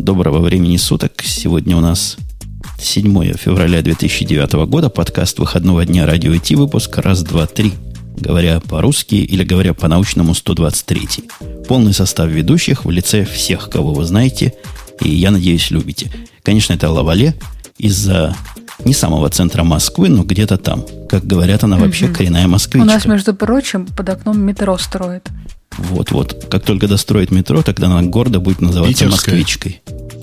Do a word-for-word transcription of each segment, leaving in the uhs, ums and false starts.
Доброго времени суток. Сегодня у нас седьмое февраля две тысячи девятого года. Подкаст выходного дня Радио ТИ. Выпуск раз, два, три. Говоря по-русски или говоря по-научному, сто двадцать третий. Полный состав ведущих в лице всех, кого вы знаете. И, я надеюсь, любите. Конечно, это Лавале из-за не самого центра Москвы, но где-то там. Как говорят, она вообще mm-hmm. коренная москвичка. У нас, между прочим, под окном метро строят. Вот-вот. Как только достроит метро, тогда она гордо будет называться Питерская. москвичкой.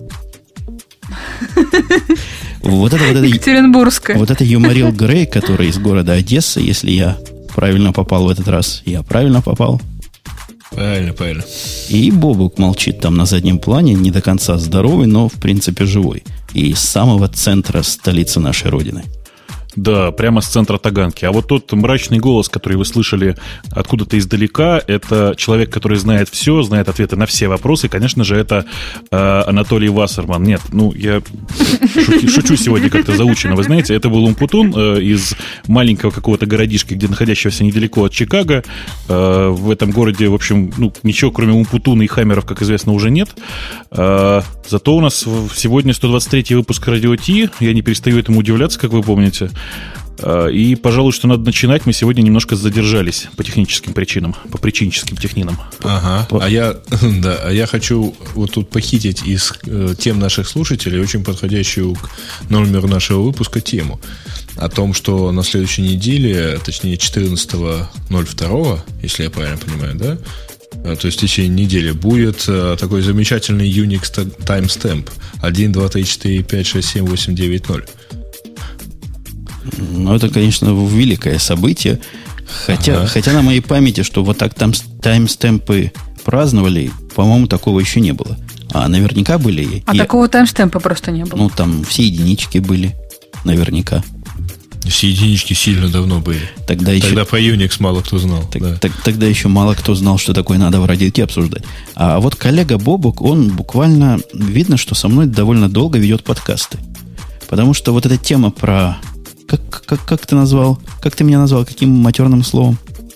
Вот это, вот это, Екатеринбургская. Вот это юморил Грей, который из города Одесса, если я правильно попал в этот раз. Я правильно попал? Правильно, правильно. И Бобук молчит там на заднем плане, не до конца здоровый, но в принципе живой. И из самого центра столицы нашей Родины. Да, прямо с центра Таганки. А вот тот мрачный голос, который вы слышали откуда-то издалека, это человек, который знает все, знает ответы на все вопросы. И, конечно же, это э, Анатолий Вассерман. Нет, ну, я шути, шучу сегодня как-то заучено. Вы знаете, это был Умпутун э, из маленького какого-то городишка, где находящегося недалеко от Чикаго. Э, в этом городе, в общем, ну, ничего, кроме Умпутуна и Хаммеров, как известно, уже нет. Э, зато у нас сегодня сто двадцать третий выпуск Радио Ти. Я не перестаю этому удивляться, как вы помните. И, пожалуй, что надо начинать. Мы сегодня немножко задержались по техническим причинам, по причинческим технинам. Ага. А я, да, а я хочу вот тут похитить из э, тем наших слушателей очень подходящую к номеру нашего выпуска тему о том, что на следующей неделе, точнее четырнадцатого ноль второго, если я правильно понимаю, да? То есть в течение недели будет э, такой замечательный Unix timestamp один, два, три, четыре, пять, шесть, семь, восемь, девять, ноль. Ну, это, конечно, великое событие. Хотя, ага. хотя на моей памяти, что вот так там таймстемпы праздновали, по-моему, такого еще не было. А наверняка были. А я... такого таймстемпа просто не было. Ну, там все единички были. Наверняка. Все единички сильно давно были. Тогда, еще... Тогда по Unix мало кто знал. Так, да. так, тогда еще мало кто знал, что такое надо в Радио Ти обсуждать. А вот коллега Бобук, он буквально... Видно, что со мной довольно долго ведет подкасты. Потому что вот эта тема про... Как, как, как ты назвал? Как ты меня назвал? Каким матерным словом?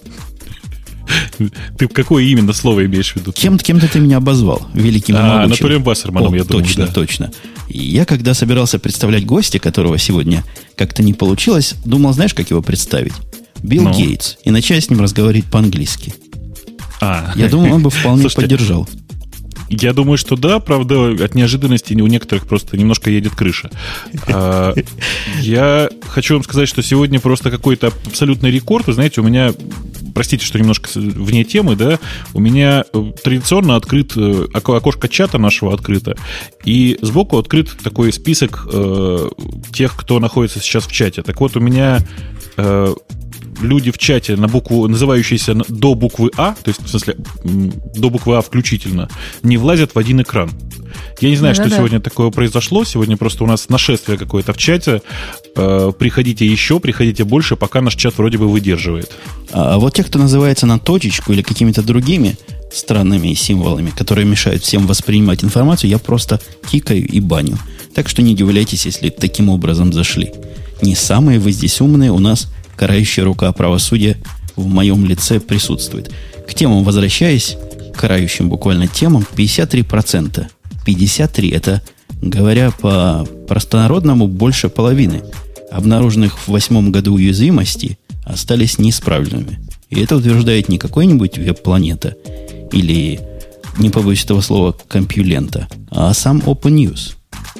Ты какое именно слово имеешь в виду? Кем, кем-то ты меня обозвал. Великим и а, могучим. Анатолием Вассерманом, О, я думаю. Точно, да. точно. И я, когда собирался представлять гостя, которого сегодня как-то не получилось, думал, знаешь, как его представить? Билл ну? Гейтс. И начать с ним разговаривать по-английски. А. Я думаю, он бы вполне Слушайте, поддержал. Я думаю, что да, правда, от неожиданности у некоторых просто немножко едет крыша. А, я хочу вам сказать, что сегодня просто какой-то абсолютный рекорд. Вы знаете, у меня, простите, что немножко вне темы, да, у меня традиционно открыт окошко чата нашего открыто, и сбоку открыт такой список э, тех, кто находится сейчас в чате. Так вот, у меня... Э, люди в чате, на букву, называющиеся до буквы А, то есть, в смысле, до буквы А включительно, не влазят в один экран. Я не знаю, да, что да. сегодня такое произошло. Сегодня просто у нас нашествие какое-то в чате. Приходите еще, приходите больше, пока наш чат вроде бы выдерживает. А вот те, кто называется на точечку или какими-то другими странными символами, которые мешают всем воспринимать информацию, я просто кикаю и баню. Так что не удивляйтесь, если таким образом зашли. Не самые вы здесь умные, у нас карающая рука правосудия в моем лице присутствует. К темам возвращаясь, к карающим буквально темам, пятьдесят три процента. пятьдесят три процента это, говоря по простонародному, больше половины обнаруженных в восьмом году уязвимостей остались неисправленными. И это утверждает не какой-нибудь веб-планета или, не побоюсь этого слова, компьюлента, а сам OpenNews.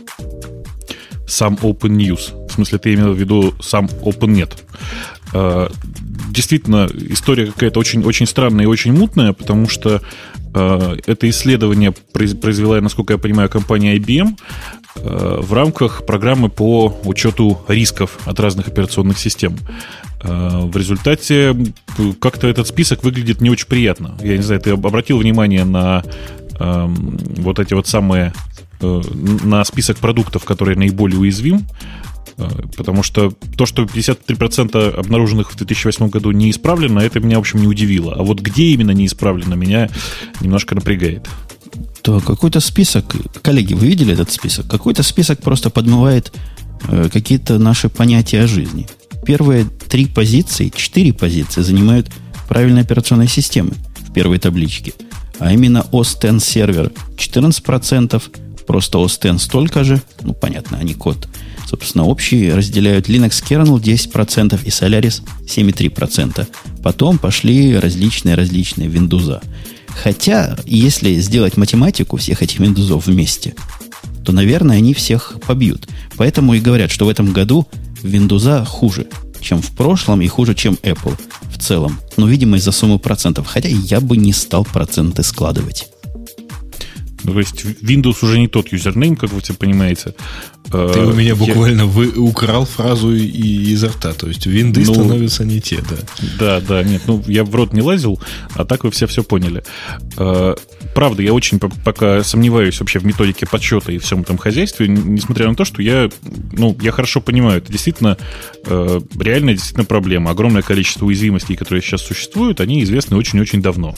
Сам OpenNews. В смысле, ты имел в виду сам OpenNet. Действительно, история какая-то очень, очень странная и очень мутная, потому что э, это исследование произвела, насколько я понимаю, компания ай би эм э, в рамках программы по учету рисков от разных операционных систем. Э, в результате как-то этот список выглядит не очень приятно. Я не знаю, ты обратил внимание на э, вот эти вот самые, э, на список продуктов, которые наиболее уязвим? Потому что то, что пятьдесят три процента обнаруженных в две тысячи восьмом году не исправлено, это меня, в общем, не удивило. А вот где именно не исправлено, меня немножко напрягает. То какой-то список, коллеги, вы видели этот список? Какой-то список просто подмывает э, какие-то наши понятия о жизни. Первые три позиции, четыре позиции занимают правильные операционные системы в первой табличке. А именно о эс десять сервер четырнадцать процентов, просто о эс X столько же. Ну, понятно, они код, собственно, общий. Разделяют Linux kernel десять процентов и Solaris семь целых три десятых процента. Потом пошли различные-различные Windows. Хотя, если сделать математику всех этих Windows вместе, то, наверное, они всех побьют. Поэтому и говорят, что в этом году Windows хуже, чем в прошлом, и хуже, чем Apple в целом. Но, видимо, из-за суммы процентов. Хотя я бы не стал проценты складывать. Ну, то есть Windows уже не тот юзернейм, как вы все понимаете. Ты у меня буквально вы, украл фразу и, изо рта. То есть винды ну, становятся не те, да. Да, да, нет, ну я в рот не лазил, а так вы все все поняли. Правда, я очень пока сомневаюсь вообще в методике подсчета и всем этом хозяйстве, несмотря на то, что я, ну, я хорошо понимаю, это действительно реальная действительно проблема. Огромное количество уязвимостей, которые сейчас существуют, они известны очень-очень давно.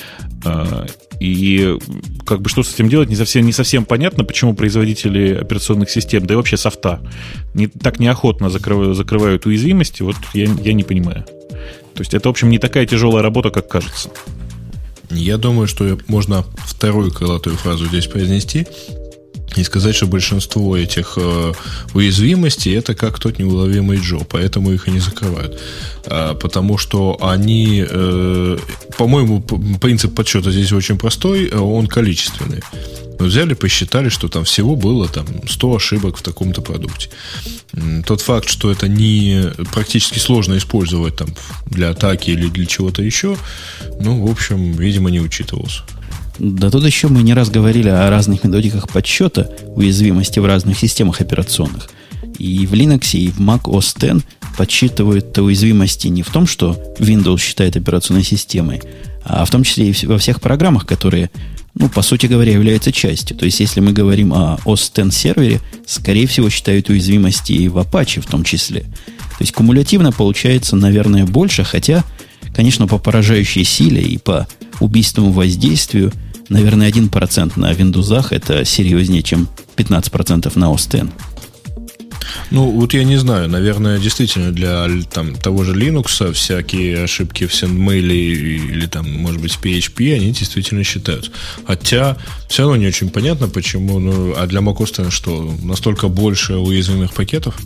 И как бы что с этим делать, не совсем, не совсем понятно, почему производители операционных систем, да и вообще софта, не, так неохотно закрывают, закрывают уязвимости, вот я, я не понимаю. То есть это, в общем, не такая тяжелая работа, как кажется. Я думаю, что можно вторую крылатую фразу здесь произнести и сказать, что большинство этих э, уязвимостей это как тот неуловимый Джо, поэтому их и не закрывают. А, потому что они, э, по-моему, принцип подсчета здесь очень простой, он количественный. Мы взяли, посчитали, что там всего было там, сто ошибок в таком-то продукте. Тот факт, что это не практически сложно использовать там, для атаки или для чего-то еще, ну, в общем, видимо, не учитывался. Да тут еще мы не раз говорили о разных методиках подсчета уязвимости в разных системах операционных. И в Linux, и в Mac о эс X подсчитывают уязвимости не в том, что Windows считает операционной системой, а в том числе и во всех программах, которые, ну, по сути говоря, являются частью. То есть, если мы говорим о о эс X сервере, скорее всего, считают уязвимости и в Apache в том числе. То есть, кумулятивно получается, наверное, больше, хотя, конечно, по поражающей силе и по убийственному воздействию, наверное, один процент на Windows это серьезнее, чем пятнадцать процентов на о эс X. Ну, вот я не знаю, наверное, действительно для там, того же Linux всякие ошибки в SendMail или там, может быть, в пи эйч пи, они действительно считаются. Хотя все равно не очень понятно, почему. Ну, а для Mac о эс X что, настолько больше уязвимых пакетов?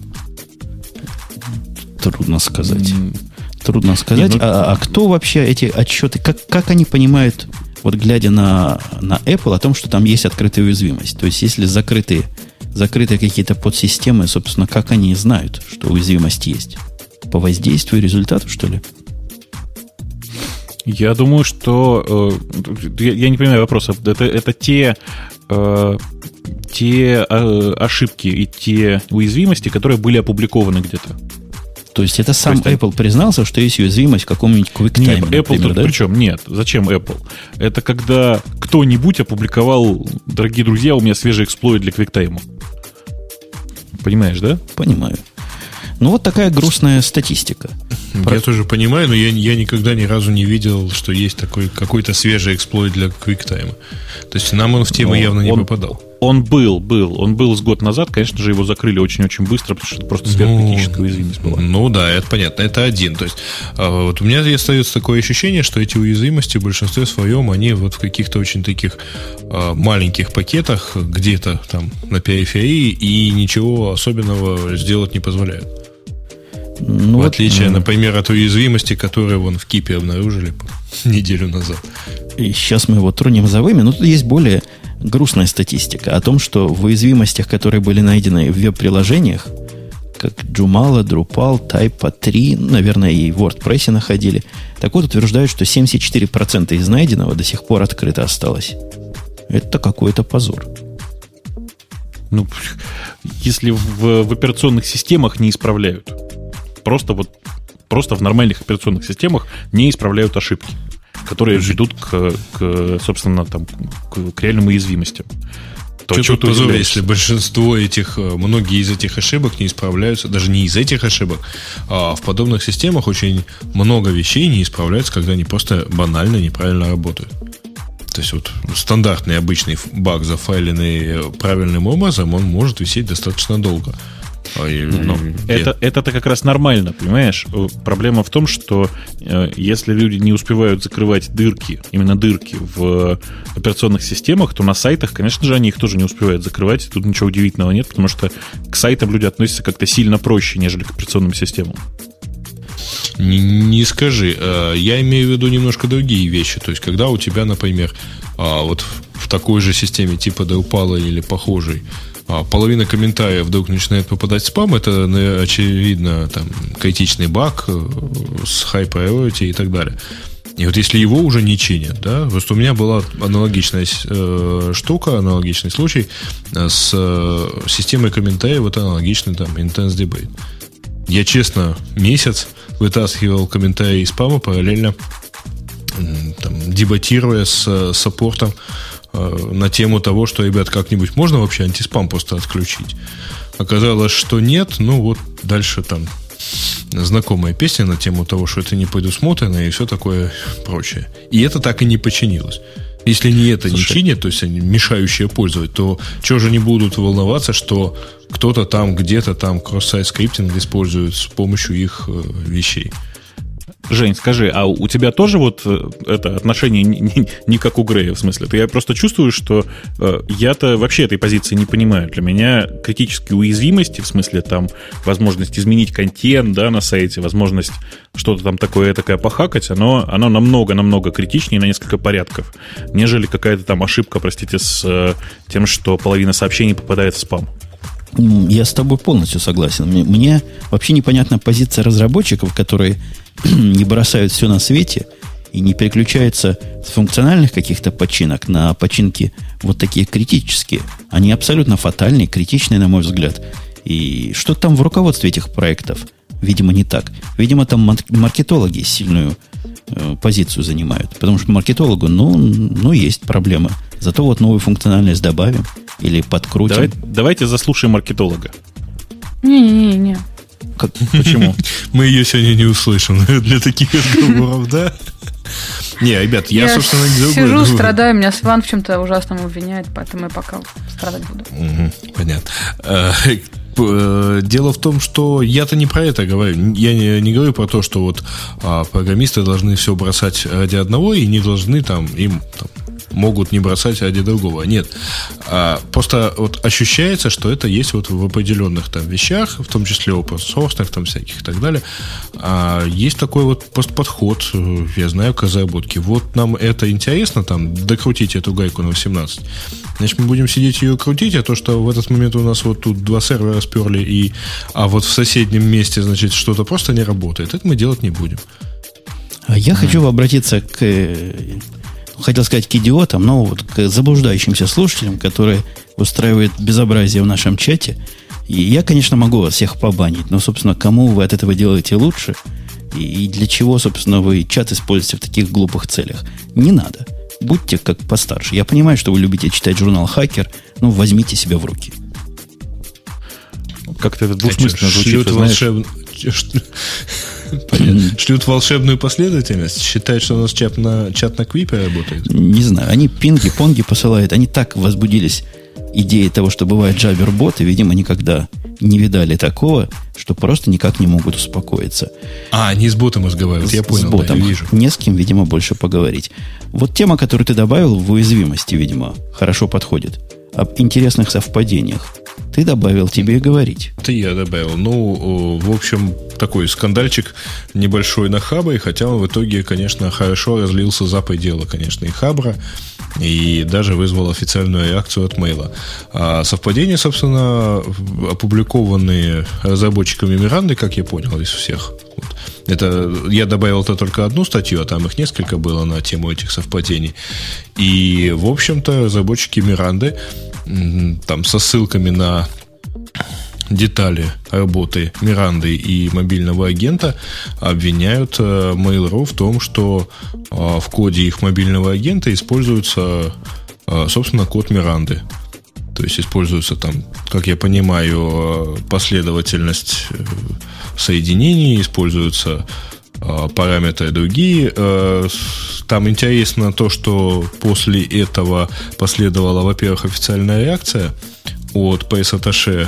Трудно сказать. Трудно сказать. Не, ну... а, а кто вообще эти отчеты, как, как они понимают, вот глядя на, на Apple, о том, что там есть открытая уязвимость? То есть, если закрытые, закрытые какие-то подсистемы, собственно, как они знают, что уязвимость есть? По воздействию и результату, что ли? Я думаю, что... Э, я, я не понимаю вопроса. Это, это те... Э, те э, ошибки и те уязвимости, которые были опубликованы где-то. То есть это сам есть, Apple признался, что есть уязвимость в каком-нибудь QuickTime, нет, Apple например, тут да? Причем? Нет. Зачем Apple? Это когда кто-нибудь опубликовал, дорогие друзья, у меня свежий эксплойт для QuickTime. Понимаешь, да? Понимаю. Ну, вот такая грустная статистика. Я Про... тоже понимаю, но я, я никогда ни разу не видел, что есть такой какой-то свежий эксплойт для QuickTime. То есть нам он в тему но явно не он... попадал. Он был, был. Он был с год назад. Конечно же, его закрыли очень-очень быстро, потому что это просто сверхкритическая ну, уязвимость была. Ну да, это понятно. Это один. То есть вот у меня остается такое ощущение, что эти уязвимости в большинстве своем, они вот в каких-то очень таких а, маленьких пакетах, где-то там на периферии, и ничего особенного сделать не позволяют. Ну, в отличие, вот, например, от уязвимости, которую вон в Кипе обнаружили неделю назад. И сейчас мы его тронем за вами, но тут есть более грустная статистика о том, что в уязвимостях, которые были найдены в веб-приложениях, как Joomla, Drupal, Type три, наверное, и в WordPress находили, так вот утверждают, что семьдесят четыре процента из найденного до сих пор открыто осталось. Это какой-то позор. Ну, если в, в операционных системах не исправляют, просто вот просто в нормальных операционных системах не исправляют ошибки, которые ведут к, к собственно, там, к, к реальным уязвимостям. То что тут позор, если большинство этих, многие из этих ошибок не исправляются, даже не из этих ошибок, а в подобных системах очень много вещей не исправляются, когда они просто банально неправильно работают. То есть вот стандартный обычный баг, зафайленный правильным образом, он может висеть достаточно долго. Но это, это-то как раз нормально, понимаешь? Проблема в том, что э, если люди не успевают закрывать дырки, именно дырки в операционных системах, то на сайтах, конечно же, они их тоже не успевают закрывать. Тут ничего удивительного нет, потому что к сайтам люди относятся как-то сильно проще, нежели к операционным системам. Не, не скажи. Я имею в виду немножко другие вещи. То есть, когда у тебя, например, вот в такой же системе типа Drupal или похожей, половина комментариев вдруг начинает попадать в спам, это, очевидно, там, критичный баг с high priority и так далее. И вот если его уже не чинят, да, просто у меня была аналогичная э, штука, аналогичный случай с э, системой комментариев, вот аналогичный там Intense Debate. Я, честно, месяц вытаскивал комментарии из спама, параллельно там, дебатируя с саппортом на тему того, что, ребят, как-нибудь можно вообще антиспам просто отключить. Оказалось, что нет. Ну вот дальше там знакомая песня на тему того, что это не предусмотрено и все такое прочее. И это так и не починилось. Если не это Слушай. не чинят, то есть они мешающие пользовать, то чего же не будут волноваться, что кто-то там где-то там кросс-сайт скриптинг использует с помощью их вещей. Жень, скажи, а у тебя тоже вот это отношение не, не, не как у Грея, в смысле? Я просто чувствую, что э, я-то вообще этой позиции не понимаю. Для меня критические уязвимости, в смысле там возможность изменить контент, да, на сайте, возможность что-то там такое такое похакать, оно, оно намного-намного критичнее на несколько порядков, нежели какая-то там ошибка, простите, с э, тем, что половина сообщений попадает в спам. Я с тобой полностью согласен. Мне, мне вообще непонятна позиция разработчиков, которые не бросают все на свете и не переключаются с функциональных каких-то починок на починки вот такие критические. Они абсолютно фатальные, критичные, на мой взгляд. И что там в руководстве этих проектов? Видимо, не так. Видимо, там маркетологи сильную э, позицию занимают. Потому что маркетологу, ну, ну, есть проблема. Зато вот новую функциональность добавим или подкрутим. Давай, давайте заслушаем маркетолога. Не-не-не. Как, почему? Мы ее сегодня не услышим для таких разговоров, да? Не, ребят, я, собственно, не сижу, другой, страдаю, меня Сван в чем-то ужасном обвиняет, поэтому я пока страдать буду. Угу, понятно. Дело в том, что я-то не про это говорю. Я не, не говорю про то, что вот а, программисты должны все бросать ради одного и не должны там им там, могут не бросать ради другого. Нет. А, просто вот ощущается, что это есть вот в определенных там вещах, в том числе open-source, там всяких и так далее. А, есть такой вот подход, я знаю, к разработке. Вот нам это интересно, там, докрутить эту гайку на восемнадцать. Значит, мы будем сидеть ее крутить, а то, что в этот момент у нас вот тут два сервера сперли, и, а вот в соседнем месте, значит, что-то просто не работает, это мы делать не будем. А я mm. хочу обратиться к... Хотел сказать к идиотам, но вот к заблуждающимся слушателям, которые устраивают безобразие в нашем чате. И я, конечно, могу вас всех побанить, но, собственно, кому вы от этого делаете лучше? И для чего, собственно, вы чат используете в таких глупых целях? Не надо. Будьте как постарше. Я понимаю, что вы любите читать журнал «Хакер», но возьмите себя в руки. Как-то это двусмысленно звучит, волшеб... Понятно. Шлют волшебную последовательность? Считают, что у нас чат на, чат на Квипе работает? Не знаю. Они пинги-понги посылают. Они так возбудились идеей того, что бывает джабер-боты. Видимо, никогда не видали такого, что просто никак не могут успокоиться. А, они с ботом разговаривают. Я понял, с ботом. Да, я вижу. Не с кем, видимо, больше поговорить. Вот тема, которую ты добавил в уязвимости, видимо, хорошо подходит. Об интересных совпадениях. Ты добавил, тебе и говорить. Это я добавил. Ну, в общем, такой скандальчик небольшой на Хабре, хотя он в итоге, конечно, хорошо разлился за пределы, конечно, и Хабра, и даже вызвал официальную реакцию от Мейла. А совпадения, собственно, опубликованные разработчиками Миранды, как я понял, из всех. Это, я добавил это только одну статью, а там их несколько было на тему этих совпадений. И, в общем-то, разработчики Миранды там со ссылками на детали работы Миранды и мобильного агента обвиняют Mail.ru в том, что в коде их мобильного агента используется, собственно, код Миранды. То есть используется там, как я понимаю, последовательность соединений, используются параметры другие. Там интересно то, что после этого последовала, во-первых, официальная реакция от пресс-атташе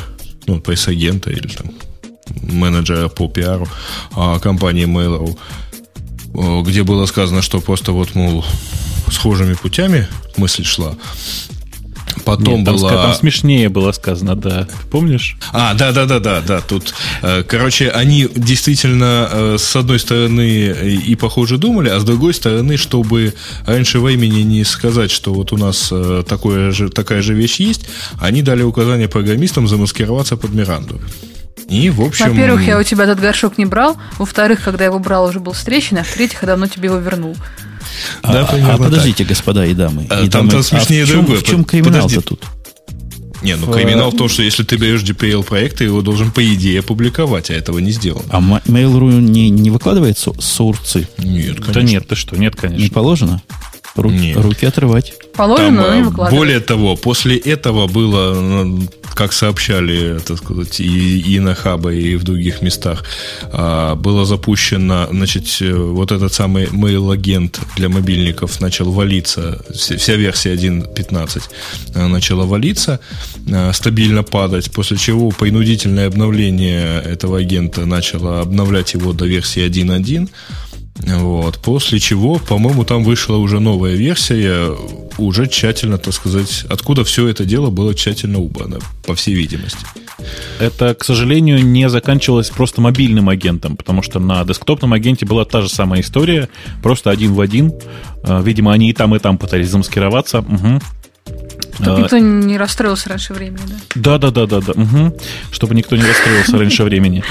ну, пресс-агента или там менеджера по пиару компании Mail.ru, где было сказано, что просто вот, мол, схожими путями мысль шла. Потом Нет, там, была... там смешнее было сказано, да. Помнишь? А, да, да, да, да, да. Тут, короче, они действительно с одной стороны и похоже думали, а с другой стороны, чтобы раньше времени не сказать, что вот у нас такое же, такая же вещь есть, они дали указание программистам замаскироваться под Миранду. И, в общем... Во-первых, я у тебя этот горшок не брал. Во-вторых, когда я его брал, уже был встречен. А в-третьих, я давно тебе его вернул. Да, а, а подождите, так. господа и дамы. А, и там, дамы, там смешнее а в чем, другое. В чем криминал-то тут? Не, ну криминал в том, что если ты берешь джи пи эл-проект, ты его должен, по идее, опубликовать, а этого не сделано. А Mail.ru не, не выкладывает соурсы? Нет, конечно. Да нет, ты что, нет, конечно. Не положено? Руки, руки отрывать. Положено, но не выкладывать. Более того, после этого было, как сообщали, так сказать, и, и на Хабе, и в других местах, было запущено, значит, вот этот самый mail-агент для мобильников начал валиться, вся версия один точка пятнадцать начала валиться, стабильно падать, после чего принудительное обновление этого агента начало обновлять его до версии один точка один. Вот. После чего, по-моему, там вышла уже новая версия, уже тщательно, так сказать, откуда все это дело было тщательно убрано, по всей видимости. Это, к сожалению, не заканчивалось просто мобильным агентом, потому что на десктопном агенте была та же самая история, просто один в один. Видимо, они и там, и там пытались замаскироваться. Угу. Чтобы никто не расстроился раньше времени, да? Да, да, да, да, да. Угу. Чтобы никто не расстроился раньше времени.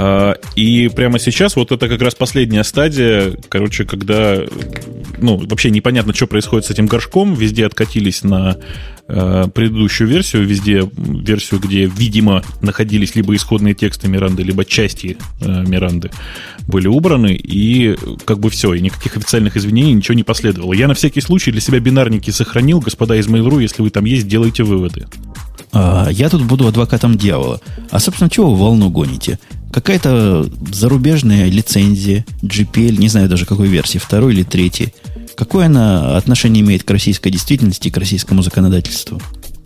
И прямо сейчас вот это как раз последняя стадия, короче, когда, ну, вообще непонятно, что происходит с этим горшком, везде откатились на предыдущую версию, везде версию, где, видимо, находились либо исходные тексты Миранды, либо части Миранды были убраны, и как бы все, и никаких официальных извинений, ничего не последовало. Я на всякий случай для себя бинарники сохранил. Господа из Mail.ru, если вы там есть, делайте выводы. А, я тут буду адвокатом дьявола. А, собственно, чего вы волну гоните? Какая-то зарубежная лицензия, джи пи эл, не знаю даже какой версии, второй или третьей. Какое она отношение имеет к российской действительности и к российскому законодательству?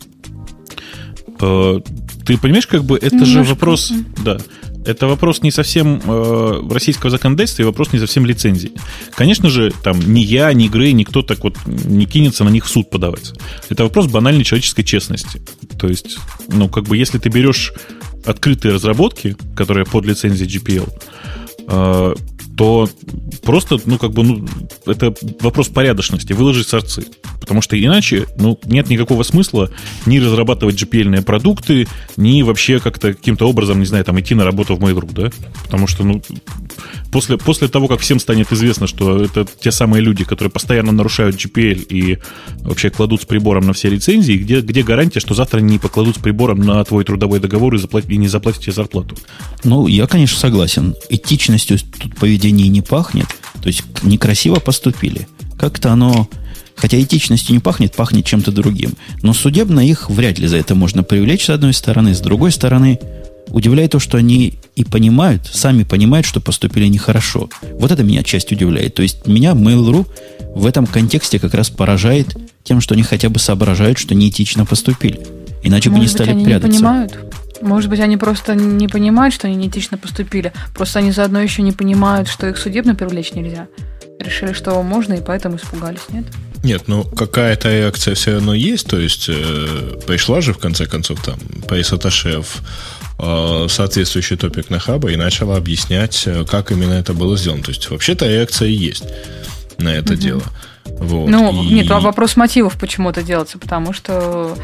Ты понимаешь, как бы это Немножко. же вопрос... Да. Это вопрос не совсем э, российского законодательства и вопрос не совсем лицензии. Конечно же, там ни я, ни Грей, никто так вот не кинется на них в суд подавать. Это вопрос банальной человеческой честности. То есть, ну, как бы, если ты берешь открытые разработки, которые под лицензией джи пи эл, э, то просто, ну, как бы, ну, это вопрос порядочности, выложить сорцы. Потому что иначе, ну, нет никакого смысла ни разрабатывать джи пи эл-ные продукты, ни вообще как-то каким-то образом, не знаю, там, идти на работу в Mail.ru, да? Потому что, ну, после, после того, как всем станет известно, что это те самые люди, которые постоянно нарушают джи пи эл и вообще кладут с прибором на все лицензии, где, где гарантия, что завтра не покладут с прибором на твой трудовой договор и, заплат, и не заплатят тебе зарплату? Ну, я, конечно, согласен. Этичностью тут поведение не пахнет. То есть некрасиво поступили. Как-то оно... Хотя этичностью не пахнет, пахнет чем-то другим. Но судебно их вряд ли за это можно привлечь, с одной стороны. С другой стороны, удивляет то, что они и понимают, сами понимают, что поступили нехорошо. Вот это меня отчасти удивляет. То есть меня Mail.ru в этом контексте как раз поражает тем, что они хотя бы соображают, что неэтично поступили. Иначе Может бы не стали быть, они прятаться. Не понимают? Может быть, они просто не понимают, что они неэтично поступили. Просто они заодно еще не понимают, что их судебно привлечь нельзя. Решили, что можно, и поэтому испугались, нет? Нет, ну какая-то реакция все равно есть. То есть э, пришла же в конце концов там пресс-атташе в э, соответствующий топик на Хабе и начала объяснять, как именно это было сделано. То есть вообще-то реакция есть на это угу. дело. Вот. Ну, и... нет, вопрос мотивов почему это делается, потому что...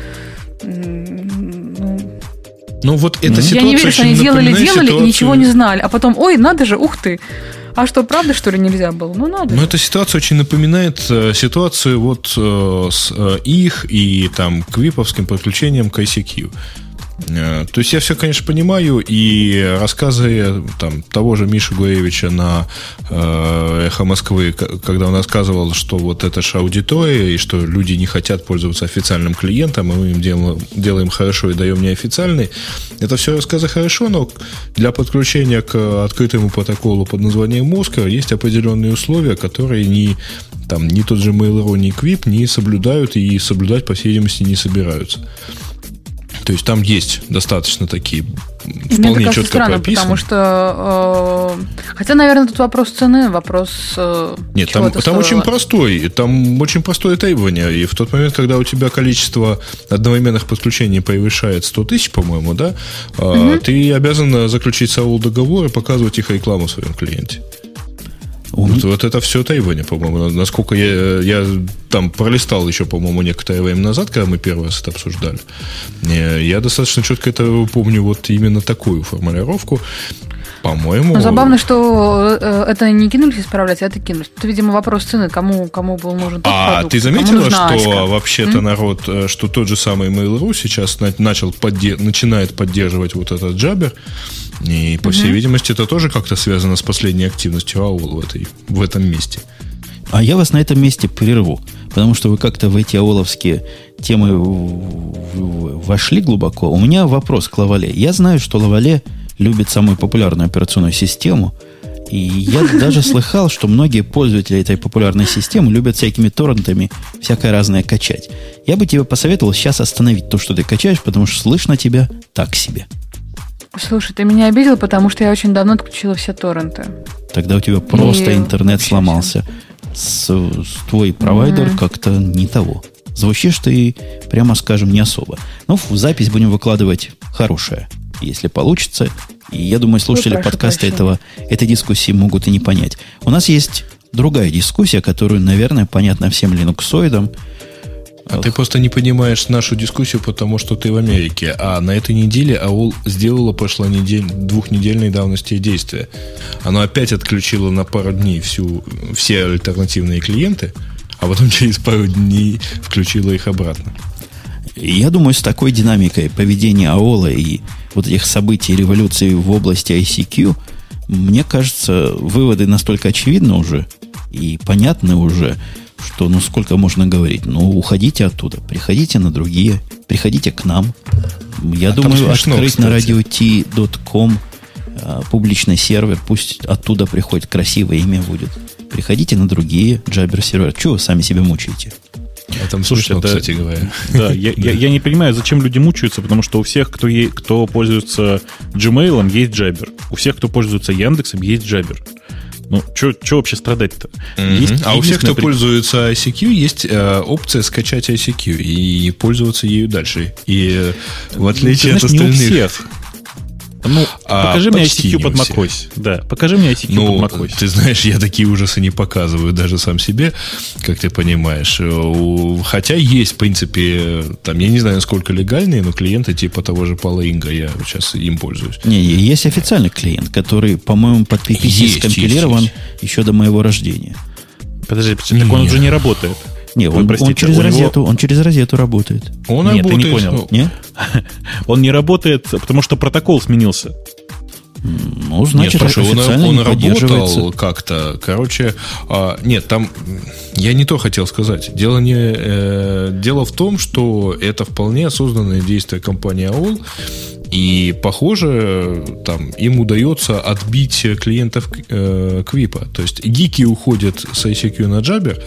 Ну, ну вот эта ну, ситуация. Я не верю, что они делали, делали ситуацию... и ничего не знали. А потом, ой, надо же, ух ты. А что, правда, что ли, нельзя было? Ну, надо. Ну, эта ситуация очень напоминает э, ситуацию вот э, с э, их и там квиповским подключением к ай си кью. Э, то есть я все, конечно, понимаю, и рассказы там, того же Миши Гуревича на э, «Эхо Москвы», когда он рассказывал, что вот это же аудитория, и что люди не хотят пользоваться официальным клиентом, и мы им делаем, делаем хорошо и даем неофициальный. Это все рассказы хорошо, но для подключения к открытому протоколу под названием Moskva есть определенные условия, которые ни, там, ни тот же Mail.ru, ни Quip не соблюдают и соблюдать, по всей видимости, не собираются. То есть там есть достаточно такие Мне вполне кажется, четко странно, прописаны. потому что... Э, хотя, наверное, тут вопрос цены, вопрос... Э, Нет, там, там очень простой. Там очень простое требование. И в тот момент, когда у тебя количество одновременных подключений превышает сто тысяч, по-моему, да, угу. ты обязан заключить с эй о эл договор и показывать их рекламу в своем клиенте. Вот, вот это все требование, по-моему. Насколько я, я там пролистал еще, по-моему, некоторое время назад, когда мы первый раз это обсуждали. Я достаточно четко это помню, вот именно такую формулировку. По-моему... Но забавно, что это не кинулись исправлять, а это кинулись. Это, видимо, вопрос цены, кому, кому был нужен тот а, продукт. А ты заметила, что Аська? вообще-то М? народ, что тот же самый Mail.ru сейчас начал подде- начинает поддерживать вот этот Jabber, и, по всей угу. видимости, это тоже как-то связано с последней активностью эй о эл в, этой, в этом месте. А я вас на этом месте прерву, потому что вы как-то в эти эй о эловские темы вошли глубоко. У меня вопрос к Лавале. Я знаю, что Лавале любит самую популярную операционную систему, и я даже слыхал, что многие пользователи этой популярной системы любят всякими торрентами всякое разное качать. Я бы тебе посоветовал сейчас остановить то, что ты качаешь, потому что слышно тебя так себе. Слушай, ты меня обидел, потому что я очень давно отключила все торренты. Тогда у тебя просто и интернет сломался. С, с твой провайдер mm-hmm. как-то не того. Звучишь ты, прямо скажем, не особо. Но в запись будем выкладывать хорошая, если получится. И я думаю, слушатели Ой, подкаста прощения. этого, этой дискуссии могут и не понять. У нас есть другая дискуссия, которую, наверное, понятна всем линуксоидам. А Ох. Ты просто не понимаешь нашу дискуссию, потому что ты в Америке. А на этой неделе эй о эл сделала прошлой неделе, двухнедельной давности действия. Оно опять отключило на пару дней всю, все альтернативные клиенты, а потом через пару дней включило их обратно. Я думаю, с такой динамикой поведения эй о эл и вот этих событий революции в области ай си кью, мне кажется, выводы настолько очевидны уже и понятны уже, что ну сколько можно говорить. Ну, уходите оттуда, приходите на другие, приходите к нам. Я а думаю, смешно, открыть кстати. На радио ти точка ком а, публичный сервер, пусть оттуда приходит, красивое имя будет. Приходите на другие Jabber сервера. Чего вы сами себя мучаете? А там смешно, это, кстати говоря. Да, я, я, я не понимаю, зачем люди мучаются, потому что у всех, кто, е, кто пользуется Gmail, есть Jabber. У всех, кто пользуется Яндексом, есть Jabber. Ну, что вообще страдать-то? Mm-hmm. А у всех, кто при... пользуется ай си кью, есть э, опция скачать ай си кью и пользоваться ею дальше. И э, в отличие ну, от остальных... Не у всех. Ну, а, покажи мне ай си кью под macOS. Да, покажи мне ай си кью ну, под macOS. Ты знаешь, я такие ужасы не показываю даже сам себе, как ты понимаешь. Хотя есть, в принципе, там, я не знаю, насколько легальные, но клиенты типа того же Пала Инга, я сейчас им пользуюсь. Не, есть официальный клиент, который, по-моему, под пи пи си есть, скомпилирован есть, есть. еще до моего рождения. Подожди, так он уже не работает. Не, он, он, через розету, него... он через розету работает. Он Нет, работает. ты не понял. Не? Он не работает, потому что протокол сменился. Ну, значит, нет, слушай, официально он, он не поддерживается. Работал как-то. Короче, а, нет, там я не то хотел сказать. Дело, не, э, дело в том, что это вполне осознанное действие компании эй о эл. И, похоже, там, им удается отбить клиентов э, Квипа. То есть гики уходят с ай си кью на Jabber,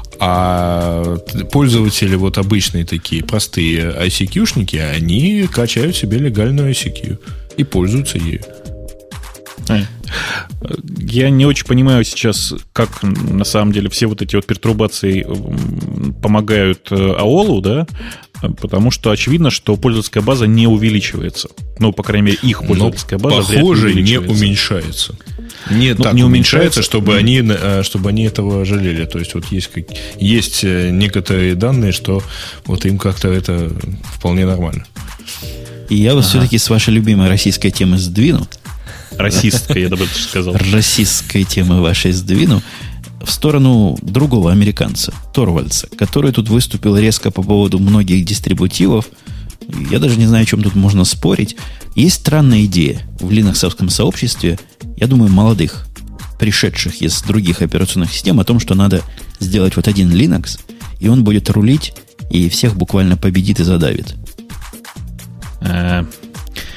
а пользователи вот обычные такие простые ай си кью-шники, они качают себе легальную ай си кью и пользуются ею. Я не очень понимаю сейчас, как на самом деле все вот эти вот пертурбации помогают эй о эл, да? Потому что очевидно, что пользовательская база не увеличивается. Ну, по крайней мере, их пользовательская Но, база похоже, не уменьшается. Не ну, так не уменьшается, чтобы, mm. они, чтобы они этого жалели. То есть, вот есть, есть некоторые данные, что вот им как-то это вполне нормально. И я вас ага. все-таки с вашей любимой российской темы сдвину. Расистской, я бы даже сказал. Российской темы вашей сдвину в сторону другого американца, Торвальдса, который тут выступил резко по поводу многих дистрибутивов. Я даже не знаю, о чем тут можно спорить. Есть странная идея в линоксовском сообществе, я думаю, молодых, пришедших из других операционных систем, о том, что надо сделать вот один Linux, и он будет рулить, и всех буквально победит и задавит.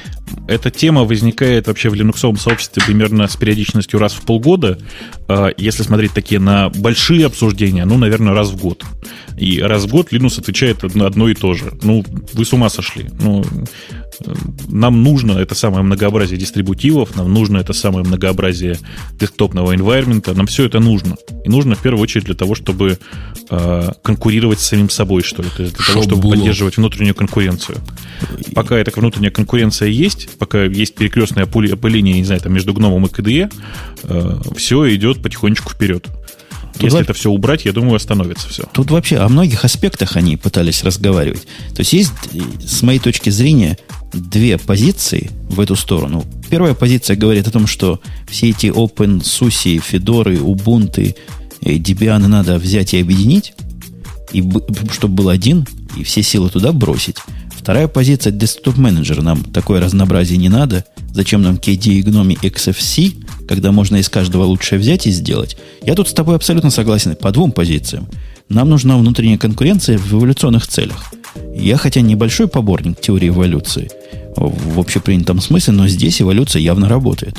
эта тема возникает вообще в линуксовом сообществе примерно с периодичностью раз в полгода. Если смотреть такие на большие обсуждения, ну, наверное, раз в год. И раз в год Linux отвечает на одно и то же. Ну, вы с ума сошли. Ну, нам нужно это самое многообразие дистрибутивов, нам нужно это самое многообразие десктопного environment, нам все это нужно. И нужно в первую очередь для того, чтобы э, конкурировать с самим собой, что ли, то есть для Шо того, чтобы было? поддерживать внутреннюю конкуренцию. Пока эта внутренняя конкуренция есть, пока есть перекрестное опыление, не знаю, там, между гномом и ка дэ е, э, все идет потихонечку вперед. Тут Если вообще, это все убрать, я думаю, остановится все. Тут вообще о многих аспектах они пытались разговаривать. То есть есть, с моей точки зрения, две позиции в эту сторону. Первая позиция говорит о том, что все эти OpenSUSE, Fedora, Ubuntu, Debian надо взять и объединить, и, чтобы был один, и все силы туда бросить. Вторая позиция – десктоп-менеджер. Нам такое разнообразие не надо. Зачем нам кей ди и Gnome икс эф си, когда можно из каждого лучшее взять и сделать? Я тут с тобой абсолютно согласен по двум позициям. Нам нужна внутренняя конкуренция в эволюционных целях. Я, хотя небольшой поборник теории эволюции в общепринятом смысле, но здесь эволюция явно работает.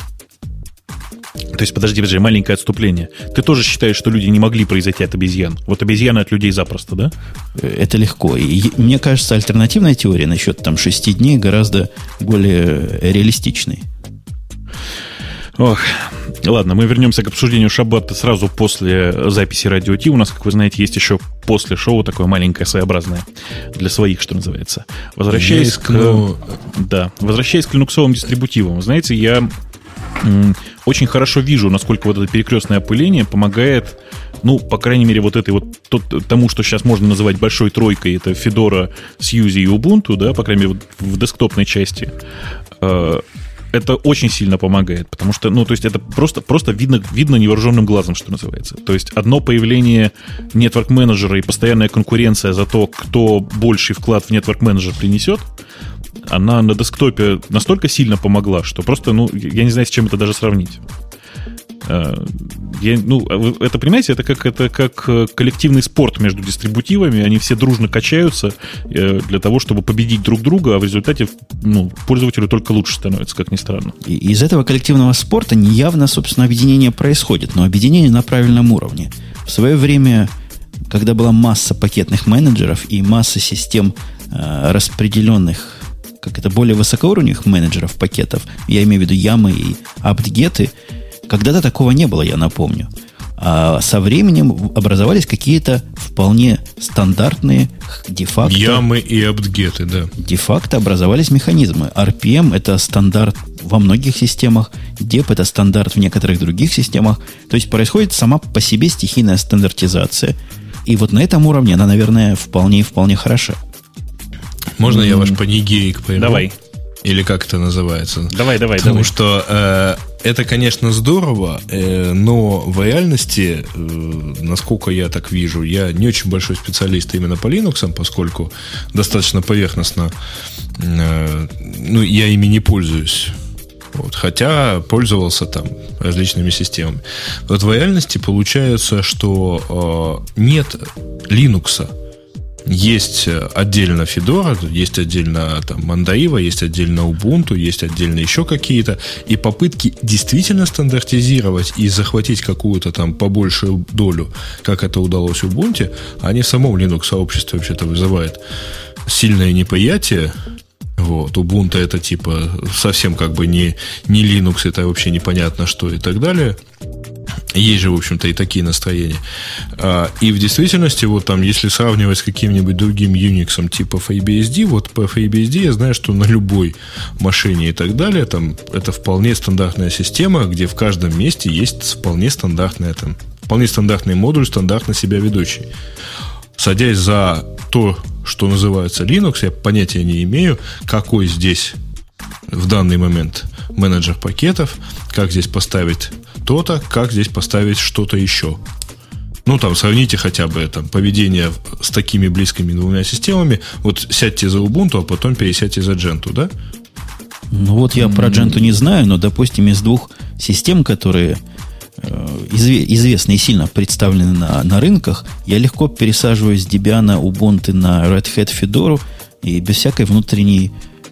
То есть, подожди, подожди, маленькое отступление. Ты тоже считаешь, что люди не могли произойти от обезьян? Вот обезьяны от людей запросто, да? Это легко. И мне кажется, альтернативная теория насчет там шести дней гораздо более реалистичной. Ох, ладно, мы вернемся к обсуждению шаббата сразу после записи Радио Ти. У нас, как вы знаете, есть еще после шоу такое маленькое своеобразное для своих, что называется. Возвращаясь к, ну... да, возвращаясь к линуксовым дистрибутивам, знаете, я м, очень хорошо вижу, насколько вот это перекрестное опыление помогает, ну, по крайней мере, вот этой вот тот, тому, что сейчас можно называть большой тройкой, это Fedora, SUSE и Ubuntu, да, по крайней мере, в десктопной части. Это очень сильно помогает, потому что, ну, то есть это просто, просто видно, видно невооруженным глазом, что называется. То есть одно появление нетворк-менеджера и постоянная конкуренция за то, кто больший вклад в нетворк-менеджер принесет, она на десктопе настолько сильно помогла, что просто, ну, я не знаю, с чем это даже сравнить. Я, ну, это, понимаете, это как, это как коллективный спорт между дистрибутивами. Они все дружно качаются для того, чтобы победить друг друга, а в результате, ну, пользователю только лучше становится, как ни странно. И из этого коллективного спорта неявно, собственно, объединение происходит, но объединение на правильном уровне. В свое время, когда была масса пакетных менеджеров и масса систем э, распределенных, как это, более высокоуровневых менеджеров пакетов, я имею в виду ямы и apt-геты, когда-то такого не было, я напомню. А со временем образовались какие-то вполне стандартные де-факто... Ямы и apt-геты, да. Де-факто образовались механизмы. ар пи эм – это стандарт во многих системах, деп – это стандарт в некоторых других системах. То есть происходит сама по себе стихийная стандартизация. И вот на этом уровне она, наверное, вполне и вполне хороша. Можно mm-hmm. я ваш панигейк пойму? Давай. Или как это называется? Давай, давай, Потому давай. что э, это, конечно, здорово, э, но в реальности, э, насколько я так вижу, я не очень большой специалист именно по Linux, поскольку достаточно поверхностно, э, ну, я ими не пользуюсь. Вот, хотя пользовался там различными системами. Вот в реальности получается, что э, нет Linux. Есть отдельно Fedora, есть отдельно там Mandaiva, есть отдельно Ubuntu, есть отдельно еще какие-то. И попытки действительно стандартизировать и захватить какую-то там побольшую долю, как это удалось Ubuntu, они в самом Linux-сообществе вообще-то вызывают сильное неприятие. Вот. Ubuntu это типа совсем как бы не, не Linux, это вообще непонятно что и так далее. Есть же, в общем-то, и такие настроения. И в действительности, вот там, если сравнивать с каким-нибудь другим Unix типа FreeBSD, вот по FreeBSD я знаю, что на любой машине и так далее, там, это вполне стандартная система, где в каждом месте есть вполне стандартная, там, вполне стандартный модуль, стандартно себя ведущий. Садясь за то, что называется Linux, я понятия не имею, какой здесь в данный момент менеджер пакетов, как здесь поставить то-то, как здесь поставить что-то еще. Ну, там, сравните хотя бы там, поведение с такими близкими двумя системами. Вот сядьте за Ubuntu, а потом пересядьте за Gentoo, да? Ну, вот я про Gentoo не знаю, но, допустим, из двух систем, которые э, изве- известны и сильно представлены на, на рынках, я легко пересаживаюсь с Debian, Ubuntu на Red Hat, Fedora и без всякой внутренней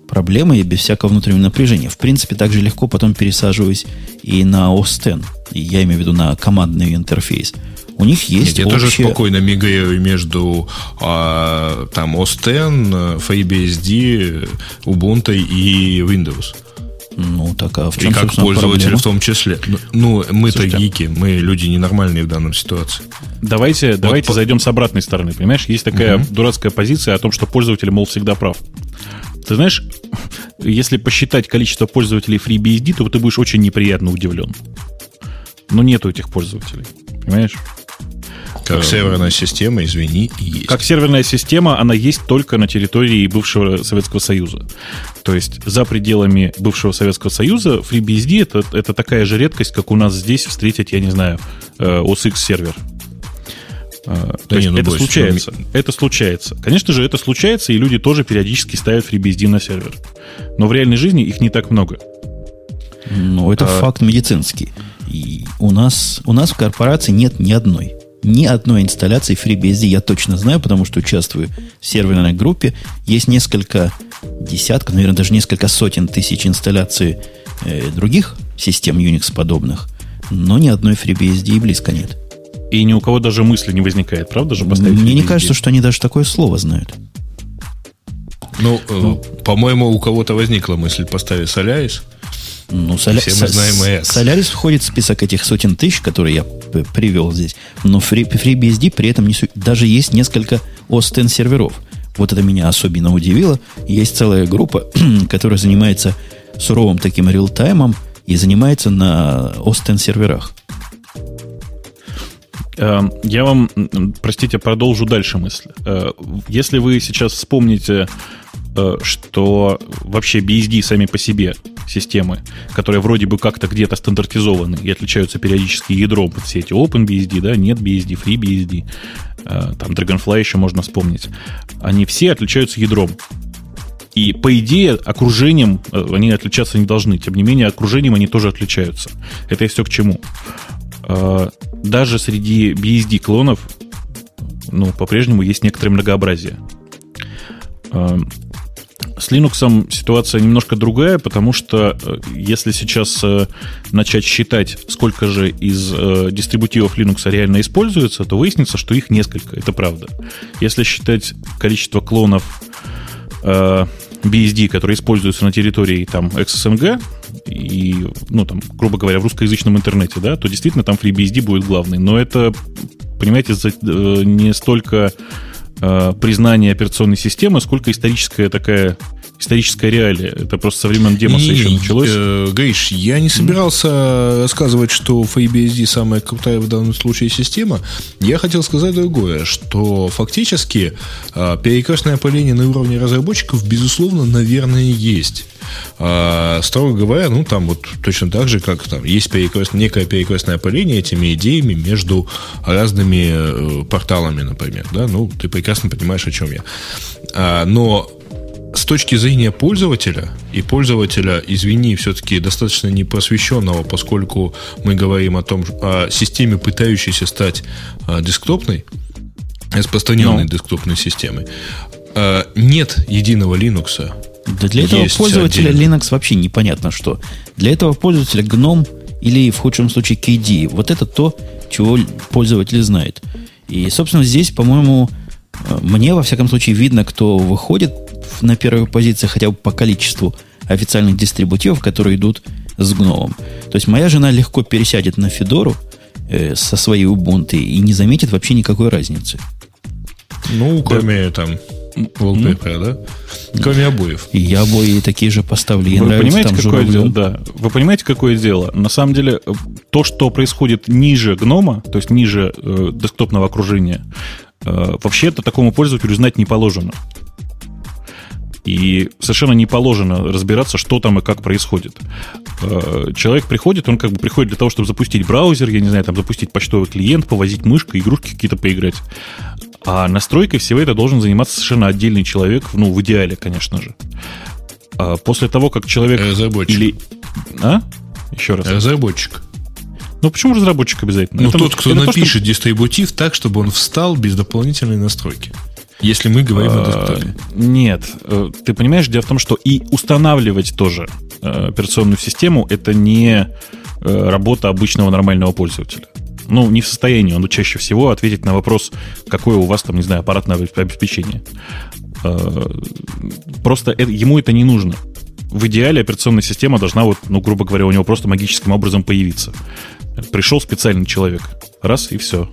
проблемы и без всякого внутреннего напряжения. В принципе, также легко потом пересаживаюсь и на о эс X. Я имею в виду на командный интерфейс. У них есть Нет, общее... я тоже спокойно мигрирую между а, там, о эс X, FreeBSD, Ubuntu и Windows. Ну, так, а в чем, и как пользователь проблема? в том числе. Ну, мы-то Слушайте, гики, мы люди ненормальные в данной ситуации. Давайте, вот давайте по... зайдем с обратной стороны. Понимаешь, есть такая угу. дурацкая позиция о том, что пользователь, мол, всегда прав. Ты знаешь, если посчитать количество пользователей FreeBSD, то ты будешь очень неприятно удивлен. Но нету этих пользователей. Понимаешь? Как серверная система, извини, есть. Как серверная система, она есть только на территории бывшего Советского Союза. То есть за пределами бывшего Советского Союза FreeBSD это, это такая же редкость, как у нас здесь встретить, я не знаю, о эс икс сервер. Да То есть не, ну это бойся, случается. Ну... Это случается. Конечно же, это случается, и люди тоже периодически ставят FreeBSD на сервер. Но в реальной жизни их не так много. Ну, это а... факт медицинский. И у нас, у нас в корпорации нет ни одной. Ни одной инсталляции FreeBSD я точно знаю, потому что участвую в серверной группе. Есть несколько десятков, наверное, даже несколько сотен тысяч инсталляций э, других систем Unix подобных, но ни одной FreeBSD и близко нет. И ни у кого даже мысли не возникает, правда же, поставить Мне FreeBSD? не кажется, что они даже такое слово знают. Ну, ну. Э, по-моему, у кого-то возникла мысль поставить Solaris. Ну, Соля... Все мы знаем и X. Solaris входит в список этих сотен тысяч, которые я привел здесь. Но Free... FreeBSD при этом не... даже есть несколько о эс X серверов. Вот это меня особенно удивило. Есть целая группа, которая занимается суровым таким реалтаймом и занимается на о эс X серверах. Я вам, простите, продолжу дальше мысль. Если вы сейчас вспомните, что вообще би эс ди сами по себе системы, которые вроде бы как-то где-то стандартизованы и отличаются периодически ядром, вот все эти OpenBSD, да, NetBSD, FreeBSD, там Dragonfly еще можно вспомнить, они все отличаются ядром. И, по идее, окружением они отличаться не должны. Тем не менее, окружением они тоже отличаются. Это и все к чему. Даже среди би эс ди-клонов, ну, по-прежнему есть некоторое многообразие. С Linux ситуация немножко другая, потому что если сейчас начать считать, сколько же из дистрибутивов Linux реально используется, то выяснится, что их несколько, это правда. Если считать количество клонов би эс ди, которые используются на территории там экс эс эм джи и, ну, там, грубо говоря, в русскоязычном интернете, да, то действительно там FreeBSD будет главный. Но это, понимаете, не столько признание операционной системы, сколько историческая такая историческая реалия. Это просто со времен демоса еще началось. Э, Гриш, я не собирался mm. рассказывать, что FreeBSD самая крутая в данном случае система. Я хотел сказать другое, что фактически э, перекрестное опыление на уровне разработчиков, безусловно, наверное, есть. Э, строго говоря, ну, там вот точно так же, как там есть перекрест, некое перекрестное опыление этими идеями между разными э, порталами, например. Да? Ну, ты прекрасно понимаешь, о чем я. Э, но с точки зрения пользователя, и пользователя, извини, все-таки достаточно непросвещенного, поскольку мы говорим о том, о системе, пытающейся стать а, десктопной, распространенной no. десктопной системой, а, нет единого Linux. Да для этого пользователя отдельно. Linux вообще непонятно что. Для этого пользователя гном или в худшем случае кей ди. Вот это то, чего пользователь знает. И, собственно, здесь, по-моему, мне, во всяком случае, видно, кто выходит на первой позиции хотя бы по количеству официальных дистрибутивов, которые идут с гномом. То есть моя жена легко пересядет на Федору э, со своей Ubuntu и не заметит вообще никакой разницы. Ну, кроме да. там wallpaper, mm. да? Кроме обоев. И я обои такие же поставлю. Ей Вы нравится понимаете, там какое журавлем. дело? Да. Вы понимаете, какое дело? На самом деле, то, что происходит ниже гнома, то есть ниже э, десктопного окружения, э, вообще-то такому пользователю знать не положено. И совершенно не положено разбираться, что там и как происходит. Человек приходит, он как бы приходит для того, чтобы запустить браузер, я не знаю, там запустить почтовый клиент, повозить мышкой, игрушки какие-то поиграть. А настройкой всего это должен заниматься совершенно отдельный человек, ну, в идеале, конечно же. А после того, как человек... Разработчик. Или... А? Еще раз. Разработчик. Ну, почему разработчик обязательно? Ну, это, тот, кто это напишет то, что... дистрибутив так, чтобы он встал без дополнительной настройки. Если мы говорим а, о десктопе. Нет. Ты понимаешь, дело в том, что и устанавливать тоже операционную систему — это не работа обычного нормального пользователя. Ну, не в состоянии он чаще всего ответить на вопрос, какое у вас там, не знаю, аппаратное обеспечение. Просто это, ему это не нужно. В идеале операционная система должна, вот, ну, грубо говоря, у него просто магическим образом появиться. Пришел специальный человек. Раз, и все.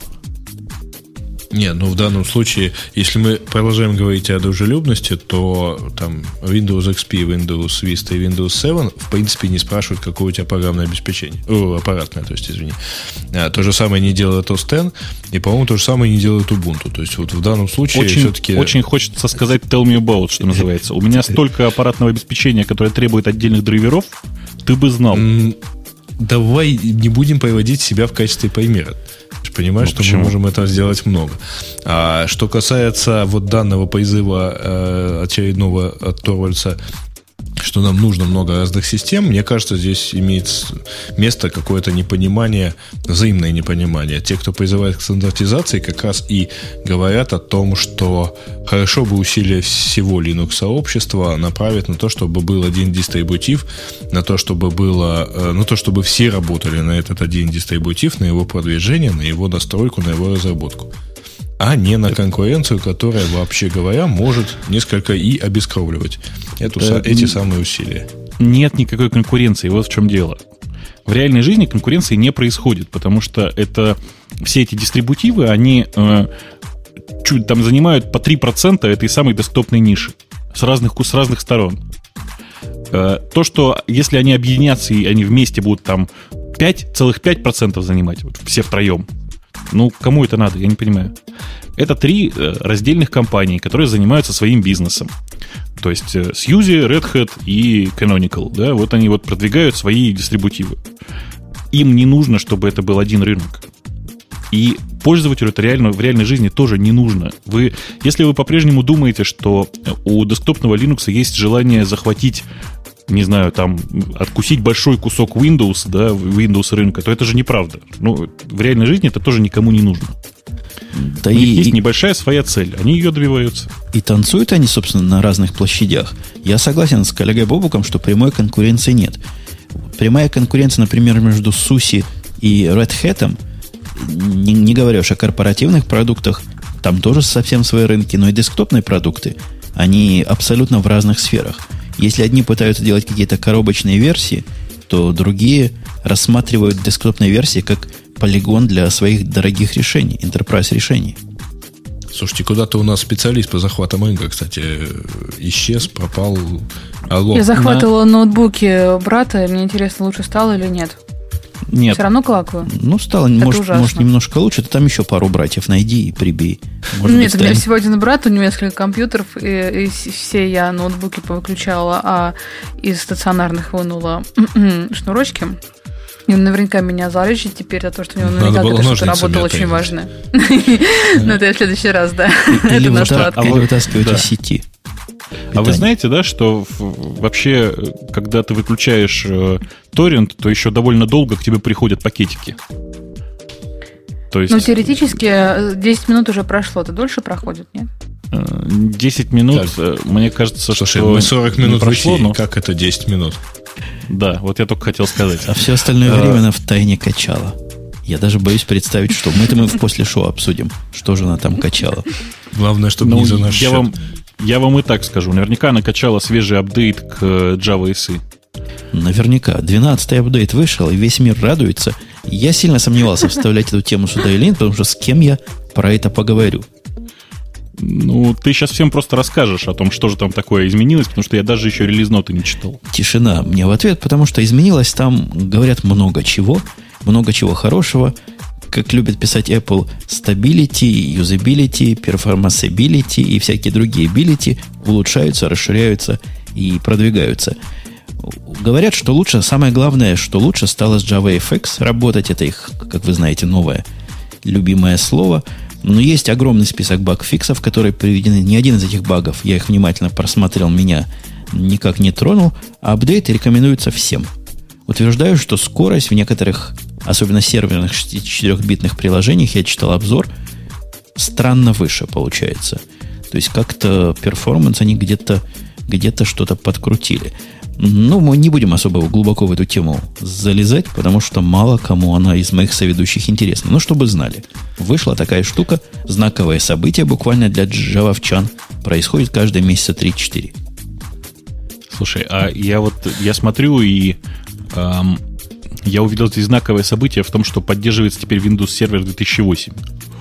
Нет, ну в данном случае, если мы продолжаем говорить о дружелюбности, то там Windows икс пи, Windows Vista и Windows семь в принципе не спрашивают, какое у тебя программное обеспечение. О, аппаратное, то есть, извини. А, то же самое не делает о эс десять, и, по-моему, то же самое не делает Ubuntu. То есть вот в данном случае очень, все-таки... Очень хочется сказать tell me about, что называется. У меня столько аппаратного обеспечения, которое требует отдельных драйверов, ты бы знал. Давай не будем приводить себя в качестве примера. Ты понимаешь, ну, что почему? Мы можем этого сделать много. А что касается вот данного призыва э, очередного от Торвальдса, что нам нужно много разных систем, мне кажется, здесь имеет место какое-то непонимание, взаимное непонимание. Те, кто призывает к стандартизации, как раз и говорят о том, что хорошо бы усилия всего Linux-сообщества направить на то, чтобы был один дистрибутив, на то, чтобы было, на то, чтобы все работали на этот один дистрибутив, на его продвижение, на его настройку, на его разработку, а не на конкуренцию, которая, вообще говоря, может несколько и обескровливать эту, да, эти самые усилия. Нет никакой конкуренции, вот в чем дело. В реальной жизни конкуренции не происходит, потому что это, все эти дистрибутивы, они э, чуть, там занимают по три процента этой самой десктопной ниши с разных, с разных сторон. Э, то, что если они объединятся и они вместе будут там пять целых пять десятых процента занимать, вот, все втроем, ну, кому это надо, я не понимаю. Это три э, раздельных компании, которые занимаются своим бизнесом. То есть э, Сьюзи, Red Hat и Canonical, да, вот они вот продвигают свои дистрибутивы. Им не нужно, чтобы это был один рынок. И пользователю это реально, в реальной жизни тоже не нужно. Вы, если вы по-прежнему думаете, что у десктопного Linux есть желание захватить, не знаю, там, откусить большой кусок Windows, да, Windows рынка, то это же неправда. Ну, в реальной жизни это тоже никому не нужно. Да. У них и, есть небольшая своя цель, они ее добиваются. И танцуют они, собственно, на разных площадях. Я согласен с коллегой Бобуком, что прямой конкуренции нет. Прямая конкуренция, например, между Суси и Red Hat, не, не говоря уж о корпоративных продуктах, там тоже совсем свои рынки, но и десктопные продукты, они абсолютно в разных сферах. Если одни пытаются делать какие-то коробочные версии, то другие рассматривают десктопные версии как полигон для своих дорогих решений, enterprise решений. Слушайте, куда-то у нас специалист по захватам рынка, кстати, исчез, пропал. Алло. Я захватывала на... ноутбуки брата, мне интересно, лучше стало или нет? Нет. Все равно клакаю. Ну, стало, может, может, немножко лучше. Ты там еще пару братьев найди и прибей. Может Нет, быть, у меня всего один брат, у него несколько компьютеров, и, и все я ноутбуки повыключала, а из стационарных вынула шнурочки. И он наверняка меня залечит теперь за то, что у него наверняка что-то работало очень важное. Ну, это я в следующий раз, да. Или вытаскивать из сети. А вы знаете, да, что вообще, когда ты выключаешь э, торрент, то еще довольно долго к тебе приходят пакетики. То есть... Ну, теоретически десять минут уже прошло, это дольше проходит, нет? десять минут, так. Мне кажется, Слушай, что... мы сорок минут прошло, вышли, но... как это десять минут? Да, вот я только хотел сказать. А все остальное время она втайне качала. Я даже боюсь представить, что. Мы это мы после шоу обсудим, что же она там качала. Главное, чтобы ну, не за наш я счет. Вам, я вам и так скажу. Наверняка она качала свежий апдейт к Java эс и. Наверняка. двенадцатый апдейт вышел, и весь мир радуется. Я сильно сомневался вставлять эту тему сюда или нет, потому что с кем я про это поговорю. Ну, ты сейчас всем просто расскажешь о том, что же там такое изменилось, потому что я даже еще релиз-ноты не читал. Тишина мне в ответ, потому что изменилось там, говорят, много чего, много чего хорошего. Как любит писать Apple, stability, usability, performanceability и всякие другие ability улучшаются, расширяются и продвигаются. Говорят, что лучше, самое главное, что лучше стало с JavaFX работать. Это их, как вы знаете, новое любимое слово. Но есть огромный список баг-фиксов, которые приведены. Ни один из этих багов, я их внимательно просмотрел, меня никак не тронул. А апдейты рекомендуются всем. Утверждаю, что скорость в некоторых, особенно серверных четырехбитных приложениях, я читал обзор, странно выше получается. То есть как-то перформанс они где-то, где-то что-то подкрутили. Ну, мы не будем особо глубоко в эту тему залезать, потому что мало кому она из моих соведущих интересна. Но чтобы знали, вышла такая штука, знаковое событие буквально для джавовчан, происходит каждые месяца три-четыре. Слушай, а я вот, я смотрю и эм, я увидел здесь знаковое событие в том, что поддерживается теперь Windows Server две тысячи восемь.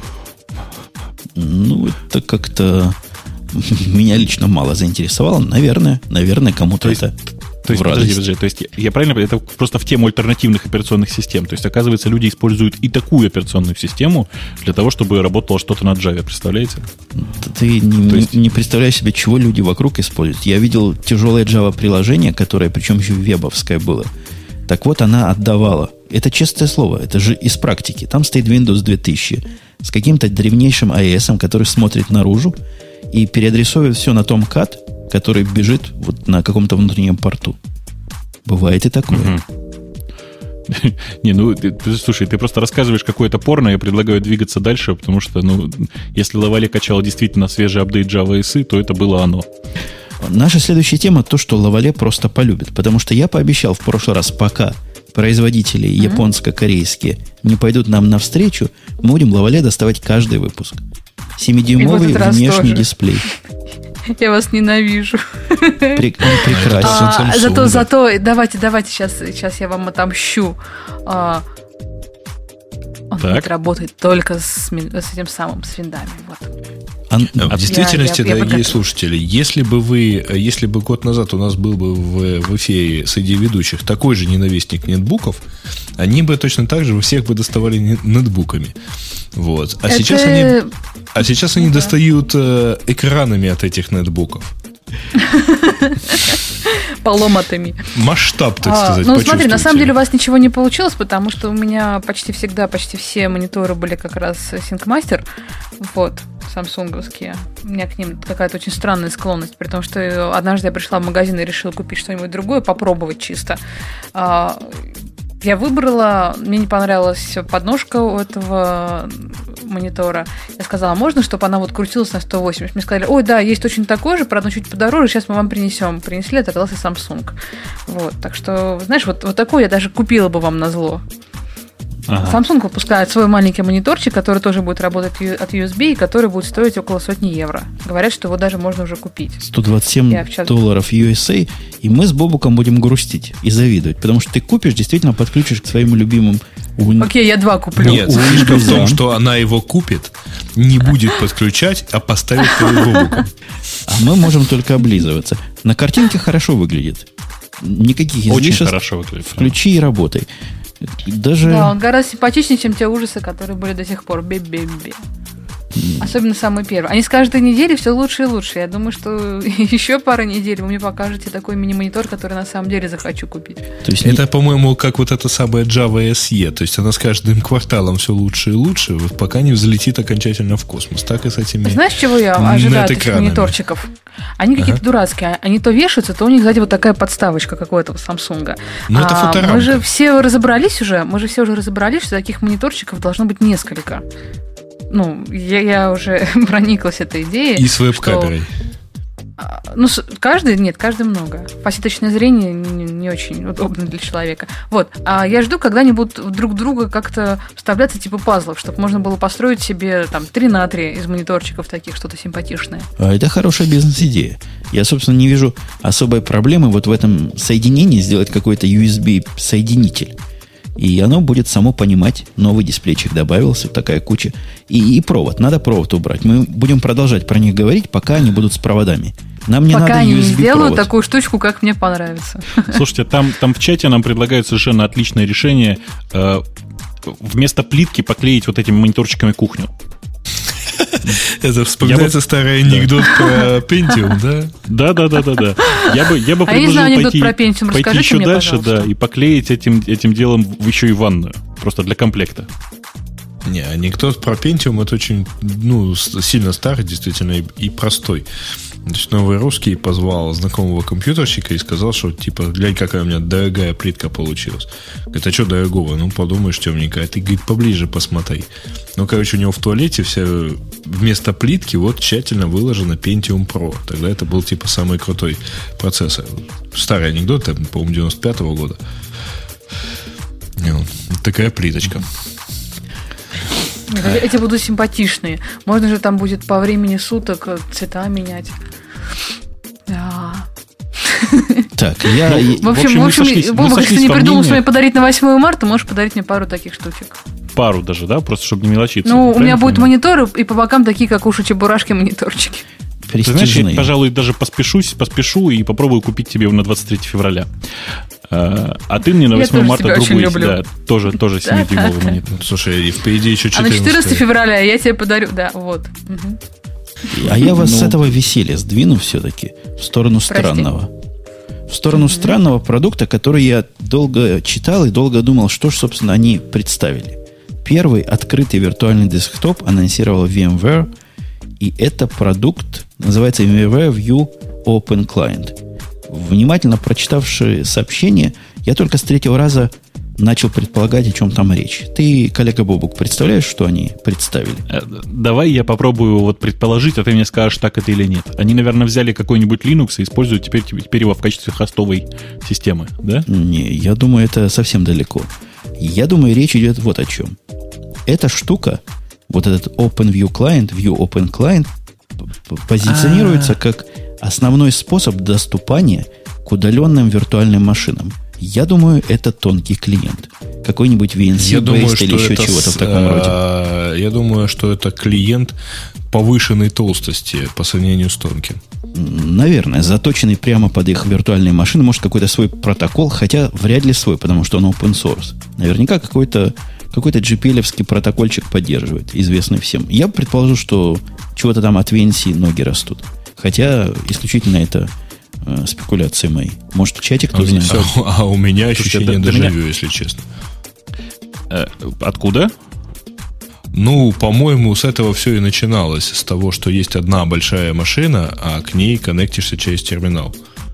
Ну, это как-то меня лично мало заинтересовало. Наверное, наверное, кому-то то есть, это то есть, в радость. Подожди, подожди, то есть, я правильно понимаю, это просто в тему альтернативных операционных систем. То есть, оказывается, люди используют и такую операционную систему для того, чтобы работало что-то на Java, представляете? Ты не, есть... не представляешь себе, чего люди вокруг используют. Я видел тяжелое Java-приложение, которое, причем еще вебовское было. Так вот, она отдавала. Это честное слово, это же из практики. Там стоит Windows две тысячи с каким-то древнейшим эй эс, который смотрит наружу и переадресовывает все на том кат, который бежит вот на каком-то внутреннем порту. Бывает и такое. Не, ну, слушай, ты просто рассказываешь какое-то порно, я предлагаю двигаться дальше, потому что, ну, если Лавале качала действительно свежий апдейт Java эс и, то это было оно. Наша следующая тема то, что Лавале просто полюбит. Потому что я пообещал в прошлый раз, пока производители mm-hmm. японско-корейские не пойдут нам навстречу, мы будем Лавале доставать каждый выпуск. семидюймовый внешний дисплей. Я вас ненавижу. Прек- он прекрасен. А, зато, зато, давайте, давайте, сейчас, сейчас я вам отомщу. А, он будет работать только с, с этим самым, с виндами. Вот. Ан- в действительности, я, я, я дорогие слушатели, если бы вы, если бы год назад у нас был бы в, в эфире среди ведущих такой же ненавистник нетбуков, они бы точно так же всех бы доставали нетбуками. Вот. А, Это... сейчас они, а сейчас они да. достают э, экранами от этих нетбуков. Поломатыми. Масштаб, так сказать, а, ну, смотри, на самом деле у вас ничего не получилось, потому что у меня почти всегда, почти все мониторы были как раз SyncMaster. Вот, самсунговские. У меня к ним какая-то очень странная склонность, при том, что однажды я пришла в магазин и решила купить что-нибудь другое, попробовать чисто. Я выбрала, мне не понравилась подножка у этого монитора. Я сказала, можно, чтобы она вот крутилась на сто восемьдесят? Мне сказали, ой, да, есть точно такой же, правда, чуть подороже, сейчас мы вам принесем. Принесли, это оказался Samsung. Вот, так что, знаешь, вот, вот такой я даже купила бы вам назло. Ага. Samsung выпускает свой маленький мониторчик, который тоже будет работать от ю эс би и который будет стоить около сотни евро. Говорят, что его даже можно уже купить. сто двадцать семь вчера... долларов ю эс эй, и мы с Бобуком будем грустить и завидовать, потому что ты купишь, действительно подключишь к своим любимым... Окей, я два куплю. Нет, фишка в том, что она его купит, не будет подключать, а поставит перед Бобуком. А мы можем только облизываться. На картинке хорошо выглядит. Никаких излишеств. Очень хорошо выглядит. Включи и работай. Даже... Да, он гораздо симпатичнее, чем те ужасы, которые были до сих пор. Би-би-би. Mm. Особенно самые первые. Они с каждой недели все лучше и лучше. Я думаю, что еще пара недель вы мне покажете такой мини-монитор, который на самом деле захочу купить. То есть это, не... по-моему, как вот эта самая Java эс и. То есть она с каждым кварталом все лучше и лучше, пока не взлетит окончательно в космос. Так и с этими... Знаешь, чего я ожидаю от этих мониторчиков? Они какие-то ага. дурацкие. Они то вешаются, то у них сзади вот такая подставочка какого-то Samsung. Ну, это а фоторамка. Мы же все разобрались уже, мы же все уже разобрались, что таких мониторчиков должно быть несколько. Ну, я, я уже прониклась этой идеей. И с веб-камерой. Что, ну, каждый, нет, каждый много. Фасеточное зрение не, не очень удобно для человека. Вот. А я жду, когда они будут друг друга как-то вставляться типа пазлов, чтобы можно было построить себе там три на три из мониторчиков таких, что-то симпатичное. А это хорошая бизнес-идея. Я, собственно, не вижу особой проблемы вот в этом соединении сделать какой-то ю эс би-соединитель. И оно будет само понимать, новый дисплейчик добавился, такая куча. И, и провод, надо провод убрать. Мы будем продолжать про них говорить, пока они будут с проводами. Нам не пока надо они ю эс би-провод. не сделают такую штучку, как мне понравится. Слушайте, там, там в чате нам предлагают совершенно отличное решение. Э, вместо плитки поклеить вот этими мониторчиками кухню. Это вспоминается бы... старый анекдот да. про Pentium, да? Да, да, да, да, да. Я бы, я бы а предложил я пойти, про Pentium. пойти еще мне, дальше, пожалуйста. да, и поклеить этим, этим делом еще и ванную. Просто для комплекта. Не, анекдот про Pentium это очень, ну, сильно старый, действительно, и, и простой. Значит, Новый Русский позвал знакомого компьютерщика и сказал, что, типа, глянь, какая у меня дорогая плитка получилась. Говорит, а что дорогого? Ну, подумаешь, темненькая. А ты, говорит, поближе посмотри. Ну, короче, у него в туалете вся, вместо плитки вот тщательно выложена Pentium Pro. Тогда это был, типа, самый крутой процессор. Старый анекдот, там, по-моему, девяносто пятого года. Вот такая плиточка. Эти будут симпатичные. Можно же там будет по времени суток цвета менять. Да. Так, я... В общем, в общем, Бобок, если ты не придумал мне подарить на восьмое марта, можешь подарить мне пару таких штучек. Пару даже, да? Просто чтобы не мелочиться. Ну, у меня будет монитор, и по бокам такие, как у Чебурашки, мониторчики. Ты знаешь, я, пожалуй, даже поспешусь, поспешу и попробую купить тебе его на двадцать третьего февраля. А ты мне на восьмое марта другой, да, тоже, тоже семидюймовый монитор. Слушай, и впереди еще четырнадцатое. А на четырнадцатое февраля я тебе подарю, да, вот. Угу. А я вас ну... с этого веселья сдвину все-таки в сторону Прости. странного. В сторону mm-hmm. странного продукта, который я долго читал и долго думал, что же, собственно, они представили. Первый открытый виртуальный десктоп анонсировал VMware, и это продукт, называется VMware View Open Client. Внимательно прочитавши сообщение, я только с третьего раза начал предполагать, о чем там речь. Ты, коллега Бобук, представляешь, что они представили? Давай я попробую вот предположить, а ты мне скажешь, так это или нет. Они, наверное, взяли какой-нибудь Linux и используют теперь, теперь его в качестве хостовой системы, да? Не, я думаю, это совсем далеко. Я думаю, речь идет вот о чем. Эта штука, вот этот OpenView Client, View Open Client, позиционируется А-а-а. как основной способ доступания к удаленным виртуальным машинам. Я думаю, это тонкий клиент. Какой-нибудь ви эн си-based или еще чего-то в таком роде. Я думаю, что это клиент повышенной толстости по сравнению с тонким. Наверное, заточенный прямо под их виртуальные машины. Может, какой-то свой протокол, хотя вряд ли свой, потому что он open source. Наверняка какой-то, какой-то джи пи эл-овский протокольчик поддерживает, известный всем. Я предположу, что чего-то там от ви эн си ноги растут. Хотя исключительно это... спекуляции мои. Может, в чате кто-то знает. А, а у меня ощущение дежавю, меня... если честно. Э, откуда? Ну, по-моему, с этого все и начиналось. С того, что есть одна большая машина, а к ней коннектишься через терминал.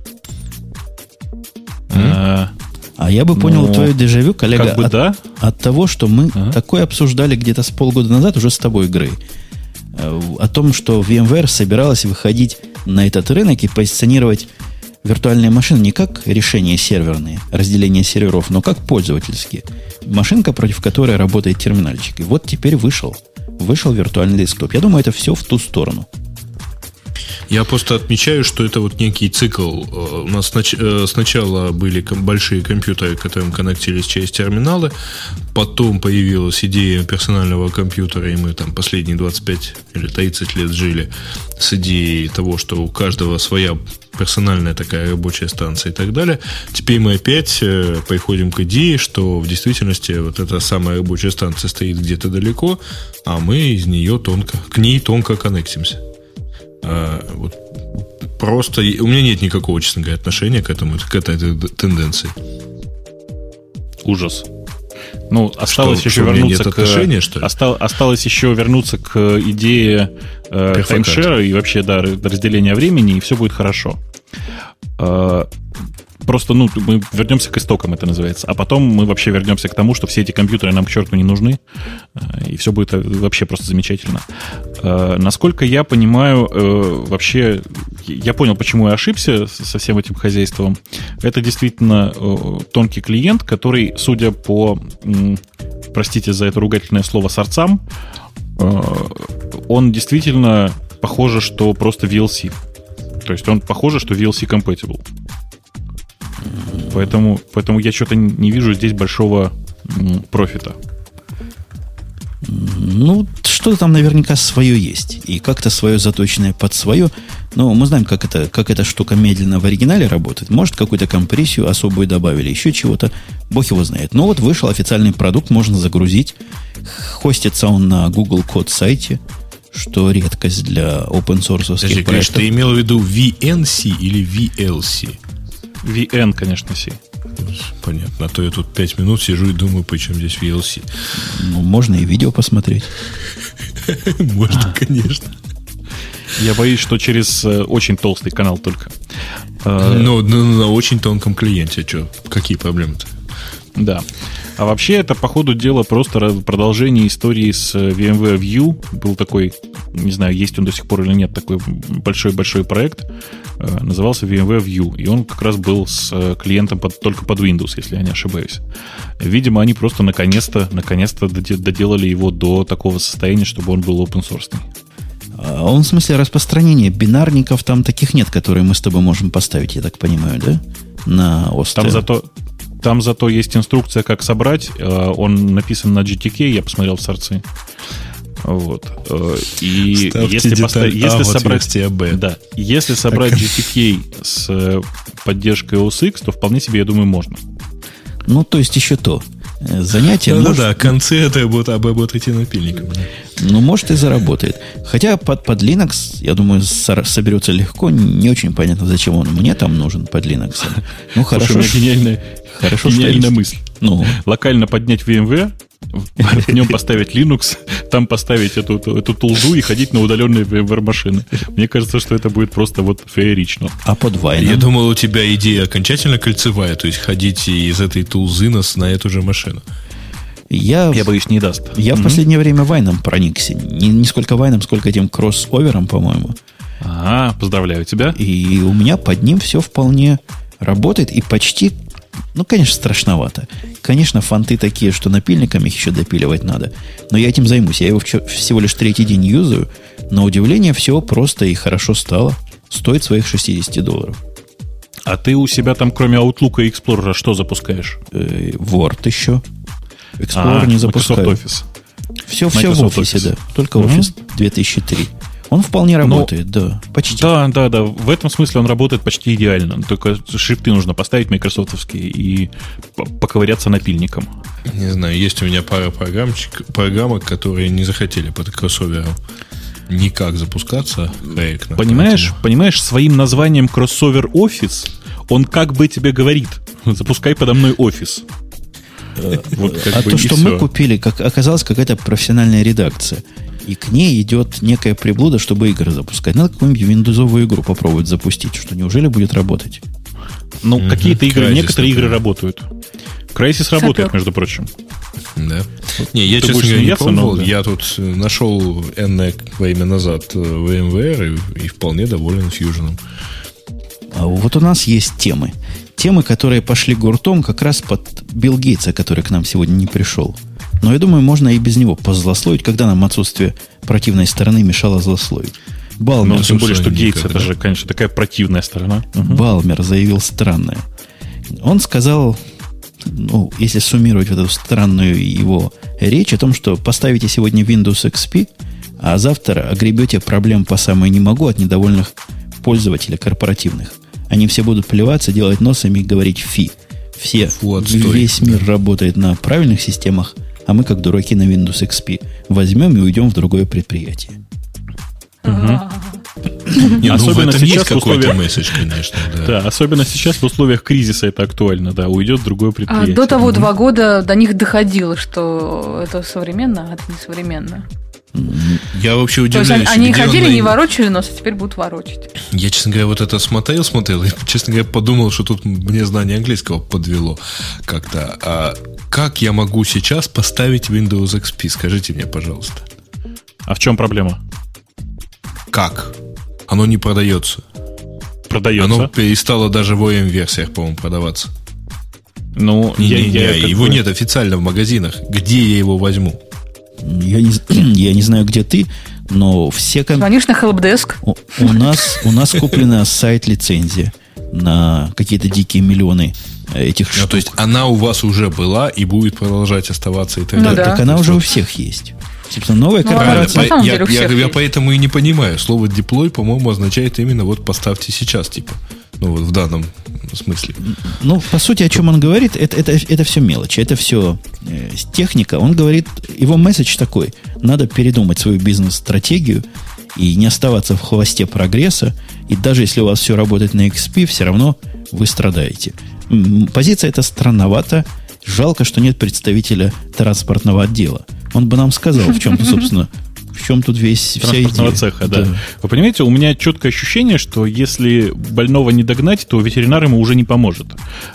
А, а я бы понял ну, твое дежавю, коллега, как бы от, да. от того, что мы ага. такое обсуждали где-то с полгода назад уже с тобой, Грей. О том, что VMware собиралась выходить на этот рынок и позиционировать виртуальные машины не как решения серверные, разделение серверов, но как пользовательские. Машинка, против которой работает терминальчик. И вот теперь вышел. Вышел виртуальный десктоп. Я думаю, это все в ту сторону. Я просто отмечаю, что это вот некий цикл. У нас сначала были большие компьютеры, к которым коннектились через терминалы. Потом появилась идея персонального компьютера, и мы там последние двадцать пять или тридцать лет жили с идеей того, что у каждого своя персональная такая рабочая станция и так далее. Теперь мы опять приходим к идее, что в действительности вот эта самая рабочая станция стоит где-то далеко, а мы из нее тонко, к ней тонко коннектимся. А, вот просто у меня нет никакого, честно говоря, отношения к этому, к этой тенденции. Ужас. Ну, осталось что, еще что вернуться к отношения, что ли? Осталось, осталось еще вернуться к идее э, таймшера и вообще, да, разделения времени, и все будет хорошо. Э, просто, ну, мы вернемся к истокам, это называется. А потом мы вообще вернемся к тому, что все эти компьютеры нам к черту не нужны, э, и все будет вообще просто замечательно. Э, насколько я понимаю, э, вообще, я понял, почему я ошибся со всем этим хозяйством. Это действительно э, тонкий клиент, который, судя по, э, простите за это ругательное слово, сорцам, э, он действительно похоже, что просто ви эл си. То есть он похоже, что ви эл си compatible. Поэтому, поэтому я что-то не вижу здесь большого м, профита. Ну, что-то там наверняка свое есть. И как-то свое заточенное под свое. Но мы знаем, как, это, как эта штука медленно в оригинале работает. Может, какую-то компрессию особую добавили, еще чего-то. Бог его знает. Но вот вышел официальный продукт, можно загрузить. Хостится он на Google Code сайте, что редкость для open-source проектов. Ты имел в виду ви эн си или ви эл си? ви эн, конечно, C. Понятно. А то я тут пять минут сижу и думаю, почему здесь ви эл си. Ну, можно и видео посмотреть. Можно, конечно. Я боюсь, что через очень толстый канал только. Ну, на, на очень тонком клиенте. Что? Какие проблемы-то? Да. А вообще это, по ходу дела, просто продолжение истории с VMware View. Был такой, не знаю, есть он до сих пор или нет, такой большой-большой проект. Назывался VMware View. И он как раз был с клиентом под, только под Windows, если я не ошибаюсь. Видимо, они просто наконец-то, наконец-то доделали его до такого состояния, чтобы он был open-source. А он, в смысле, распространения бинарников там таких нет, которые мы с тобой можем поставить, я так понимаю, да? На ОСТ. Там зато... Там зато есть инструкция, как собрать. Он написан на джи ти кей, я посмотрел в сорцы. Вот. И ставьте если, поставить, если, а, собрать, да, если собрать джи ти кей с поддержкой о эс икс, то вполне себе, я думаю, можно. Ну, то есть еще то. Занятие. Да, может... да, да, концы это будет обработать и напильником. Ну, может, и заработает. Хотя под, под Linux, я думаю, соберется легко. Не очень понятно, зачем он мне там нужен под Linux. Ну, хорошо. Слушай, у меня гениальная, хорошо, гениальная мысль. Ну. Локально поднять VMware, в нем поставить Linux, там поставить эту, эту тулзу и ходить на удаленные VMware-машины. Мне кажется, что это будет просто вот феерично. А под Вайном? Я думал, у тебя идея окончательно кольцевая, то есть ходить из этой тулзы на, на эту же машину. Я, я боюсь, не даст. Я mm-hmm. в последнее время Вайном проникся. Не, не сколько Вайном, сколько этим кроссовером, по-моему. А, поздравляю тебя. И у меня под ним все вполне работает и почти... Ну, конечно, страшновато. Конечно, фонты такие, что напильниками их еще допиливать надо. Но я этим займусь. Я его всего лишь третий день юзаю. На удивление, все просто и хорошо стало. Стоит своих шестьдесят долларов. А ты у себя там, кроме Outlook и Explorer, что запускаешь? Э, Word еще. Explorer а, не запускаю. Microsoft Office. Все, все в офисе, Office. Да. Только угу. Office две тысячи три. Он вполне работает, ну, да, почти. Да, да, да. В этом смысле он работает почти идеально. Только шрифты нужно поставить майкрософтовские и поковыряться напильником. Не знаю, есть у меня пара программчик, программок, которые не захотели под кроссовером никак запускаться корректно. Понимаешь, понимаешь, своим названием кроссовер Office он как бы тебе говорит: запускай подо мной Office. Вот, а то, что мы купили, как оказалось, какая-то профессиональная редакция. И к ней идет некая приблуда, чтобы игры запускать. Надо какую-нибудь виндовзовую игру попробовать запустить. Что, неужели будет работать? Ну, mm-hmm. какие-то игры, Crysis, некоторые например. игры работают. Crysis работает, между прочим. Да. Не, я, Ты честно говоря, не пробовал. Но, да. Я тут нашел энное время назад VMware и, и вполне доволен Fusion. А вот у нас есть темы. Темы, которые пошли гуртом как раз под Билл Гейтса, который к нам сегодня не пришел. Но я думаю, можно и без него позлословить, когда нам отсутствие противной стороны мешало злословить. Балмер, ну, тем более, что Гейтс это же, конечно, такая противная сторона. Угу. Балмер заявил странное. Он сказал, ну, если суммировать эту странную его речь о том, что поставите сегодня Windows икс пи, а завтра огребете проблем по самой не могу от недовольных пользователей корпоративных. Они все будут плеваться, делать носами и говорить фи. Все, Фу, весь мир работает на правильных системах, а мы, как дураки на Windows икс пи, возьмем и уйдем в другое предприятие. Особенно сейчас в условиях... месседж, конечно. Да, особенно сейчас в условиях кризиса это актуально, да, уйдет в другое предприятие. До того два года до них доходило, что это современно, а это не современно. Я вообще удивляюсь. То есть они ходили, не ворочали нос, а теперь будут ворочать. Я, честно говоря, вот это смотрел, смотрел, и, честно говоря, подумал, что тут мне знание английского подвело как-то. А как я могу сейчас поставить Windows икс пи? Скажите мне, пожалуйста. А в чем проблема? Как? Оно не продается. Продается? Оно перестало даже в о эм-версиях, по-моему, продаваться. Ну, не, я, не, я, не, его бы... нет официально в магазинах. Где я его возьму? Я не, я не знаю, где ты, но все... Ком... Звонишь на helpdesk. У, у, нас, у нас куплена сайт-лицензия на какие-то дикие миллионы этих штук. Ну, то есть она у вас уже была и будет продолжать оставаться и так ну, далее. Да, так она уже у всех есть. Собственно, новая ну, корпорация... по, я, я, я поэтому и не понимаю. Слово deploy, по-моему, означает именно вот поставьте сейчас, типа. Ну, вот в данном смысле. Ну, по сути, о чем он говорит, это, это, это все мелочи, это все э, техника. Он говорит, его месседж такой: надо передумать свою бизнес-стратегию и не оставаться в хвосте прогресса. И даже если у вас все работает на икс пи, все равно вы страдаете. Позиция эта странновата. Жалко, что нет представителя транспортного отдела. Он бы нам сказал, в чем, собственно, В чем тут весь вся транспортного идея? цеха, да. да. Вы понимаете, у меня четкое ощущение, что если больного не догнать, то ветеринар ему уже не поможет.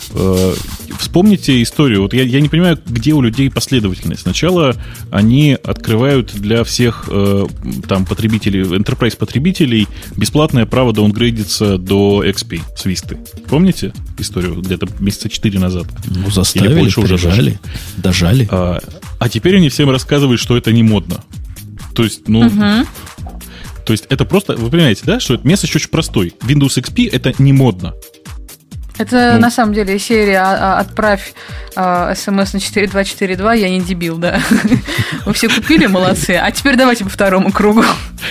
Вспомните историю. Вот я, я не понимаю, где у людей последовательность. Сначала они открывают для всех там потребителей, enterprise потребителей бесплатное право даунгрейдиться до икс пи с Висты. Помните историю где-то месяца четыре назад? Ну, заставили, больше уже дожали. Дожали. А, а теперь они всем рассказывают, что это не модно. То есть, ну... Uh-huh. То есть это просто... Вы понимаете, да, что это месседж очень простой. Windows икс пи это не модно. Это ну. на самом деле серия «Отправь э, смс на четыре два четыре два, я не дебил», да. Вы все купили, молодцы. А теперь давайте по второму кругу.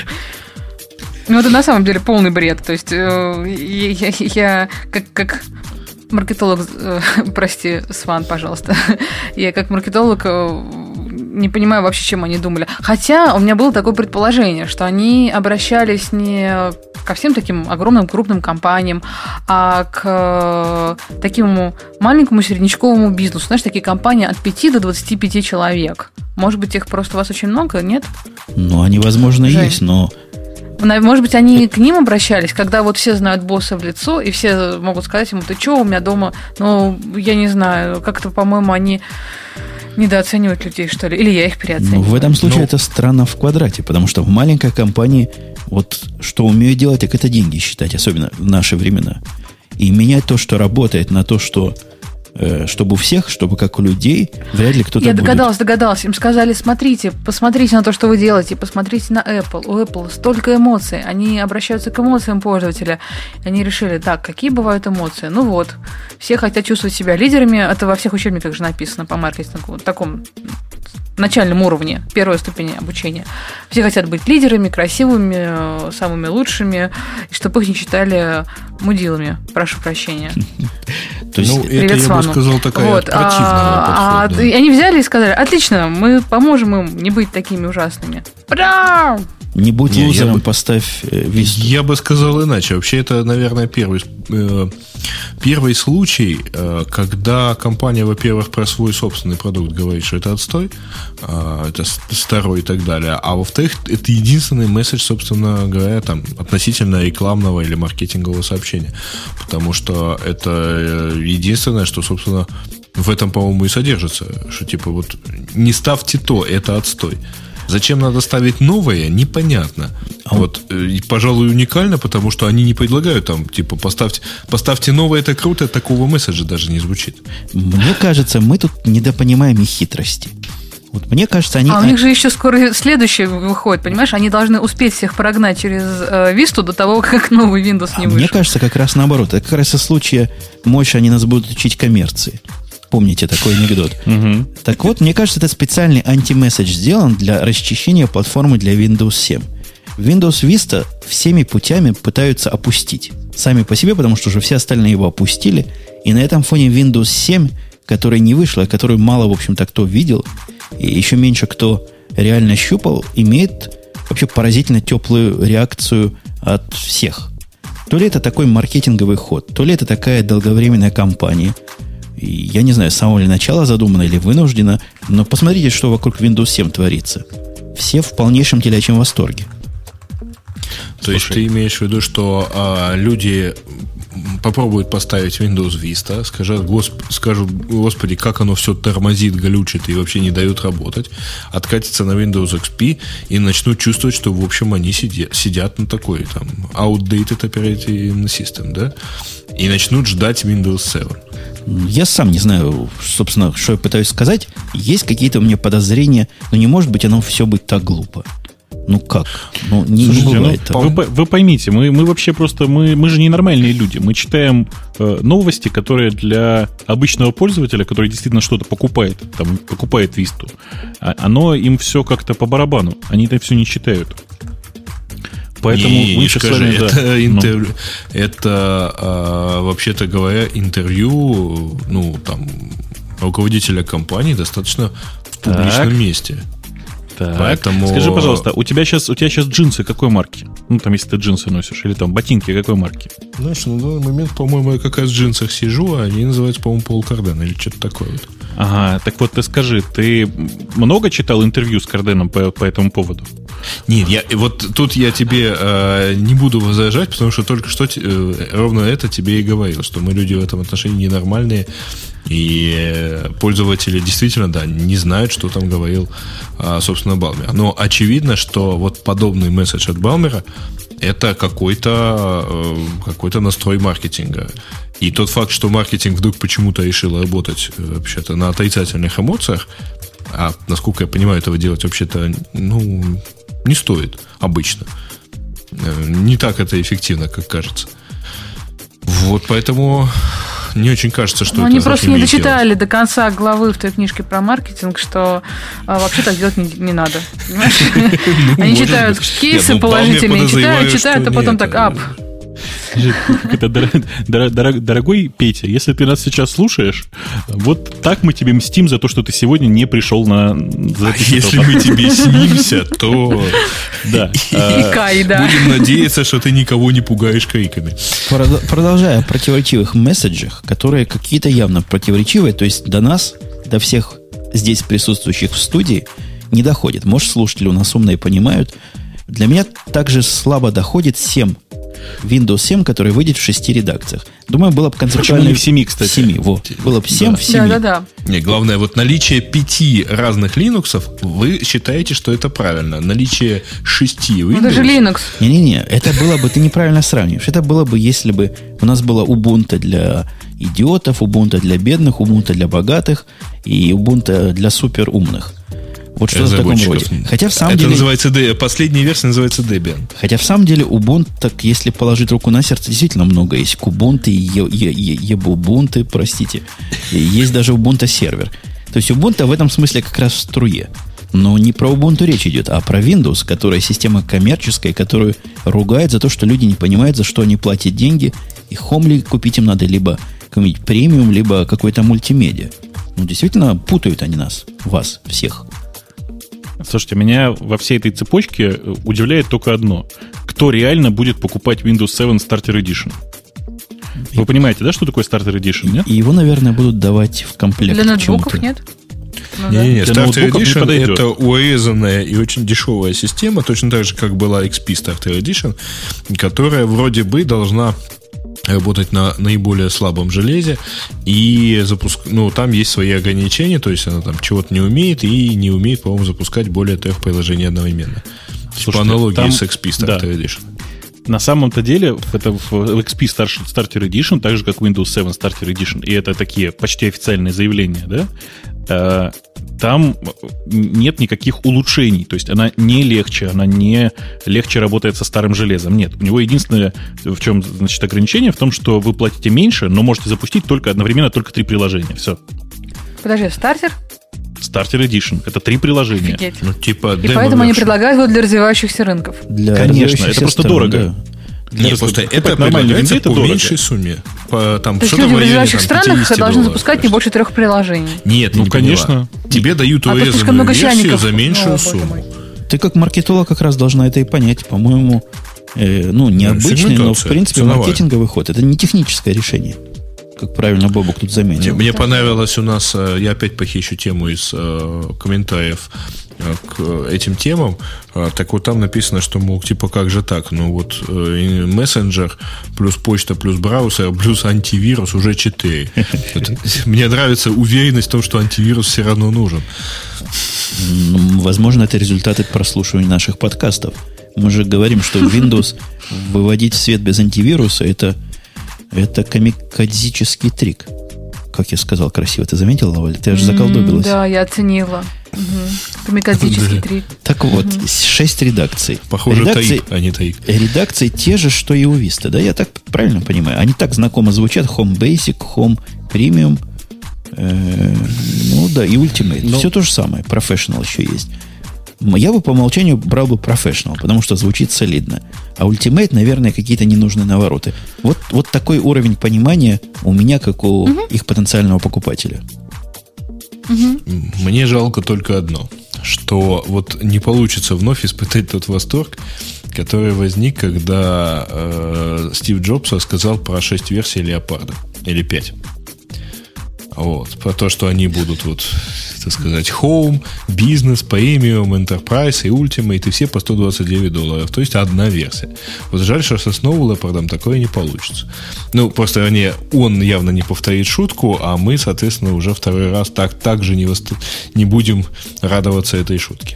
Ну, это на самом деле полный бред. То есть э, я, я как, как маркетолог, э, прости, Сван, пожалуйста, я как маркетолог э, не понимаю вообще, чем они думали. Хотя у меня было такое предположение, что они обращались не ко всем таким огромным крупным компаниям, а к э, такому маленькому середнячковому бизнесу. Знаешь, такие компании от пяти до двадцати пяти человек. Может быть, их просто у вас очень много, нет? Ну, они, возможно, Жень. есть, но... Может быть, они к ним обращались, когда вот все знают босса в лицо, и все могут сказать ему: ты что, у меня дома? Ну, я не знаю, как-то, по-моему, они недооценивают людей, что ли, или я их переоцениваю. Ну, в этом случае ну... это странно в квадрате, потому что в маленькой компании вот что умеют делать, так это деньги считать, особенно в наши времена. И менять то, что работает, на то, что чтобы у всех, чтобы как у людей, вряд ли кто-то Я будет. догадалась, догадалась. Им сказали: смотрите, посмотрите на то, что вы делаете, посмотрите на Apple. У Apple столько эмоций. Они обращаются к эмоциям пользователя. Они решили: так, какие бывают эмоции? Ну вот, все хотят чувствовать себя лидерами. Это во всех учебниках же написано по маркетингу. В таком начальном уровне, первой ступени обучения. Все хотят быть лидерами, красивыми, самыми лучшими, и чтобы их не считали мудилами. Прошу прощения. То есть, ну, это, я бы сказал, такая вот, противная а, подход, да. И они взяли и сказали: отлично, мы поможем им не быть такими ужасными. Бра! Не будь не, лузером, бы, поставь э, Висту. Я бы сказал иначе. Вообще, это, наверное, первый, э, первый случай, э, когда компания, во-первых, про свой собственный продукт говорит, что это отстой, э, это старой и так далее, а во-вторых, это единственный месседж, собственно говоря, там, относительно рекламного или маркетингового сообщения. Потому что это единственное, что, собственно, в этом, по-моему, и содержится. Что, типа, вот, не ставьте то, это отстой. Зачем надо ставить новое, непонятно. А вот, и, пожалуй, уникально, потому что они не предлагают там, типа, поставьте, поставьте новое, это круто, такого месседжа даже не звучит. Мне кажется, мы тут недопонимаем их хитрости. Вот мне кажется, они... А у них же еще скоро следующее выходит, понимаешь? Они должны успеть всех прогнать через э, Висту до того, как новый Windows не а вышел. Мне кажется, как раз наоборот. Это как раз из случая Мойши, они нас будут учить коммерции. Помните такой анекдот? Uh-huh. Так вот, мне кажется, это специальный антимесседж сделан для расчищения платформы для Windows семь. Windows Vista всеми путями пытаются опустить. Сами по себе, потому что уже все остальные его опустили. И на этом фоне Windows семь, которая не вышла, которую мало, в общем-то, кто видел, и еще меньше кто реально щупал, имеет вообще поразительно теплую реакцию от всех. То ли это такой маркетинговый ход, то ли это такая долговременная кампания. Я не знаю, с самого ли начала задумано или вынуждено, но посмотрите, что вокруг Windows семь творится. Все в полнейшем телячьем восторге. То Слушай. есть ты имеешь в виду, что а, люди попробуют поставить Windows Vista, скажут, госп, скажут, господи, как оно все тормозит, глючит и вообще не дают работать, откатятся на Windows икс пи и начнут чувствовать, что, в общем, они сидят, сидят на такой там outdated operating system, да? И начнут ждать Windows семь. Я сам не знаю, собственно, что я пытаюсь сказать. Есть какие-то у меня подозрения, но не может быть оно все быть так глупо. Ну как? Ну, не, Слушайте, не бывает ну, вы, вы поймите, мы, мы вообще просто, мы, мы же не нормальные люди. Мы читаем э, новости, которые для обычного пользователя, который действительно что-то покупает, там, покупает Висту, а, оно им все как-то по барабану. Они это все не читают. Поэтому не, мы не скажи, вами, это, да, интервью, ну. это а, вообще-то говоря, интервью, ну, там, руководителя компании достаточно в публичном так. месте. Так. Поэтому... Скажи, пожалуйста, у тебя сейчас, у тебя сейчас джинсы какой марки? Ну, там, если ты джинсы носишь, или там ботинки какой марки? Знаешь, на данный момент, по-моему, я как раз в джинсах сижу, а они называются, по-моему, Пол Карден или что-то такое вот. Ага, так вот ты скажи, ты много читал интервью с Карденом по, по этому поводу? Нет, я, вот тут я тебе э, не буду возражать, потому что только что э, ровно это тебе и говорил, что мы люди в этом отношении ненормальные, и э, пользователи действительно, да, не знают, что там говорил, э, собственно, Балмер. Но очевидно, что вот подобный месседж от Балмера это какой-то, э, какой-то настрой маркетинга. И тот факт, что маркетинг вдруг почему-то решил работать э, вообще-то на отрицательных эмоциях, а, насколько я понимаю, этого делать вообще-то, ну, не стоит обычно. Не так это эффективно, как кажется. Вот, поэтому не очень кажется, что Но это... они просто не дочитали делать. До конца главы в той книжке про маркетинг, что а, вообще так делать не, не надо. Они читают кейсы положительные, читают, читают, а потом так, ап. Это, дорогой Петя, если ты нас сейчас слушаешь, вот так мы тебе мстим за то, что ты сегодня не пришел на... А если мы тебе снимся, то... Да. Икай, да. Будем надеяться, что ты никого не пугаешь криками. Продолжая о противоречивых месседжах, которые какие-то явно противоречивые, то есть до нас, до всех здесь присутствующих в студии не доходит. Может, слушатели у нас умные понимают. Для меня также слабо доходит семь. Windows семь, который выйдет в шести редакциях. Думаю, было бы концептуально... Почему не в семи, кстати? В семи, вот. Было бы семь да. в семи. Да, да, да. Не, главное, вот наличие пяти разных Linux, вы считаете, что это правильно. Наличие шести Windows... Это же Linux. Не-не-не, это было бы... Ты неправильно сравниваешь. Это было бы, если бы у нас было Ubuntu для идиотов, Ubuntu для бедных, Ubuntu для богатых и Ubuntu для суперумных. Вот что в таком роде. Хотя в самом это деле... называется, последняя версия называется Debian. Хотя в самом деле Ubuntu, так если положить руку на сердце, действительно много есть. Kubuntu, Ubuntu, простите. И есть даже Ubuntu сервер. То есть Ubuntu в этом смысле как раз в струе. Но не про Ubuntu речь идет, а про Windows, которая система коммерческая, которую ругают за то, что люди не понимают, за что они платят деньги. И Home ли купить им надо, либо какой-нибудь премиум, либо какой-то мультимедиа. Ну, действительно, путают они нас, вас, всех. Слушайте, меня во всей этой цепочке удивляет только одно. Кто реально будет покупать Windows семь Starter Edition? Вы понимаете, да, что такое Starter Edition, нет? И его, наверное, будут давать в комплект. Для ноутбуков нет? Ну, Не-не-не, да. Starter Edition не это урезанная и очень дешевая система, точно так же, как была икс пи Starter Edition, которая вроде бы должна работать на наиболее слабом железе и запуск... ну, там есть свои ограничения, то есть она там чего-то не умеет и не умеет, по-моему, запускать более трех приложений одновременно. Слушайте, по аналогии там... с икс пи Starter да. Edition. На самом-то деле это в икс пи Starter Edition, так же как Windows семь Starter Edition, и это такие почти официальные заявления, да, там нет никаких улучшений. То есть она не легче, она не легче работает со старым железом. Нет, у него единственное, в чем, значит, ограничение, в том, что вы платите меньше, но можете запустить только одновременно только три приложения. Все. Подожди, стартер? Starter Edition. Это три приложения. Офигеть. Ну, типа и поэтому они предлагают его для развивающихся рынков. Для Конечно, это просто стран, дорого. Да. Нет, просто это предлагается по дорого. Меньшей сумме. По, там, То есть люди в развивающих странах должны запускать не больше трех приложений. Нет, ну, не конечно. Поняла. Тебе дают а урезанную версию за меньшую О, сумму. Ты как маркетолог как раз должна это и понять. По-моему, э, ну, необычный, но в принципе ценовая. Маркетинговый ход. Это не техническое решение. Как правильно Бобук тут заметил. Мне, мне понравилось у нас, я опять похищу тему из э, комментариев э, к этим темам. Э, так вот там написано, что, мол, типа, как же так? Ну вот э, мессенджер плюс почта плюс браузер плюс антивирус уже четыре. Мне нравится уверенность в том, что антивирус все равно нужен. Возможно, это результаты прослушивания наших подкастов. Мы же говорим, что Windows выводить в свет без антивируса это Это камикадзический трик. Как я сказал красиво. Ты заметила, Валя? Ты аж заколдобилась. Да, я оценила. Угу. Камикадзический трик. Так вот, угу. шесть редакций. Похоже, таик, а не таик. Редакции те же, что и у Vista. Да, я так правильно понимаю. Они так знакомо звучат. Home Basic, Home Premium. Э, ну да, и Ultimate. Но... Все то же самое. Professional еще есть. Я бы по умолчанию брал бы Professional, потому что звучит солидно. А Ultimate, наверное, какие-то ненужные навороты. Вот, вот такой уровень понимания у меня, как у угу. их потенциального покупателя. Угу. Мне жалко только одно, что вот не получится вновь испытать тот восторг, который возник, когда э, Стив Джобс рассказал про шесть версий Леопарда. Или пять. Вот. Про то, что они будут вот так сказать, Home, Business, Premium, Enterprise и Ultimate, и все по сто двадцать девять долларов. То есть одна версия. Вот жаль, что со Snow Leopard такое не получится. Ну, просто, вернее, он явно не повторит шутку, а мы, соответственно, уже второй раз так, так же не, вост... не будем радоваться этой шутке.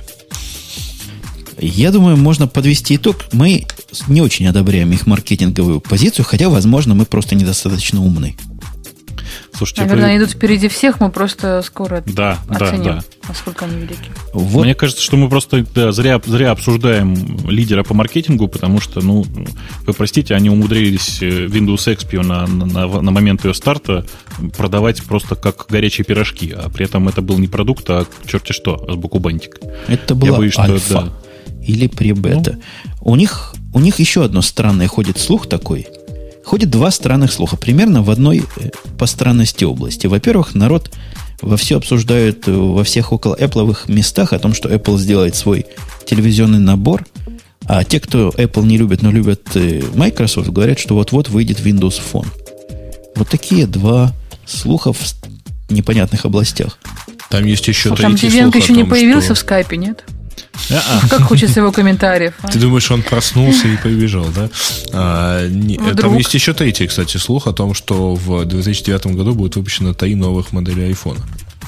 Я думаю, можно подвести итог. Мы не очень одобряем их маркетинговую позицию, хотя, возможно, мы просто недостаточно умны. Слушайте, наверное, вы... они идут впереди всех, мы просто скоро да, оценим, да, да. насколько они велики. Вот. Мне кажется, что мы просто да, зря, зря обсуждаем лидера по маркетингу, потому что, ну, вы простите, они умудрились Windows икс пи на, на, на момент ее старта продавать просто как горячие пирожки, а при этом это был не продукт, а черти что, азбуку бантик. Это была боюсь, альфа что, да. или пребета. Ну. У них, у них еще одно странное ходит слух такой. Ходит два странных слуха, примерно в одной по странности области. Во-первых, народ вовсю обсуждает во всех около Apple'овых местах о том, что Apple сделает свой телевизионный набор, а те, кто Apple не любит, но любят Microsoft, говорят, что вот-вот выйдет Windows Phone. Вот такие два слуха в непонятных областях. Там есть еще а третий слух. Там Дивенко еще том, не появился что... в скайпе, нет? А-а. Как хочется его комментариев. А? Ты думаешь, он проснулся и побежал, да? А, не, там есть еще третий, кстати, слух о том, что в две тысячи девятом году будет выпущено три новых модели айфона.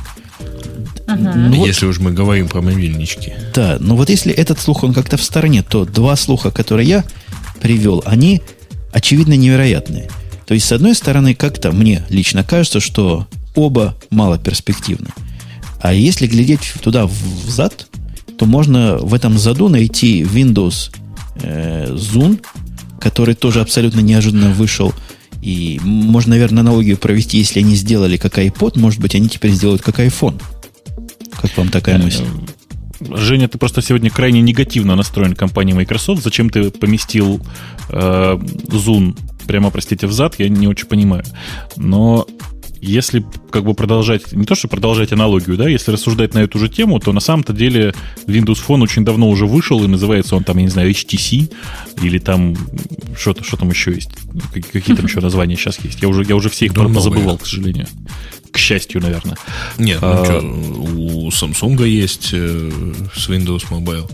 Uh-huh. Ну, если вот, уж мы говорим про мобильнички. Да, но вот если этот слух, он как-то в стороне, то два слуха, которые я привел, они, очевидно, невероятные. То есть, с одной стороны, как-то мне лично кажется, что оба малоперспективны. А если глядеть туда взад, то можно в этом заду найти Windows э, Zune, который тоже абсолютно неожиданно вышел. И можно, наверное, аналогию провести, если они сделали как iPod, может быть, они теперь сделают как iPhone. Как вам такая мысль? Женя, ты просто сегодня крайне негативно настроен к компании Microsoft. Зачем ты поместил э, Zune прямо, простите, взад, я не очень понимаю. Но... Если как бы продолжать, не то что продолжать аналогию, да, если рассуждать на эту же тему, то на самом-то деле Windows Phone очень давно уже вышел, и называется он там, я не знаю, эйч ти си, или там, что-то, что там еще есть, какие там еще названия сейчас есть. Я уже, я уже все их да, забывал, к сожалению. К счастью, наверное. Нет, ну а, что, у Samsung есть э, с Windows Mobile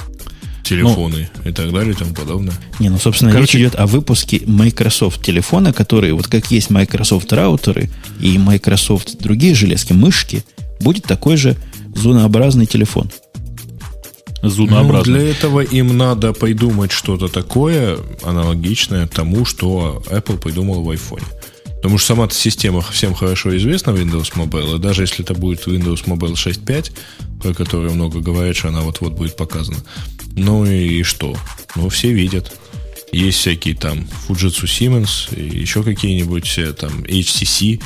телефоны ну, и так далее и тому подобное. Не, ну, собственно, Короче, речь идет о выпуске Microsoft телефона, которые, вот как есть Microsoft раутеры и Microsoft другие железки, мышки, будет такой же зунообразный телефон. Зунообразный. Ну, для этого им надо придумать что-то такое, аналогичное тому, что Apple придумал в iPhone. Потому что сама-то система всем хорошо известна, Windows Mobile, и даже если это будет Windows Mobile шесть пять, про которую много говорят, что она вот-вот будет показана, ну и что? Ну, все видят. Есть всякие там Fujitsu Siemens, и еще какие-нибудь там эйч ти си,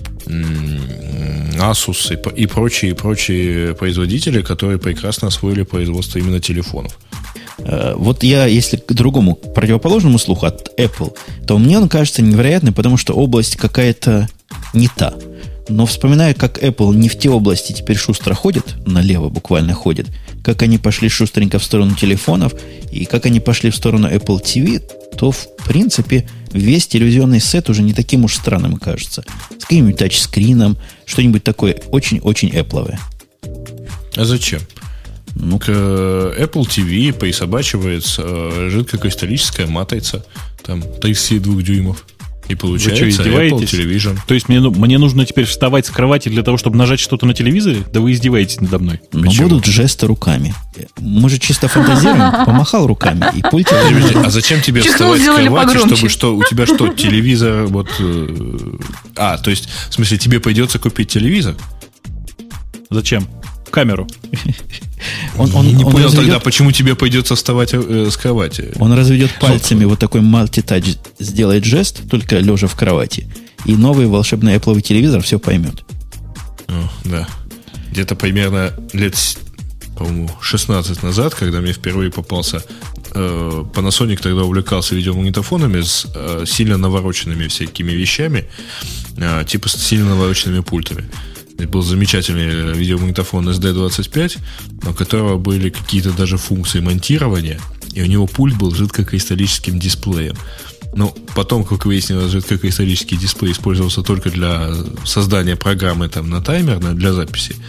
Asus и, и прочие, и прочие производители, которые прекрасно освоили производство именно телефонов. Вот я, если к другому, к противоположному слуху от Apple, то мне он кажется невероятным, потому что область какая-то не та. Но вспоминаю, как Apple не в те области теперь шустро ходит, налево буквально ходит, как они пошли шустренько в сторону телефонов, и как они пошли в сторону Apple ти ви, то, в принципе, весь телевизионный сет уже не таким уж странным кажется. С каким-нибудь тачскрином, что-нибудь такое очень-очень Apple'овое. А зачем? Ну, к Apple ти ви присобачивается жидкокристаллическая матрица, там тридцать два дюймов. И получается вы что, издеваетесь? Apple Television. То есть мне, мне нужно теперь вставать с кровати для того, чтобы нажать что-то на телевизоре? Да вы издеваетесь надо мной. Но Почему? Будут жесты руками. Мы же чисто фантазируем. Помахал руками и пульт. А зачем тебе вставать с кровати, чтобы что? У тебя что, телевизор вот... А, то есть, в смысле, тебе придется купить телевизор? Зачем? Камеру. Он, он, не он понял разведет, тогда, почему тебе придется вставать э, с кровати. Он разведет пальцами вот такой мультитач, сделает жест, только лежа в кровати. И новый волшебный Apple телевизор все поймет. О, да. Где-то примерно лет, по-моему, шестнадцать назад, когда мне впервые попался э, Panasonic, тогда увлекался видеомагнитофонами с э, сильно навороченными всякими вещами, э, типа с сильно навороченными пультами. Это был замечательный видеомагнитофон эс ди двадцать пять, у которого были какие-то даже функции монтирования, и у него пульт был жидкокристаллическим дисплеем. Но потом, как выяснилось, жидкокристаллический дисплей использовался только для создания программы там, на таймер, на, для записи.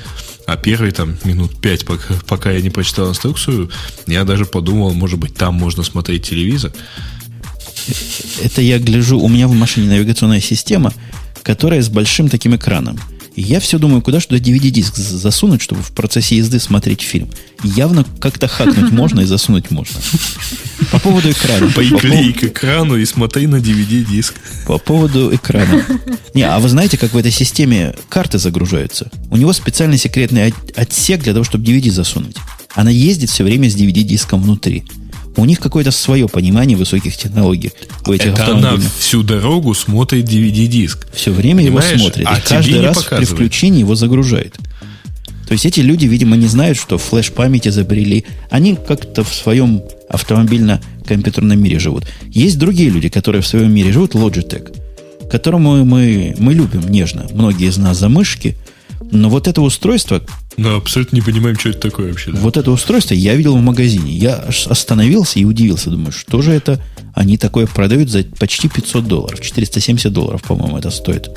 А первые там минут пять, пока, пока я не прочитал инструкцию, я даже подумал, может быть, там можно смотреть телевизор. Это я гляжу, у меня в машине навигационная система, которая с большим таким экраном. И я все думаю, куда что ди ви ди-диск засунуть, чтобы в процессе езды смотреть фильм. Явно как-то хакнуть можно и засунуть можно. По поводу экрана. Приклей к экрану и смотри на ди ви ди-диск. По поводу экрана. Не, а вы знаете, как в этой системе карты загружаются? У него специальный секретный отсек для того, чтобы ди ви ди засунуть. Она ездит все время с ди ви ди-диском внутри. У них какое-то свое понимание высоких технологий у этих Это автомобилей. Она всю дорогу смотрит ди ви ди-диск. Все время Понимаешь? Его смотрит. А и каждый раз при включении его загружает. То есть эти люди, видимо, не знают, что флеш-память изобрели. Они как-то в своем автомобильно-компьютерном мире живут. Есть другие люди, которые в своем мире живут, Logitech, которому мы, мы любим нежно. Многие из нас за мышки. Но вот это устройство... Ну, абсолютно не понимаем, что это такое вообще. Да? Вот это устройство я видел в магазине. Я аж остановился и удивился. Думаю, что же это? Они такое продают за почти пятьсот долларов. четыреста семьдесят долларов, по-моему, это стоит.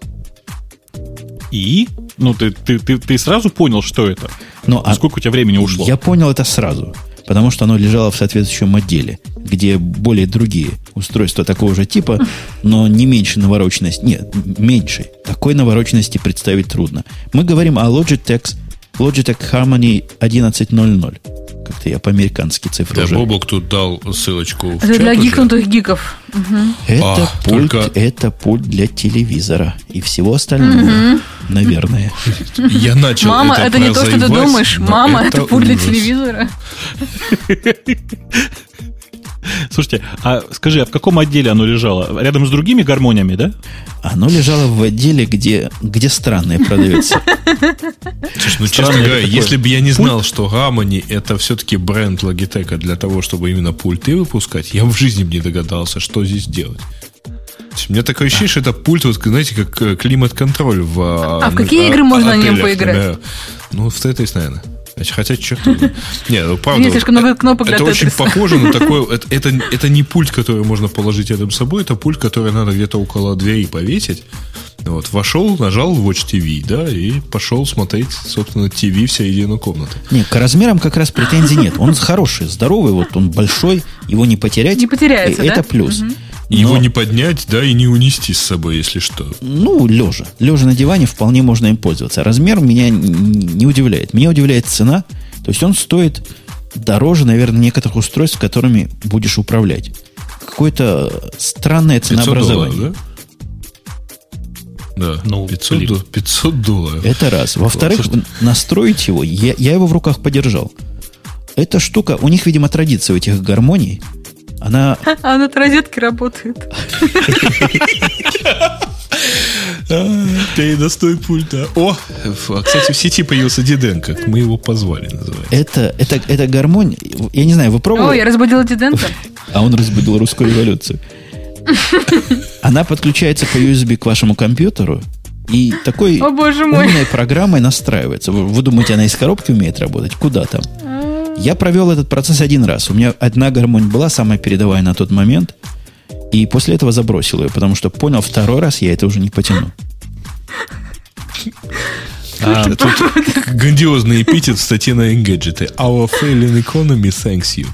И? Ну, ты, ты, ты, ты сразу понял, что это? Но, а сколько у тебя времени ушло? Я понял это сразу. Потому что оно лежало в соответствующем отделе, где более другие устройства такого же типа, но не меньше навороченности. Нет, меньше. Такой навороченности представить трудно. Мы говорим о Logitech, Logitech Harmony одиннадцать ноль ноль. Как-то я по-американски цифры да, уже. Бобок тут дал ссылочку в это чат для уже. гикнутых гиков. Угу. Это, а, пульт, только... это пульт для телевизора и всего остального, угу. Наверное. Я начал Мама, это, это не то, что ты думаешь. Мама, это, это пульт для телевизора. Слушайте, а скажи, а в каком отделе оно лежало? Рядом с другими гармониями, да? Оно лежало в отделе, где, где странное продается. Слушай, ну, честно говоря, если бы я не знал, что Harmony это все-таки бренд Logitech для того, чтобы именно пульты выпускать, я в жизни бы не догадался, что здесь делать. У меня такое ощущение, что это пульт, вот, знаете, как климат-контроль в А в какие игры можно на нем поиграть? Ну, в Tetris, наверное. Хотя, черт возьми. Нет, ну, правда. Нет, слишком много кнопок для Это Тетриса. очень похоже на такое... Это, это, это не пульт, который можно положить рядом с собой, это пульт, который надо где-то около двери повесить. Вот, вошел, нажал Watch ти ви, да, и пошел смотреть, собственно, ТВ в середину комнаты. Нет, к размерам как раз претензий нет. Он хороший, здоровый, вот он большой, его не потерять. Не потеряется, это да? плюс. Угу. Но, его не поднять, да, и не унести с собой, если что. Ну, лежа. Лежа на диване вполне можно им пользоваться. Размер меня не удивляет. Меня удивляет цена. То есть он стоит дороже, наверное, некоторых устройств, которыми будешь управлять. Какое-то странное ценообразование. пятьсот долларов, да? Да. Ну, пятьсот, пятьсот долларов. Это раз. Во-вторых, Слушайте. настроить его, я, я его в руках подержал. Эта штука, у них, видимо, традиция у этих гармоний. Она... А она от розетки работает. Передостой пульта. О, кстати, в сети появился Диденко. Мы его позвали, называется. Это, это, это гармонь. Я не знаю, вы пробовали? О, я разбудила Диденко. А он разбудил русскую революцию. Она подключается по ю эс би к вашему компьютеру. И такой О, боже мой. умной программой настраивается. Вы, вы думаете, она из коробки умеет работать? Куда там? Я провел этот процесс один раз. У меня одна гармонь была, самая передовая на тот момент. И после этого забросил ее, потому что понял, второй раз я это уже не потяну. А, тут грандиозный эпитет в статье на Engadget. Our failing economy thanks you.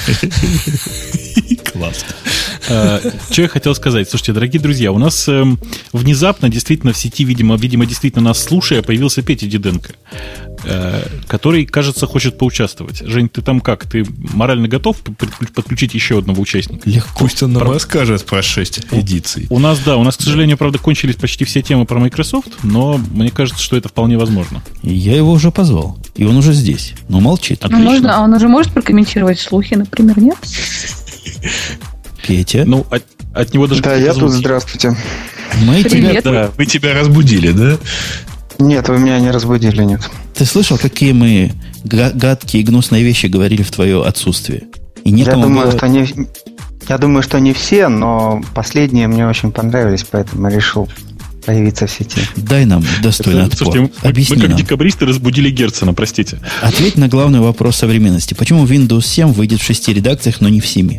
Класс. А, что я хотел сказать? Слушайте, дорогие друзья, у нас э, внезапно действительно в сети, видимо, видимо, действительно нас слушая, появился Петя Диденко, э, который, кажется, хочет поучаствовать. Жень, ты там как? Ты морально готов подключить еще одного участника? Легко. Пусть он нам Про... расскажет про шесть эдиций. У нас, да, у нас, к сожалению, правда, кончились почти все темы про Microsoft, но мне кажется, что это вполне возможно. Я его уже позвал, и он уже здесь, но молчит. Ну, можно, а он уже может прокомментировать слухи, например, нет? Петя. Ну, от, от него даже... Да, я тут, здравствуйте. Мы Привет. тебя... Да, мы тебя разбудили, да? Нет, вы меня не разбудили, нет. Ты слышал, какие мы гадкие и гнусные вещи говорили в твое отсутствие? И Я думаю, было... что не... Я думаю, что не все, но последние мне очень понравились, поэтому решил появиться в сети. Дай нам достойный Это, отпор. Слушайте, мы, Объясни мы как нам. декабристы разбудили Герцена, простите. Ответь на главный вопрос современности. Почему Windows семь выйдет в шести редакциях, но не в семи?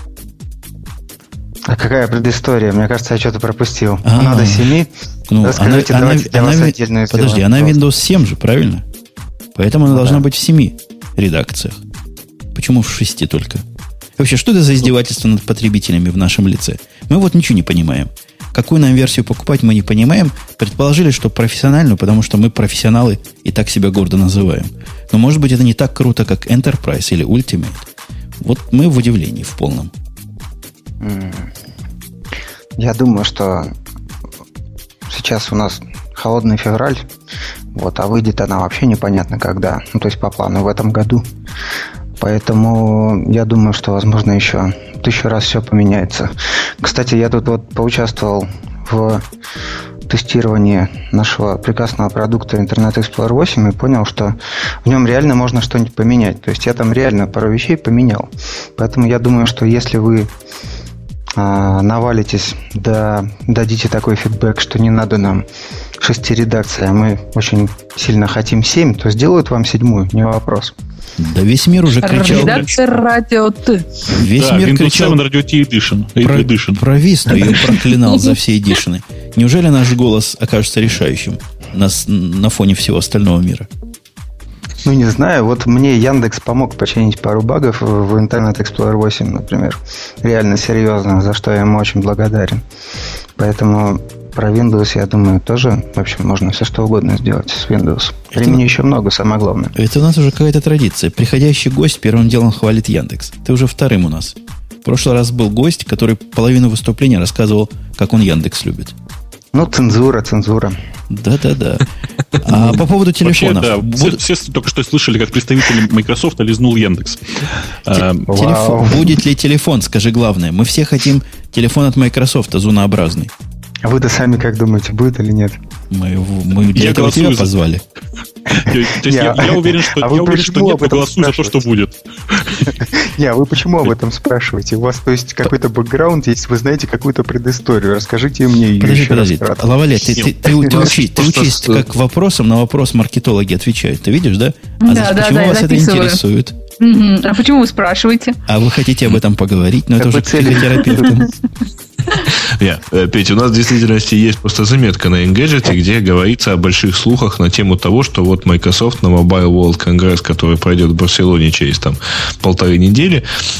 А какая предыстория? Мне кажется, я что-то пропустил. А-а-а. Надо семи. Ну, Расскажите, она, давайте она, для вас она, отдельную Подожди, сделаем. она Windows семь же, правильно? Поэтому она ну, должна да. быть в семи редакциях. Почему в шести только? Вообще, что это за издевательство над потребителями в нашем лице? Мы вот ничего не понимаем. Какую нам версию покупать, мы не понимаем. Предположили, что профессиональную, потому что мы профессионалы и так себя гордо называем. Но, может быть, это не так круто, как Enterprise или Ultimate. Вот мы в удивлении в полном. Я думаю, что сейчас у нас холодный февраль, вот, а выйдет она вообще непонятно когда. Ну, то есть по плану в этом году. Поэтому я думаю, что, возможно, еще тысячу раз все поменяется. Кстати, я тут вот поучаствовал в тестировании нашего прекрасного продукта Internet Explorer восемь и понял, что в нем реально можно что-нибудь поменять. То есть я там реально пару вещей поменял. Поэтому я думаю, что если вы а, навалитесь, да, дадите такой фидбэк, что не надо нам шести редакций, а мы очень сильно хотим семь, то сделают вам седьмую, не вопрос. Да весь мир уже кричал. Редактор радио Т. Весь да, мир Windows кричал семь Radio T Edition. Про, Edition. про Висту ее проклинал за все эдишены. Неужели наш голос окажется решающим на, на фоне всего остального мира? Ну, не знаю. Вот мне Яндекс помог починить пару багов в Internet Explorer восемь, например. Реально серьезно, за что я ему очень благодарен. Поэтому про Windows, я думаю, тоже, в общем, можно все что угодно сделать с Windows. Времени это, еще много, самое главное. Это у нас уже какая-то традиция. Приходящий гость первым делом хвалит Яндекс. Ты уже вторым у нас. В прошлый раз был гость, который половину выступления рассказывал, как он Яндекс любит. Ну, цензура, цензура. Да-да-да. А по поводу телефонов. Вообще, да, Буд... все, все только что слышали, как представитель Microsoft лизнул Яндекс. Телефон. Будет ли телефон, скажи главное. Мы все хотим телефон от Microsoft, зунообразный. А вы-то сами как думаете, будет или нет? Мы, мы для я этого тебя за... позвали. То есть я уверен, что нет, я голосую за то, что будет. Не, а вы почему об этом спрашиваете? У вас, то есть, какой-то бэкграунд есть, вы знаете какую-то предысторию. Расскажите мне ее. Подожди, подожди. Лавале, ты учись, как вопросом на вопрос маркетологи отвечают. Ты видишь, да? А почему вас это интересует? А почему вы спрашиваете? А вы хотите об этом поговорить? Но это уже психотерапевтом. Yeah. Петя, у нас в действительности есть просто заметка на Engadget, где говорится о больших слухах на тему того, что вот Microsoft на Mobile World Congress, который пройдет в Барселоне через там полторы недели,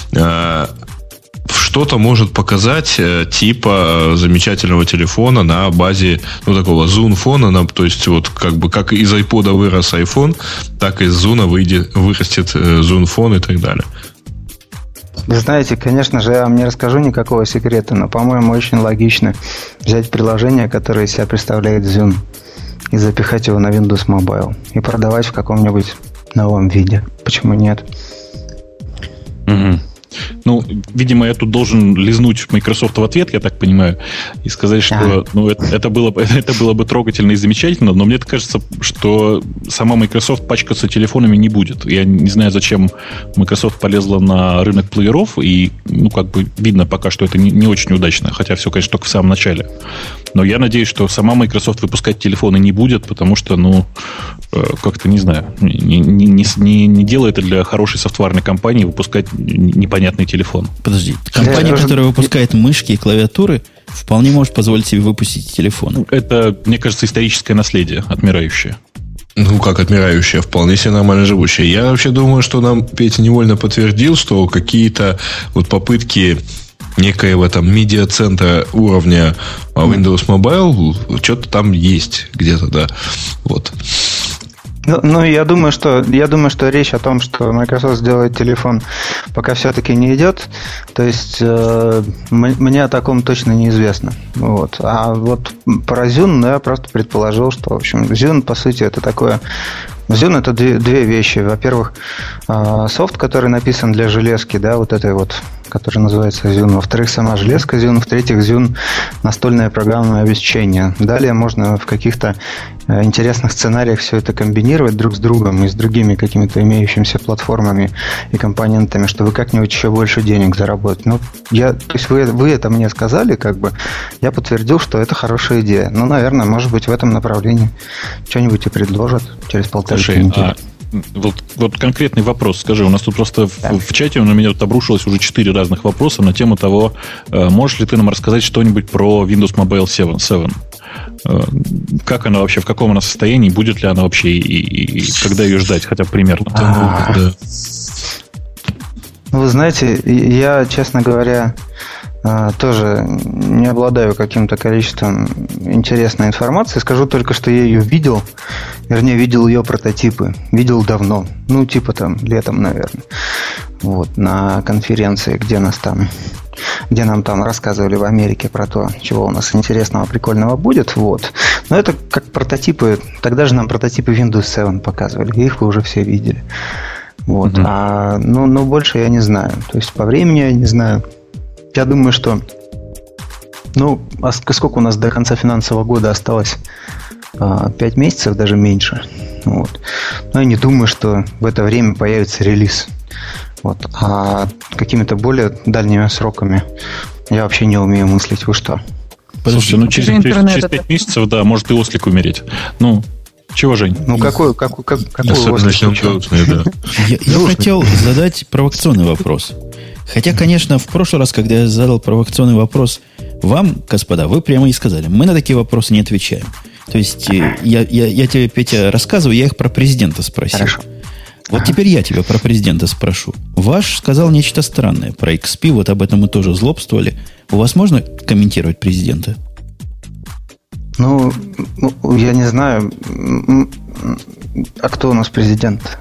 что-то может показать типа замечательного телефона на базе, ну, такого Zune-фона, то есть вот как бы как из iPod вырос iPhone, так и из Zune выйдет, вырастет Zune-фон и так далее. Вы знаете, конечно же, я вам не расскажу никакого секрета, но, по-моему, очень логично взять приложение, которое из себя представляет Zune, и запихать его на Windows Mobile и продавать в каком-нибудь новом виде. Почему нет? Угу. Ну, видимо, я тут должен лизнуть Microsoft в ответ, я так понимаю, и сказать, что а. ну, это, это, было, это было бы трогательно и замечательно, но мне кажется, что сама Microsoft пачкаться телефонами не будет. Я не знаю, зачем Microsoft полезла на рынок плееров, и, ну, как бы видно пока, что это не, не очень удачно, хотя все, конечно, только в самом начале. Но я надеюсь, что сама Microsoft выпускать телефоны не будет, потому что, ну, как-то, не знаю, не, не, не, не делает это для хорошей софтварной компании выпускать непонятный телефон. Подожди, компания, я которая тоже... выпускает мышки и клавиатуры, вполне может позволить себе выпустить телефон. Это, мне кажется, историческое наследие, отмирающее. Ну, как отмирающее, вполне себе нормально живущее. Я вообще думаю, что нам Петя невольно подтвердил, что какие-то вот попытки некоего там медиа-центра уровня Windows Mobile, что-то там есть где-то, да. Вот. Ну, ну, я думаю, что я думаю, что речь о том, что Microsoft сделает телефон, пока все-таки не идет. То есть э, м- мне о таком точно неизвестно. Вот. А вот про Zune, ну, я просто предположил, что, в общем, Zune, по сути, это такое... Zune — это две, две вещи. Во-первых, э, софт, который написан для железки, да, вот этой вот, который называется Zune. Во-вторых, сама железка Zune. В-третьих, Zune — настольное программное обеспечение. Далее можно в каких-то э, интересных сценариях все это комбинировать друг с другом и с другими какими-то имеющимися платформами и компонентами, чтобы как-нибудь еще больше денег заработать. Ну, я, то есть вы, вы это мне сказали, как бы, я подтвердил, что это хорошая идея. Ну, наверное, может быть, в этом направлении что-нибудь и предложат через полтора Слушай, а вот, вот конкретный вопрос. Скажи, у нас тут просто в, в чате на меня тут обрушилось уже четыре разных вопроса на тему того, можешь ли ты нам рассказать что-нибудь про Windows Mobile семь? Как она вообще, в каком она состоянии, будет ли она вообще и, и когда ее ждать, хотя бы примерно. А, да. Вы знаете, я, честно говоря, тоже не обладаю каким-то количеством интересной информации. Скажу только, что я ее видел, вернее, видел ее прототипы. Видел давно, ну, типа там летом, наверное. Вот, на конференции, где нас там, где нам там рассказывали в Америке про то, чего у нас интересного, прикольного будет. Вот. Но это как прототипы. Тогда же нам прототипы Windows семь показывали. Их вы уже все видели. Вот. Mm-hmm. А, ну, ну, больше я не знаю. То есть по времени я не знаю. Я думаю, что... Ну, а сколько у нас до конца финансового года осталось? Пять месяцев, даже меньше. Вот. Но я не думаю, что в это время появится релиз. Вот. А какими-то более дальними сроками я вообще не умею мыслить. Вы что? Слушайте, ну через, через, через пять месяцев, да, может и ослик умереть. Ну, чего, Жень? Ну, какой, какой, какой, какой ослик? Да. Я, я хотел задать провокационный вопрос. Хотя, конечно, в прошлый раз, когда я задал провокационный вопрос вам, господа, вы прямо и сказали, мы на такие вопросы не отвечаем. То есть, я, я, я тебе, Петя, рассказываю, я их про президента спросил. Хорошо. Вот ага. Теперь я тебя про президента спрошу. Ваш сказал нечто странное про икс пи, вот об этом мы тоже злобствовали. У вас можно комментировать президента? Ну, я не знаю. А кто у нас президент?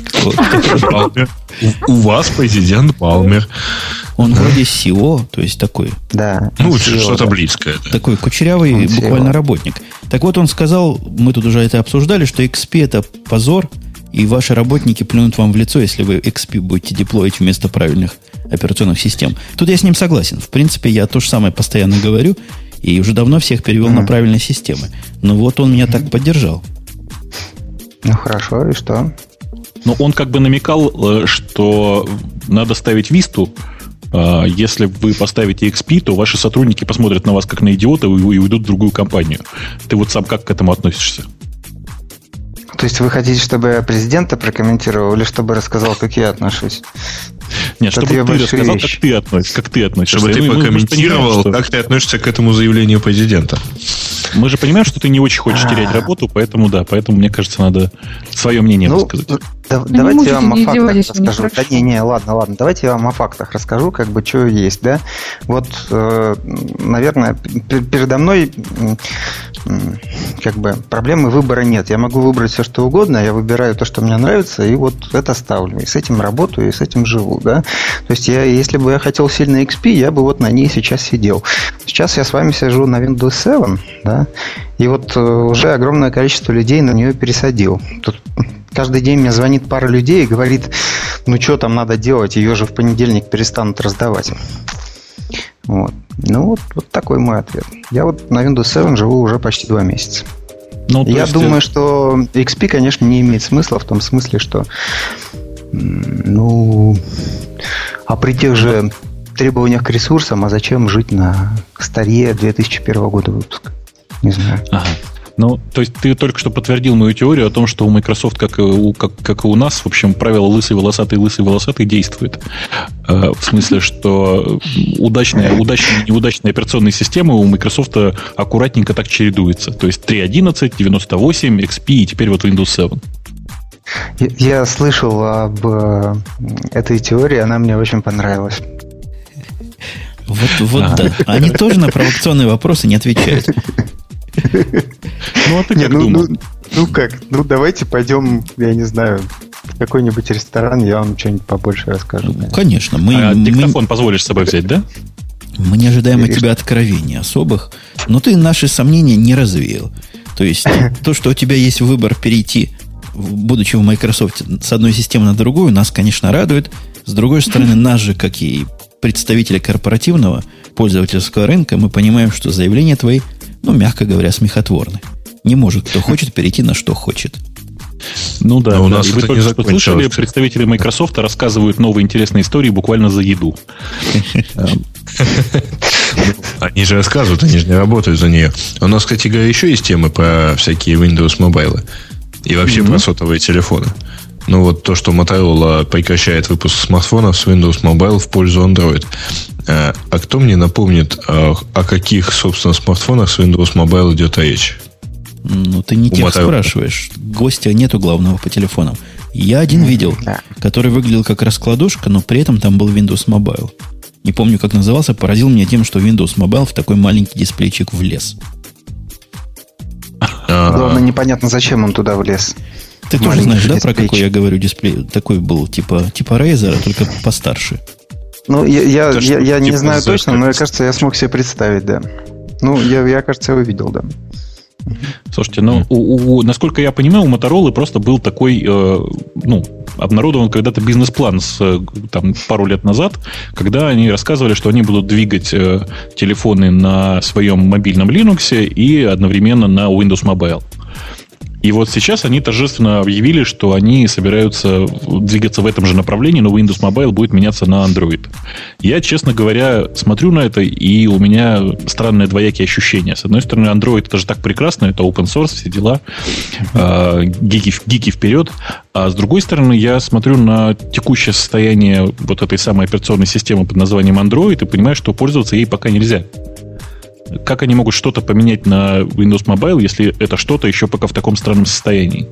У вас президент Палмер. Он вроде си и о, то есть такой. Да. Ну, что-то близкое. Такой кучерявый буквально работник. Так вот, он сказал, мы тут уже это обсуждали, что икс пи это позор, и ваши работники плюнут вам в лицо, если вы икс пи будете деплоить вместо правильных операционных систем. Тут я с ним согласен. В принципе, я то же самое постоянно говорю, и уже давно всех перевел mm-hmm. на правильные системы. Но вот он меня mm-hmm. так поддержал. Ну, хорошо, и что? Ну, он как бы намекал, что надо ставить Висту. Если вы поставите икс пи, то ваши сотрудники посмотрят на вас как на идиота и уйдут в другую компанию. Ты вот сам как к этому относишься? То есть вы хотите, чтобы я президента прокомментировал, или чтобы рассказал, как я отношусь? Нет, чтобы ты рассказал, вещи. как ты относишься. Как ты относишься. Чтобы ты мы, прокомментировал, что... как ты относишься к этому заявлению президента. Мы же понимаем, что ты не очень хочешь терять работу, поэтому да, поэтому, мне кажется, надо свое мнение ну, высказать. Да, давайте я вам о фактах расскажу. Да, не, не, ладно, ладно. Давайте я вам о фактах расскажу, как бы, что есть, да. Вот, э, наверное, передо мной как бы проблемы выбора нет. Я могу выбрать все, что угодно, я выбираю то, что мне нравится, и вот это ставлю. И с этим работаю, и с этим живу, да. То есть, я, если бы я хотел сильно икс пи, я бы вот на ней сейчас сидел. Сейчас я с вами сижу на Windows семь, да, и вот уже огромное количество людей на нее пересадил. Тут каждый день мне звонит пара людей и говорит, ну что там надо делать, ее же в понедельник перестанут раздавать. Вот. Ну вот, вот такой мой ответ. Я вот на Windows семь живу уже почти два месяца. Ну, я есть... думаю, что икс пи, конечно, не имеет смысла в том смысле, что ну, а при тех же требованиях к ресурсам, а зачем жить на старье две тысячи первого года выпуска? Не знаю. Ага. Ну, то есть ты только что подтвердил мою теорию о том, что у Microsoft, как и у, как, как и у нас, в общем, правило лысый-волосатый, лысый-волосатый действует. Э, в смысле, что удачная, удачная и неудачная операционные системы у Microsoft аккуратненько так чередуются. То есть три точка одиннадцать, девяносто восемь, икс пи и теперь вот Windows семь. Я, я слышал об э, этой теории, она мне очень понравилась. Вот, вот а. да. Они тоже на провокационные вопросы не отвечают. Ну, а ты как ну, думал? Ну, ну как? Ну, давайте пойдем, я не знаю, в какой-нибудь ресторан, я вам что-нибудь побольше расскажу. Ну, конечно. Мы, а мы, диктофон позволишь с собой взять, да? Мы не ожидаем от тебя откровений особых, но ты наши сомнения не развеял. То есть, то, что у тебя есть выбор перейти, будучи в Microsoft, с одной системы на другую, нас, конечно, радует. С другой стороны, нас же, как и представители корпоративного пользовательского рынка, мы понимаем, что заявления твои, ну, мягко говоря, смехотворны. Не может кто хочет перейти на что хочет. Ну да, а у да. нас И вы только что слышали, представители Microsoft рассказывают новые интересные истории буквально за еду. Они же рассказывают, они же не работают за нее. У нас, кстати говоря, еще есть темы про всякие Windows Mobile. И вообще про сотовые телефоны. Ну, вот то, что Motorola прекращает выпуск смартфонов с Windows Mobile в пользу Android. А, а кто мне напомнит, о, о каких, собственно, смартфонах с Windows Mobile идет речь? Ну, ты не тех спрашиваешь. Гостя нету главного по телефонам. Я один видел, да. который выглядел как раскладушка, но при этом там был Windows Mobile. Не помню, как назывался, поразил меня тем, что Windows Mobile в такой маленький дисплейчик влез. Главное, непонятно, зачем он туда влез. Ты тоже знаешь, да, про какой я говорю дисплей? Такой был, типа, типа Razer, только постарше. Ну, я, я, я, я, я не знаю точно, но, кажется, я смог себе представить, да. Ну, я, я кажется, его видел, да. Слушайте, ну, mm. у, у, насколько я понимаю, у Motorola просто был такой, э, ну, обнародован когда-то бизнес-план с, там, пару лет назад, когда они рассказывали, что они будут двигать э, телефоны на своем мобильном Linux и одновременно на Windows Mobile. И вот сейчас они торжественно объявили, что они собираются двигаться в этом же направлении, но Windows Mobile будет меняться на Android. Я, честно говоря, смотрю на это, и у меня странные двоякие ощущения. С одной стороны, Android это же так прекрасно, это open source, все дела, э, гики, гики вперед. А с другой стороны, я смотрю на текущее состояние вот этой самой операционной системы под названием Android и понимаю, что пользоваться ей пока нельзя. Как они могут что-то поменять на Windows Mobile, если это что-то еще пока в таком странном состоянии?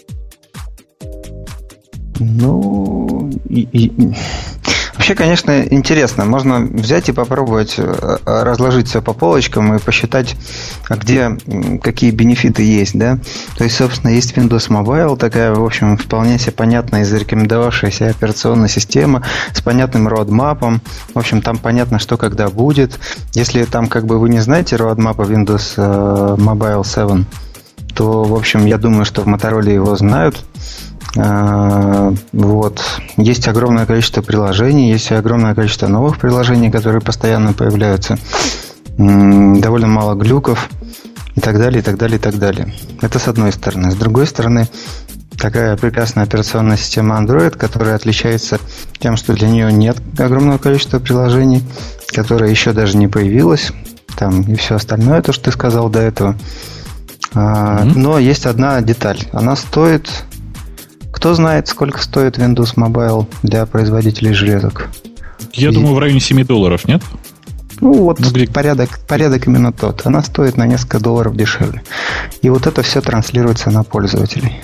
Ну, и, и... вообще, конечно, интересно. Можно взять и попробовать разложить все по полочкам и посчитать, где какие бенефиты есть, да. То есть, собственно, есть Windows Mobile, такая, в общем, вполне себе понятная и зарекомендовавшаяся операционная система с понятным роадмапом. В общем, там понятно, что когда будет. Если там, как бы, вы не знаете роадмапа Windows Mobile семь, то, в общем, я думаю, что в Motorola его знают. Вот. Есть огромное количество приложений, есть огромное количество новых приложений, которые постоянно появляются. Довольно мало глюков и так далее, и так далее, и так далее. Это с одной стороны. С другой стороны, такая прекрасная операционная система Android, которая отличается тем, что для нее нет огромного количества приложений, которое еще даже не появилось. Там и все остальное, то, что ты сказал до этого. Mm-hmm. Но есть одна деталь. Она стоит... Кто знает, сколько стоит Windows Mobile для производителей железок? Я и... думаю, в районе семь долларов, нет? Ну, вот ну, где... порядок, порядок именно тот. Она стоит на несколько долларов дешевле. И вот это все транслируется на пользователей.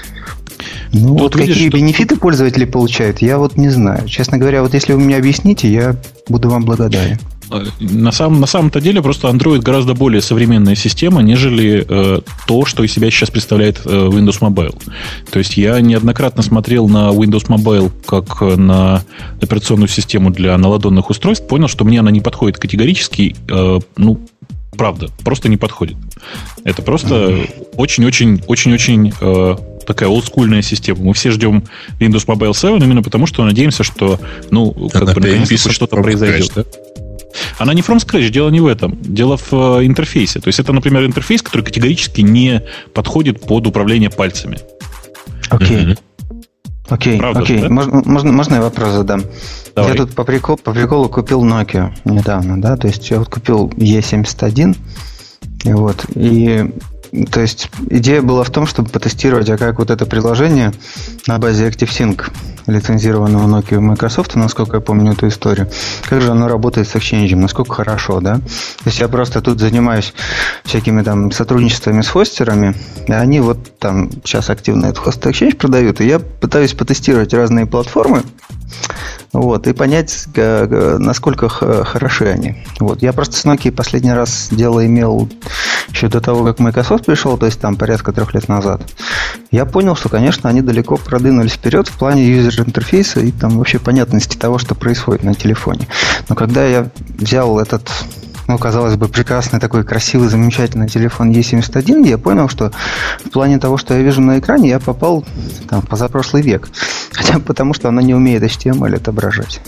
Ну, вот видишь, какие что... бенефиты пользователи получают, я вот не знаю. Честно говоря, вот если вы мне объясните, я буду вам благодарен. На, самом, на самом-то деле просто Android гораздо более современная система, нежели э, то, что из себя сейчас представляет э, Windows Mobile. То есть я неоднократно смотрел на Windows Mobile как на операционную систему для наладонных устройств, понял, что мне она не подходит категорически, э, ну, правда, просто не подходит. Это просто очень-очень-очень-очень э, такая олдскульная система. Мы все ждем Windows Mobile семь именно потому, что надеемся, что, ну, как бы наконец-то что-то произойдет. Да? Она не from scratch, дело не в этом. Дело в э, интерфейсе. То есть это, например, интерфейс, который категорически не подходит под управление пальцами. Окей. Окей, окей. Можно, можно, можно я вопрос задам? Давай. Я тут по приколу, по приколу купил Nokia недавно, да, то есть я вот купил и семьдесят один, и вот, и то есть идея была в том, чтобы потестировать, а как вот это приложение на базе ActiveSync, лицензированного Nokia и Microsoft, насколько я помню эту историю, как же оно работает с Exchange, насколько хорошо, да? То есть я просто тут занимаюсь всякими там сотрудничествами с хостерами, и они вот там сейчас активно этот хост Exchange продают, и я пытаюсь потестировать разные платформы, вот, и понять, насколько хороши они. Вот. Я просто с Nokia последний раз дело имел еще до того, как Microsoft пришел, то есть там порядка трех лет назад. Я понял, что, конечно, они далеко продвинулись вперед в плане юзер-интерфейса и там вообще понятности того, что происходит на телефоне. Но когда я взял этот, ну, казалось бы, прекрасный такой красивый, замечательный телефон и семьдесят один, я понял, что в плане того, что я вижу на экране, я попал там, в позапрошлый век. Хотя бы потому, что она не умеет эйч ти эм эль отображать.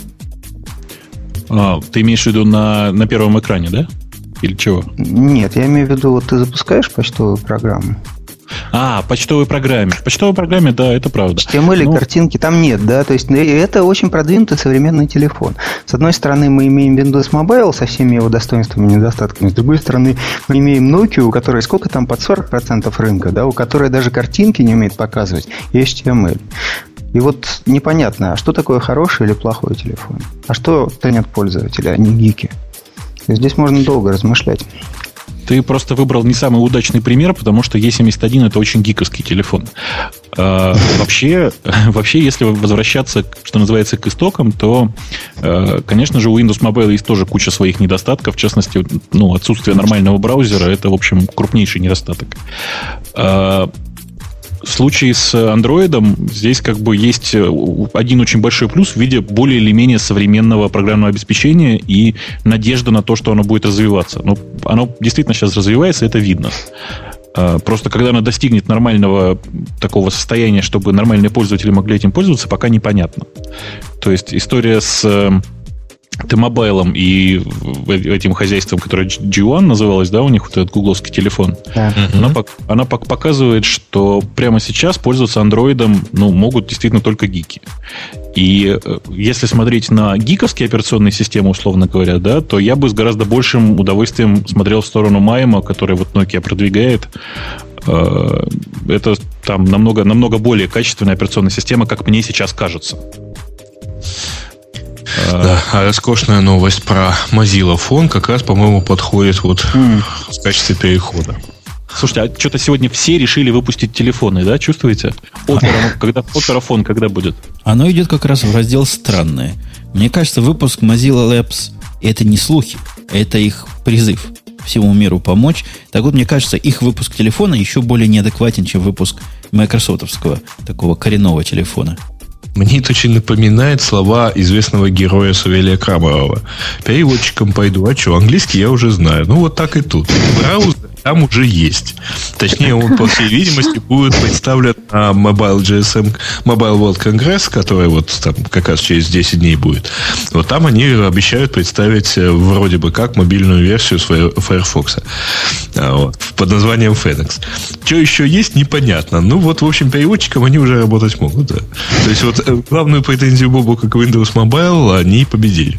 А, ты имеешь в виду на, на первом экране, да? Или чего? Нет, я имею в виду, вот ты запускаешь почтовую программу. А, почтовой программе. В почтовой программе, да, это правда. эйч ти эм эль, ну... картинки там нет, да, то есть это очень продвинутый современный телефон. С одной стороны, мы имеем Windows Mobile со всеми его достоинствами и недостатками, с другой стороны, мы имеем Nokia, у которой сколько там, под сорок процентов рынка, да, у которой даже картинки не умеет показывать, и эйч ти эм эль. И вот непонятно, а что такое хороший или плохой телефон? А что ценят пользователи, а не гики? И здесь можно долго размышлять. Ты просто выбрал не самый удачный пример, потому что Е семьдесят один это очень гиковский телефон. А, вообще, вообще, если возвращаться, что называется, к истокам, то, конечно же, у Windows Mobile есть тоже куча своих недостатков. В частности, ну, отсутствие нормального браузера – это, в общем, крупнейший недостаток. А, в случае с Android здесь как бы есть один очень большой плюс в виде более или менее современного программного обеспечения и надежда на то, что оно будет развиваться. Но оно действительно сейчас развивается, это видно. Просто когда оно достигнет нормального такого состояния, чтобы нормальные пользователи могли этим пользоваться, пока непонятно. То есть история с T-Mobile и этим хозяйством, которое джи один называлось, да, у них вот этот гугловский телефон, да. она, она показывает, что прямо сейчас пользоваться андроидом, ну, могут действительно только гики. И если смотреть на гиковские операционные системы, условно говоря, да, то я бы с гораздо большим удовольствием смотрел в сторону Майма, который вот Nokia продвигает. Это там намного, намного более качественная операционная система, как мне сейчас кажется. Да, а роскошная новость про Mozilla Phone как раз, по-моему, подходит вот mm. в качестве перехода. Слушайте, а что-то сегодня все решили выпустить телефоны, да? Чувствуете? Opera, когда, Opera Phone когда будет? Оно идет как раз в раздел «Странное». Мне кажется, выпуск Mozilla Labs – это не слухи, это их призыв всему миру помочь. Так вот, мне кажется, их выпуск телефона еще более неадекватен, чем выпуск майкрософтовского такого коренного телефона. Мне это очень напоминает слова известного героя Савелия Крамарова. Переводчиком пойду, а что, английский я уже знаю. Ну, вот так и тут. Браузер там уже есть. Точнее, он, по всей видимости, будет представлен на Mobile джи эс эм, Mobile World Congress, который вот там как раз через десять дней будет. Вот там они обещают представить вроде бы как мобильную версию Firefox. Вот, под названием Phoenix. Что еще есть, непонятно. Ну, вот, в общем, переводчиком они уже работать могут, да. То есть, вот главную претензию Бобу, как Windows Mobile, они победили.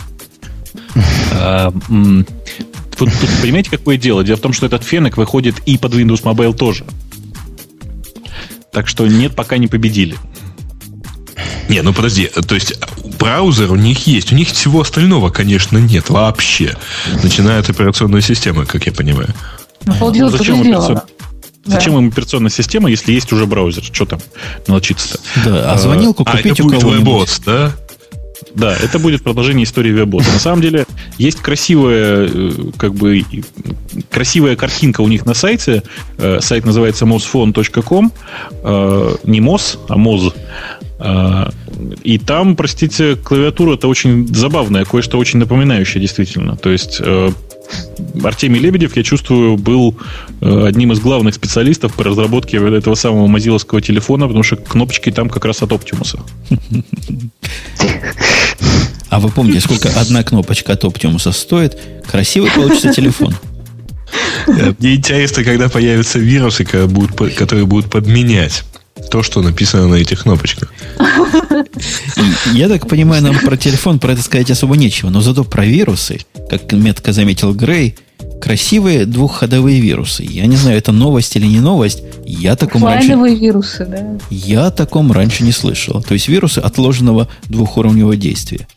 Вот тут, понимаете, какое дело? Дело в том, что этот фенек выходит и под Windows Mobile тоже. Так что нет, пока не победили. Не, ну подожди, то есть браузер у них есть, у них всего остального, конечно, нет вообще. Начиная от операционной системы, как я понимаю. Ну, полдела, ну, зачем операцион... Зачем да. им операционная система, если есть уже браузер? Что там научиться-то? Да, а звонилку а, купить а, у кого-нибудь. WebOS, да? Да, это будет продолжение истории WebOS. На самом деле, есть красивая, как бы, красивая картинка у них на сайте. Сайт называется mozphone точка ком. Не Moz, а Moz. И там, простите, клавиатура-то очень забавная, кое-что очень напоминающее, действительно. То есть Артемий Лебедев, я чувствую, был одним из главных специалистов по разработке этого самого мозиловского телефона, потому что кнопочки там как раз от Optimus. А вы помните, сколько одна кнопочка от Optimus стоит? Красивый получится телефон. Мне интересно, когда появятся вирусы, которые будут подменять то, что написано на этих кнопочках. Я так понимаю, нам про телефон про это сказать особо нечего. Но зато про вирусы, как метко заметил Грей, красивые двухходовые вирусы. Я не знаю, это новость или не новость. Я таком раньше... вирусы, да. Я о таком раньше не слышал. То есть вирусы отложенного двухуровневого действия.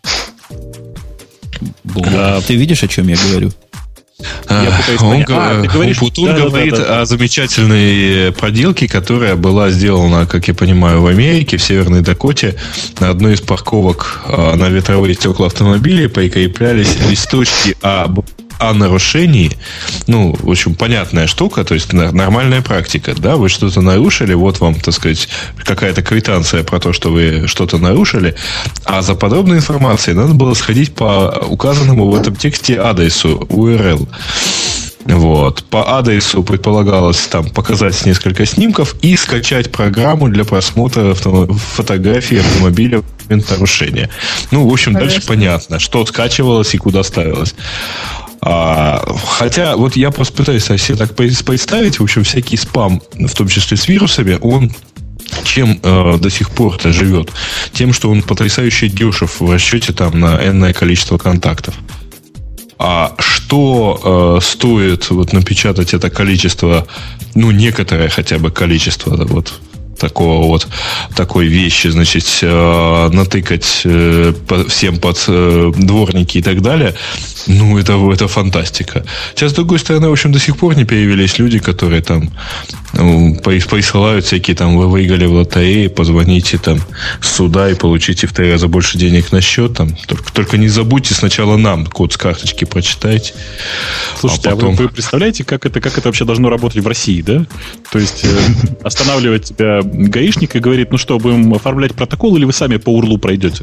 Да. Ты видишь, о чем я говорю? Я он, а, говоришь, Путун да, говорит да, да, да. о замечательной проделке, которая была сделана, как я понимаю, в Америке, в Северной Дакоте. На одной из парковок на ветровые стекла автомобилей прикреплялись листочки об о нарушении. Ну, в общем, понятная штука, то есть нормальная практика. Да, вы что-то нарушили, вот вам, так сказать, какая-то квитанция про то, что вы что-то нарушили. А за подробной информацией надо было сходить по указанному в этом тексте адресу ю ар эл. Вот. По адресу предполагалось там показать несколько снимков и скачать программу для просмотра авто... фотографий автомобиля в момент нарушения. Ну, в общем, Конечно. Дальше понятно, что скачивалось и куда ставилось. А, хотя, вот я просто пытаюсь себе так представить, в общем, всякий спам, в том числе с вирусами, он чем э, до сих пор-то живет? Тем, что он потрясающе дешев в расчете там на энное количество контактов. А что э, стоит вот напечатать это количество, ну, некоторое хотя бы количество, вот, такого вот, такой вещи, значит, натыкать всем под дворники и так далее, ну, это, это фантастика. Сейчас, с другой стороны, в общем, до сих пор не появились люди, которые там ну, присылают всякие там, вы выиграли в лотерее, позвоните там сюда и получите в три раза больше денег на счет. Там. Только, только не забудьте сначала нам код с карточки прочитать. Слушайте, а, потом... а вы, вы представляете, как это, как это вообще должно работать в России, да? То есть э, останавливает тебя гаишник и говорит, ну что, будем оформлять протокол или вы сами по урлу пройдете?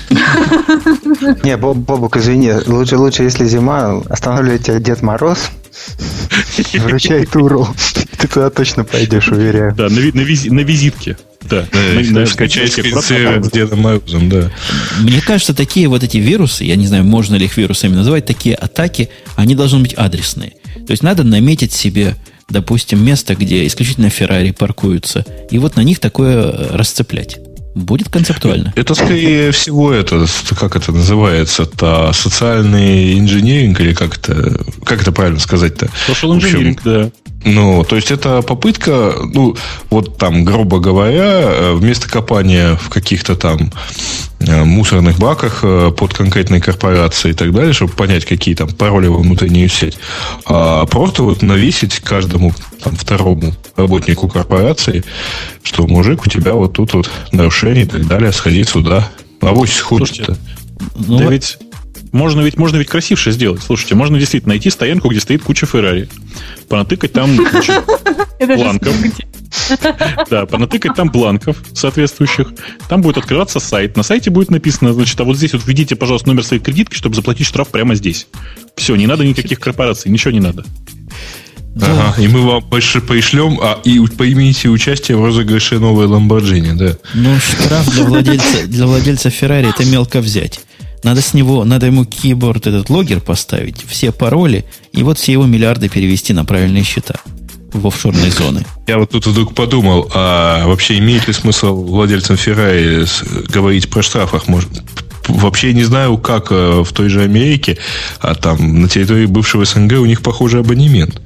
Не, Боб, Бобук, извини, лучше, лучше, если зима, останавливает тебя Дед Мороз, вручай туру, ты туда точно пойдешь, уверяю. Да, на, на, визи, на визитке. Да, да скачать с Дедом Морозом, да. Мне кажется, такие вот эти вирусы, я не знаю, можно ли их вирусами называть, такие атаки, они должны быть адресные. То есть надо наметить себе, допустим, место, где исключительно Феррари паркуются, и вот на них такое расцеплять. Будет концептуально. Это, скорее всего, это, как это называется, это социальный инженеринг, или как это, как это правильно сказать-то? Social engineering, да. Ну, то есть, это попытка, ну, вот там, грубо говоря, вместо копания в каких-то там мусорных баках под конкретной корпорацией и так далее, чтобы понять, какие там пароли во внутреннюю сеть, а просто вот навесить каждому там, второму работнику корпорации, что, мужик, у тебя вот тут вот нарушение и так далее, сходи сюда. Авось сходит-то. Ну, да вот... ведь можно ведь, можно ведь красивше сделать. Слушайте, можно действительно найти стоянку, где стоит куча Феррари. Понатыкать там кучу бланков. Да, понатыкать там бланков соответствующих. Там будет открываться сайт. На сайте будет написано, значит, а вот здесь вот введите, пожалуйста, номер своей кредитки, чтобы заплатить штраф прямо здесь. Все, не надо никаких корпораций, ничего не надо. Да. Ага, и мы вам больше пришлем, а и примите участие в розыгрыше новой Lamborghini, да. Ну, штраф для владельца, для владельца Феррари это мелко взять. Надо с него, надо ему кейборд, этот логер поставить, все пароли, и вот все его миллиарды перевести на правильные счета в офшорные зоны. Я вот тут вдруг подумал, а вообще имеет ли смысл владельцам Феррари говорить про штрафах? Может, вообще не знаю, как в той же Америке, а там на территории бывшего СНГ у них похожий абонемент.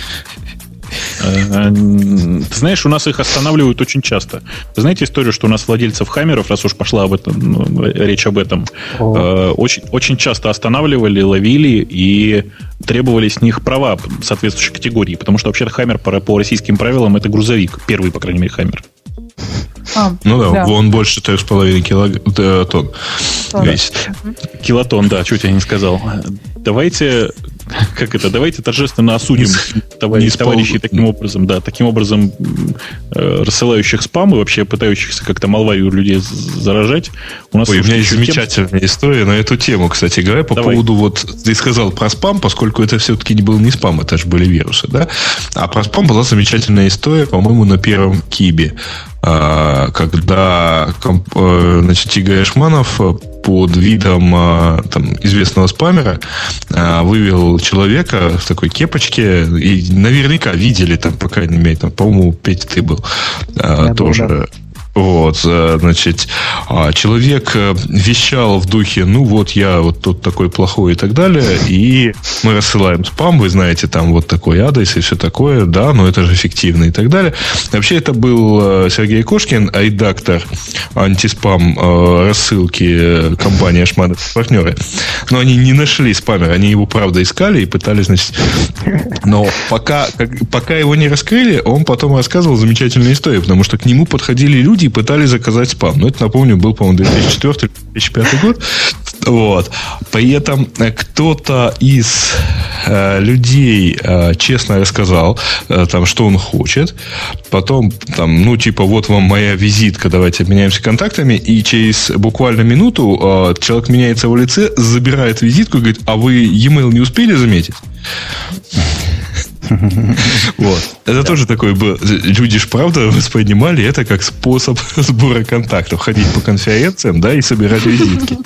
Ты знаешь, у нас их останавливают очень часто. Вы знаете историю, что у нас владельцев хаммеров, раз уж пошла об этом, ну, речь об этом, э, очень, очень часто останавливали, ловили и требовали с них права соответствующей категории, потому что вообще-то хаммер по, по российским правилам это грузовик, первый, по крайней мере, хаммер. А, ну да, да, он больше трех с половиной килотонн весит. Килотонн, да, чуть я не сказал. Давайте, как это, давайте торжественно осудим товарищ, товарищей таким образом, да, таким образом э, рассылающих спам и вообще пытающихся как-то молвою людей заражать. У нас Ой, у меня есть замечательная тем... история на эту тему, кстати говоря, по Давай. поводу, вот, ты сказал про спам, поскольку это все-таки не был не спам, это же были вирусы, да? А про спам была замечательная история, по-моему, на первом Кибе, когда, значит, Игорь Ашманов под видом там, известного спамера вывел человека в такой кепочке, и наверняка видели там, по крайней мере, там, по-моему, Петя, ты был Я тоже. Был, да. Вот, значит, человек вещал в духе, ну вот я вот тут такой плохой и так далее, и мы рассылаем спам, вы знаете, там вот такой адрес и все такое, да, но это же эффективно и так далее. Вообще это был Сергей Кошкин, редактор антиспам рассылки компании Ашманов и партнеры. Но они не нашли спамера, они его правда искали и пытались, значит, но пока, как, пока его не раскрыли, он потом рассказывал замечательную историю, потому что к нему подходили люди и пытались заказать спам. Но это, напомню, был, по-моему, две тысячи четвёртый - две тысячи пятый год. Вот. При этом кто-то из э, людей э, честно рассказал, э, там, что он хочет. Потом, там, ну, типа, вот вам моя визитка, давайте обменяемся контактами. И через буквально минуту э, человек меняется в лице, забирает визитку и говорит, а вы e-mail не успели заметить? Вот. Это да. тоже такой был. Люди ж правда воспринимали это как способ сбора контактов. Ходить по конференциям, да, и собирать визитки.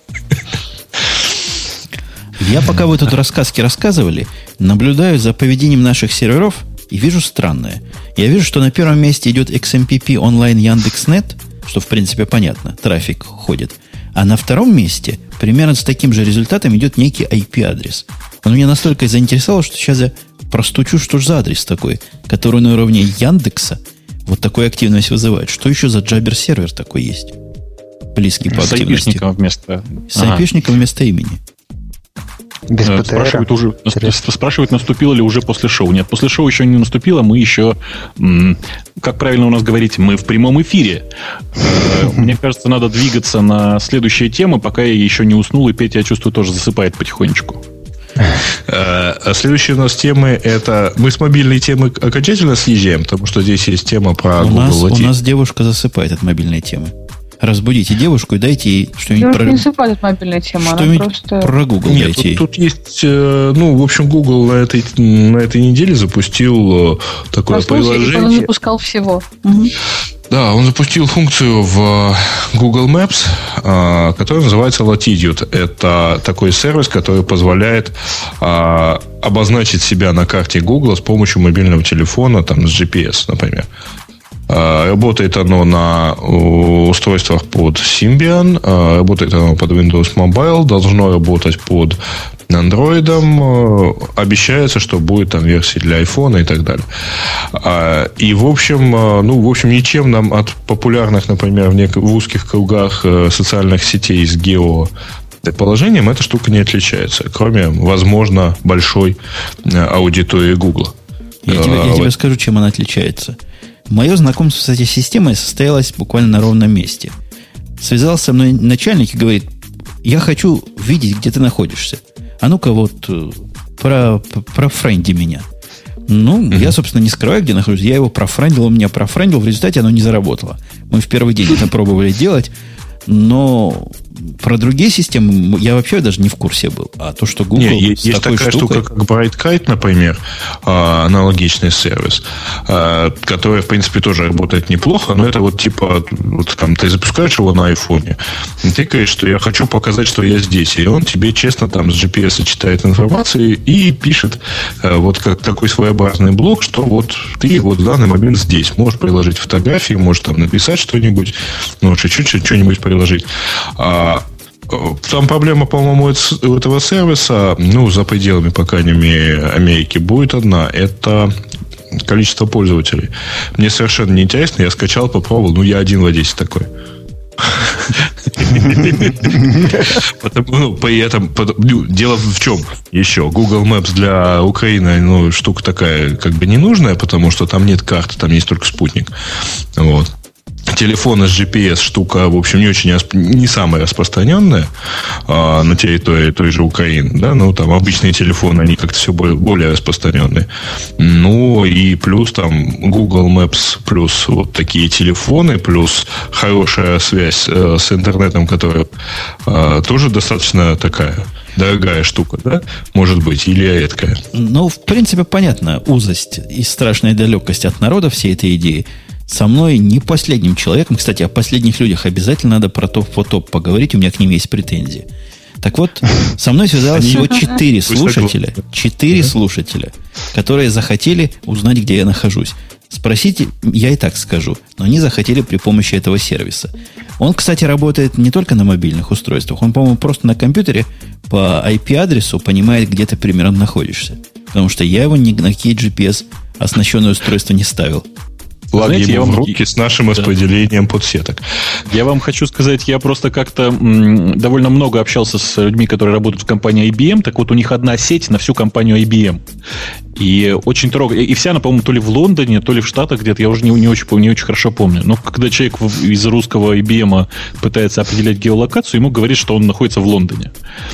Я, пока вы тут рассказки рассказывали, наблюдаю за поведением наших серверов и вижу странное. Я вижу, что на первом месте идет икс эм пи пи онлайн Яндекс.нет, что в принципе понятно, трафик ходит. А на втором месте примерно с таким же результатом идет некий ай пи-адрес. Он меня настолько заинтересовал, что сейчас я простучу, что же за адрес такой, который на уровне Яндекса вот такую активность вызывает. Что еще за джабер-сервер такой есть? Близкий по с активности. С айпишником вместо... С ага. айпишником вместо имени. Без ПТР. Спрашивают, уже, спрашивают, наступило ли уже после шоу. Нет, после шоу еще не наступило. Мы еще, как правильно у нас говорить, мы в прямом эфире. Мне кажется, надо двигаться на следующие темы, пока я еще не уснул, и Петя, я чувствую, тоже засыпает потихонечку. Следующие у нас темы это... Мы с мобильной темы окончательно съезжаем, потому что здесь есть тема про у Google нас, Lati. У нас девушка засыпает от мобильной темы. Разбудите девушку и дайте ей что-нибудь про... про... не засыпает от мобильной темы, что-нибудь она просто... про Google Нет, дайте тут, тут есть... Ну, в общем, Google на этой, на этой неделе запустил такое Проснулся, приложение. Он запускал всего. Угу. Да, он запустил функцию в Google Maps, которая называется Latitude. Это такой сервис, который позволяет обозначить себя на карте Google с помощью мобильного телефона, там, с джи пи эс, например. Работает оно на устройствах под Symbian, работает оно под Windows Mobile, должно работать под Android, обещается, что будет там версии для iPhone и так далее. И, в общем, ну, в общем, ничем нам от популярных, например, в, нек- в узких кругах социальных сетей с гео положением эта штука не отличается, кроме, возможно, большой аудитории Google. Я тебе, я тебе скажу, чем она отличается. Мое знакомство с этой системой состоялось буквально на ровном месте. Связался со мной начальник и говорит: я хочу видеть, где ты находишься. А ну-ка вот про, про френди меня. Ну, mm-hmm. я, собственно, не скрываю, где нахожусь. Я его профрендил, он меня профрендил. В результате оно не заработало. Мы в первый день это пробовали делать. Но про другие системы я вообще даже не в курсе был. А то, что Google не, с есть такой такая штукой... штука, как BrightKite, например, аналогичный сервис, который, в принципе, тоже работает неплохо, но это вот типа, вот там ты запускаешь его на айфоне, и ты говоришь, что я хочу показать, что я здесь, и он тебе честно там с джи пи эс читает информацию и пишет вот как такой своеобразный блок, что вот ты вот в данный момент здесь. Можешь приложить фотографии, можешь там написать что-нибудь, ну, чуть-чуть что-нибудь приложить. А там проблема, по-моему, у этого сервиса, ну, за пределами, по крайней мере, Америки, будет одна. Это количество пользователей. Мне совершенно неинтересно. Я скачал, попробовал. Ну, я один в Одессе такой. Ну, при этом дело в чем еще? Google Maps для Украины, ну, штука такая, как бы ненужная, потому что там нет карты, там есть только спутник. Вот. Телефоны с джи пи эс штука, в общем, не очень не самая распространенная а, на территории той же Украины, да, ну там обычные телефоны, они как-то все более, более распространенные. Ну и плюс там Google Maps, плюс вот такие телефоны, плюс хорошая связь э, с интернетом, которая э, тоже достаточно такая дорогая штука, да, может быть, или редкая. Ну, в принципе, понятно, узость и страшная далекость от народа всей этой идеи. Со мной не последним человеком, кстати, о последних людях обязательно надо про топ-фотоп поговорить, у меня к ним есть претензии. Так вот, со мной связалось всего четыре слушателя, четыре слушателя, которые захотели узнать, где я нахожусь. Спросите, я и так скажу, но они захотели при помощи этого сервиса. Он, кстати, работает не только на мобильных устройствах, он, по-моему, просто на компьютере по ай пи-адресу понимает, где ты примерно находишься. Потому что я его ни на какие джи пи эс оснащенное устройство не ставил. Флаги ему в руки с нашим да. распределением подсеток. Я вам хочу сказать, я просто как-то м, довольно много общался с людьми, которые работают в компании ай би эм. Так вот, у них одна сеть на всю компанию ай би эм. И очень трогательно. И вся она, по-моему, то ли в Лондоне, то ли в Штатах где-то. Я уже не, не, очень, не очень хорошо помню. Но когда человек из русского ай би эм пытается определять геолокацию, ему говорит, что он находится в Лондоне.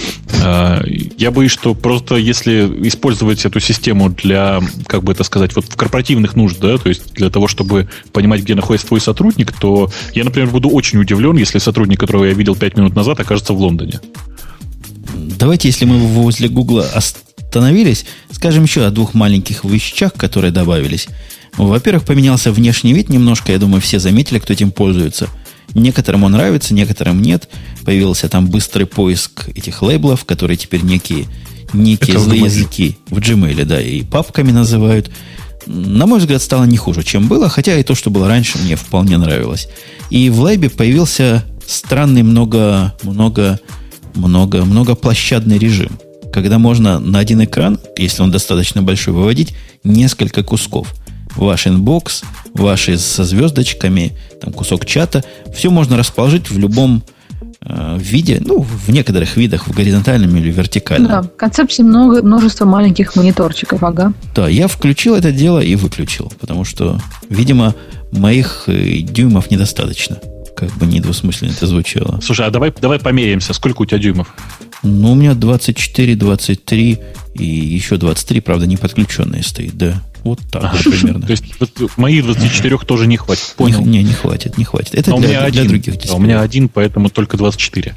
Я боюсь, что просто если использовать эту систему для, как бы это сказать, вот в корпоративных нужд, да, то есть для того, чтобы понимать, где находится твой сотрудник, то я, например, буду очень удивлен, если сотрудник, которого я видел пять минут назад, окажется в Лондоне. Давайте, если мы возле Гугла остановились, скажем еще о двух маленьких вещах, которые добавились. Во-первых, поменялся внешний вид немножко. Я думаю, все заметили, кто этим пользуется. Некоторым он нравится, некоторым нет. Появился там быстрый поиск этих лейблов, которые теперь некие, некие злые языки в Gmail, да, и папками называют. На мой взгляд, стало не хуже, чем было, хотя и то, что было раньше, мне вполне нравилось. И в лайбе появился странный много, много, много, многоплощадный режим, когда можно на один экран, если он достаточно большой, выводить несколько кусков. ваш инбокс, ваши со звездочками, там кусок чата. Все можно расположить в любом э, виде, ну, в некоторых видах, в горизонтальном или вертикальном. Да, в концепции много, множество маленьких мониторчиков, ага. Да, я включил это дело и выключил, потому что, видимо, моих э, дюймов недостаточно. Как бы недвусмысленно это звучало. Слушай, а давай, давай померяемся. Сколько у тебя дюймов? Ну, у меня двадцать четыре, двадцать три и еще двадцать три, правда, не подключенные стоит, да. Вот так ага. вот примерно. То есть вот, моих двадцати четырёх тоже не хватит. Понял? Не, не, не хватит, не хватит. Это для, для, для один, других дисплеев. У меня один, поэтому только двадцать четыре.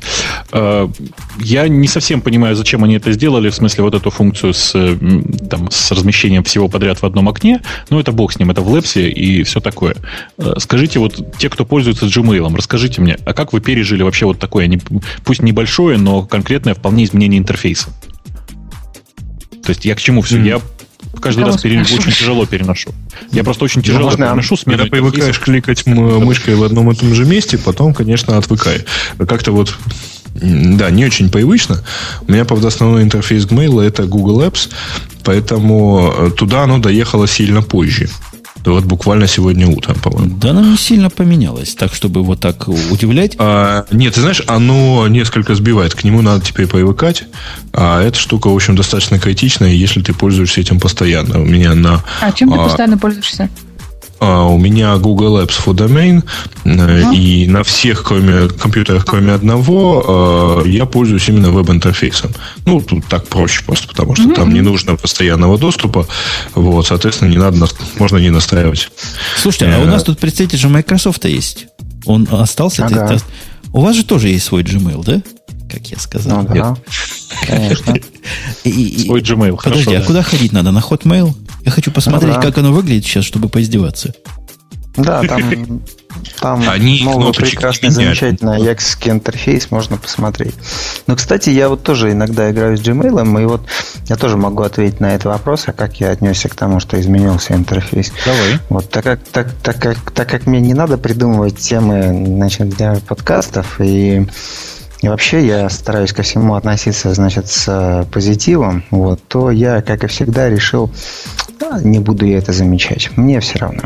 Я не совсем понимаю, зачем они это сделали, в смысле вот эту функцию с, там, с размещением всего подряд в одном окне. Но это бог с ним, это в Labs и все такое. Скажите, вот те, кто пользуется Gmail, расскажите мне, а как вы пережили вообще вот такое, пусть небольшое, но конкретное вполне изменение интерфейса? То есть я к чему все? Mm. Я каждый раз пере... очень тяжело переношу. Я просто очень тяжело Можно, переношу смену. Когда привыкаешь кликать мышкой в одном и том же месте, потом, конечно, отвыкай. Как-то вот, да, не очень привычно. У меня, правда, основной интерфейс Gmail это Google Apps, поэтому туда оно доехало сильно позже. Вот буквально сегодня утром, по-моему. Да, оно не сильно поменялось, так, чтобы вот так удивлять. А, нет, ты знаешь, оно несколько сбивает. К нему надо теперь привыкать. А эта штука, в общем, достаточно критичная, если ты пользуешься этим постоянно. У меня на... А чем ты а, постоянно пользуешься? А, у меня Google Apps for Domain, uh-huh. и на всех кроме, компьютерах, кроме одного, я пользуюсь именно веб-интерфейсом. Ну, тут так проще просто, потому что uh-huh. там не нужно постоянного доступа. Вот, соответственно, не надо, можно не настраивать. Слушайте, а у нас тут представитель же Microsoft есть. Он остался? Ага. Ты, ты, у вас же тоже есть свой Gmail, да? Как я сказал. Ну, да. Конечно. И, и, свой Gmail. Подожди, хорошо, а да. куда ходить надо? На Hotmail? Я хочу посмотреть, ну, да. как оно выглядит сейчас, чтобы поиздеваться. Да, там, там Они новый прекрасный, замечательный аяксский интерфейс, можно посмотреть. Но, кстати, я вот тоже иногда играю с Gmail, и вот я тоже могу ответить на этот вопрос, а как я отнесся к тому, что изменился интерфейс. Давай. Вот, так как, так, так, как, так как мне не надо придумывать темы, значит, для подкастов, и И вообще я стараюсь ко всему относиться, значит, с позитивом, вот, то я, как и всегда, решил, да, не буду я это замечать. Мне все равно.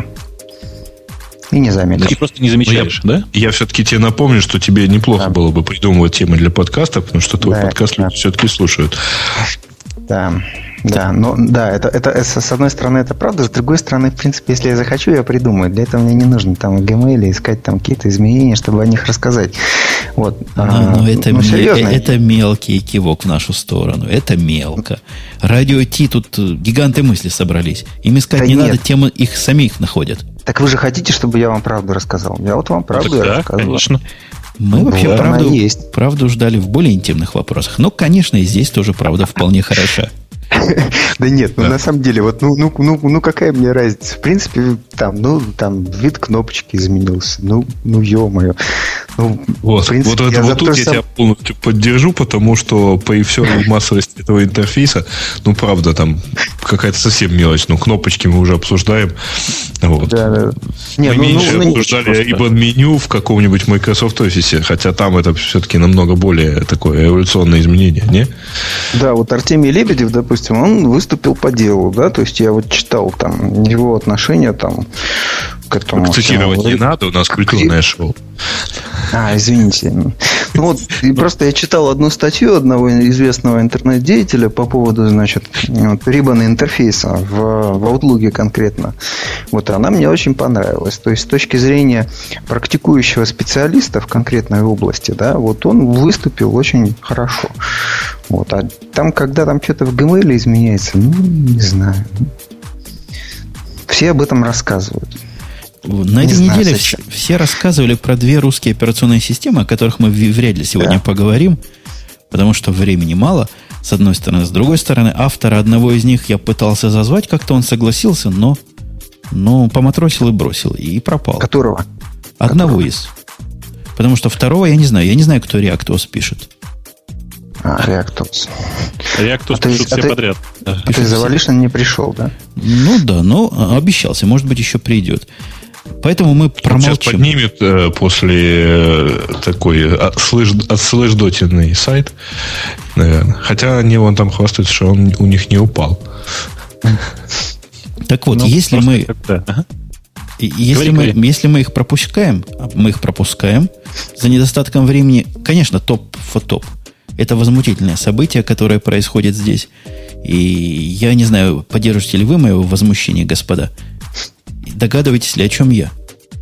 И не заметил. Ты просто не замечаешь, я, да? Я все-таки тебе напомню, что тебе неплохо да. было бы придумывать темы для подкаста, потому что твой да, подкаст да. люди все-таки слушают. Да. Да, но да, это, это с одной стороны это правда, с другой стороны, в принципе, если я захочу, я придумаю. Для этого мне не нужно там в Gmail искать там какие-то изменения, чтобы о них рассказать. Вот. Но, а, но это, ну, серьезно. Это мелкий кивок в нашу сторону. Это мелко. Радио Ти тут гиганты мысли собрались. Им искать да не нет. надо, темы их самих находят. Так вы же хотите, чтобы я вам правду рассказал? Я вот вам правду ну, да, рассказываю. Конечно. Мы ну, вообще правду, правду ждали в более интимных вопросах. Но, конечно, и здесь тоже правда вполне хороша. Да нет, ну да. на самом деле, вот ну, ну, ну, ну какая мне разница? В принципе, там, ну, там вид кнопочки изменился. Ну, ну ё-моё. Ну, вот, принципе, вот, это, вот тут я сам... тебя полностью поддержу, потому что по всей массовости этого интерфейса, ну, правда, там какая-то совсем мелочь. Ну, кнопочки мы уже обсуждаем. Вот. Да, да. Не, мы ну, меньше ну, обсуждали ибан-меню в каком-нибудь Microsoft Office, хотя там это все-таки намного более такое эволюционное изменение, не? Да, вот Артемий Лебедев, допустим, он выступил по делу, да, то есть я вот читал там его отношения там к этому. Цитировать всему. Не надо, у нас культурное шоу. А, извините. Ну вот, просто я читал одну статью одного известного интернет-деятеля по поводу, значит, вот, Ribbon интерфейса в, в Outlook конкретно. Вот, она мне очень понравилась. То есть, с точки зрения практикующего специалиста в конкретной области, да, вот он выступил очень хорошо. Вот, а там, когда там что-то в Gmail изменяется, ну, не знаю. Все об этом рассказывают. На этой знаю, неделе все, все рассказывали про две русские операционные системы, о которых мы вряд ли сегодня да. поговорим, потому что времени мало, с одной стороны. С другой стороны, автора одного из них я пытался зазвать, как-то он согласился, но, но поматросил и бросил, и пропал. Которого? Одного Которого? из. Потому что второго я не знаю. Я не знаю, кто ReactOS пишет. А, ReactOS. ReactOS а пишут ты, все а ты, подряд. Да. А ты за Валишин не пришел, да? Ну да, но обещался. Может быть, еще придет. Поэтому мы промолчим. Он сейчас поднимет э, после э, такой отслеждотенный сайт, наверное. Хотя они вон там хвастаются, что он у них не упал. Так вот, Ну, если просто мы, как-то, ага. и- если, Говори, мы, говори. если мы их пропускаем, а мы их пропускаем за недостатком времени, конечно, топ-фотоп. Это возмутительное событие, которое происходит здесь. И я не знаю, поддержите ли вы мое возмущение, господа. Догадываетесь ли, о чем я?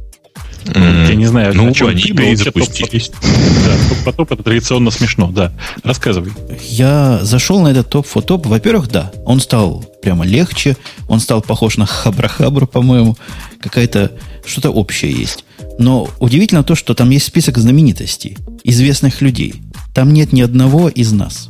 Я не знаю, ну, о чем они ты, но вообще перезапустились. топ-фотоп- Да, топ-фотоп это традиционно смешно, да. Рассказывай. Я зашел на этот топ-фотоп. Во-первых, да, он стал прямо легче. Он стал похож на Хабра-Хабру, по-моему. Какая-то, что-то общее есть. Но удивительно то, что там есть список знаменитостей, известных людей. Там нет ни одного из нас.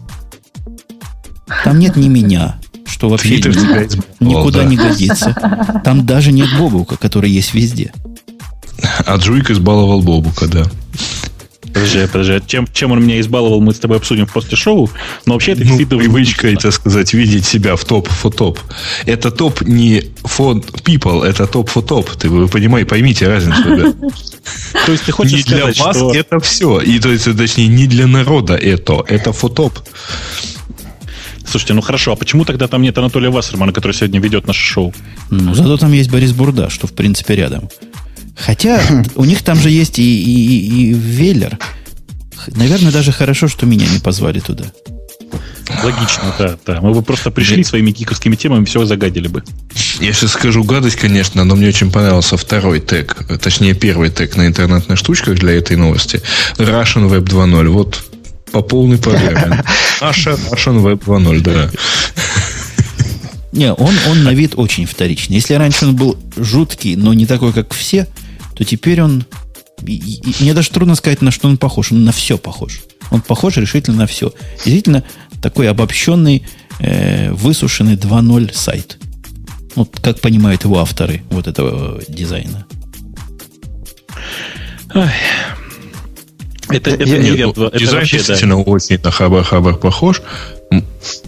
Там нет ни меня, что вообще Твиттер ни- тебя избавил, никуда да. не годится. Там даже нет Бобука, который есть везде. А Джуик избаловал Бобука, да. Подожди, подожди. Чем, чем он меня избаловал, мы с тобой обсудим после шоу. Но вообще это Ну, действительно привычка, возмутительно. так сказать, видеть себя в топ-фотоп. Это топ не for people, это топ-фотоп. Ты вы понимаете, поймите разницу, ребят. То есть ты хочешь Не для сказать, вас что... это все. И то есть, точнее, не для народа это. Это фотоп. Слушайте, ну хорошо, а почему тогда там нет Анатолия Вассермана, который сегодня ведет наше шоу? Ну, зато там есть Борис Бурда, что, в принципе, рядом. Хотя у них там же есть и, и, и, и Веллер. Наверное, даже хорошо, что меня не позвали туда. Логично, да, да. Мы бы просто пришли своими гиковскими темами, все загадили бы. Я сейчас скажу гадость, конечно, но мне очень понравился второй тег, точнее, первый тег на интернетных штучках для этой новости. Russian Web два ноль. Вот по полной программе. Наша Russian Web два ноль, да. Не, он, он на вид очень вторичный. Если раньше он был жуткий, но не такой, как все, то теперь он... и- и- Мне даже трудно сказать, на что он похож. Он на все похож. Он похож решительно на все. Действительно, такой обобщенный, э, высушенный два ноль сайт. Вот как понимают его авторы вот этого дизайна. Ай. Это, это, Я- не я- веб два, это Дизайн вообще, да. действительно очень на Хабар-Хабар похож. М,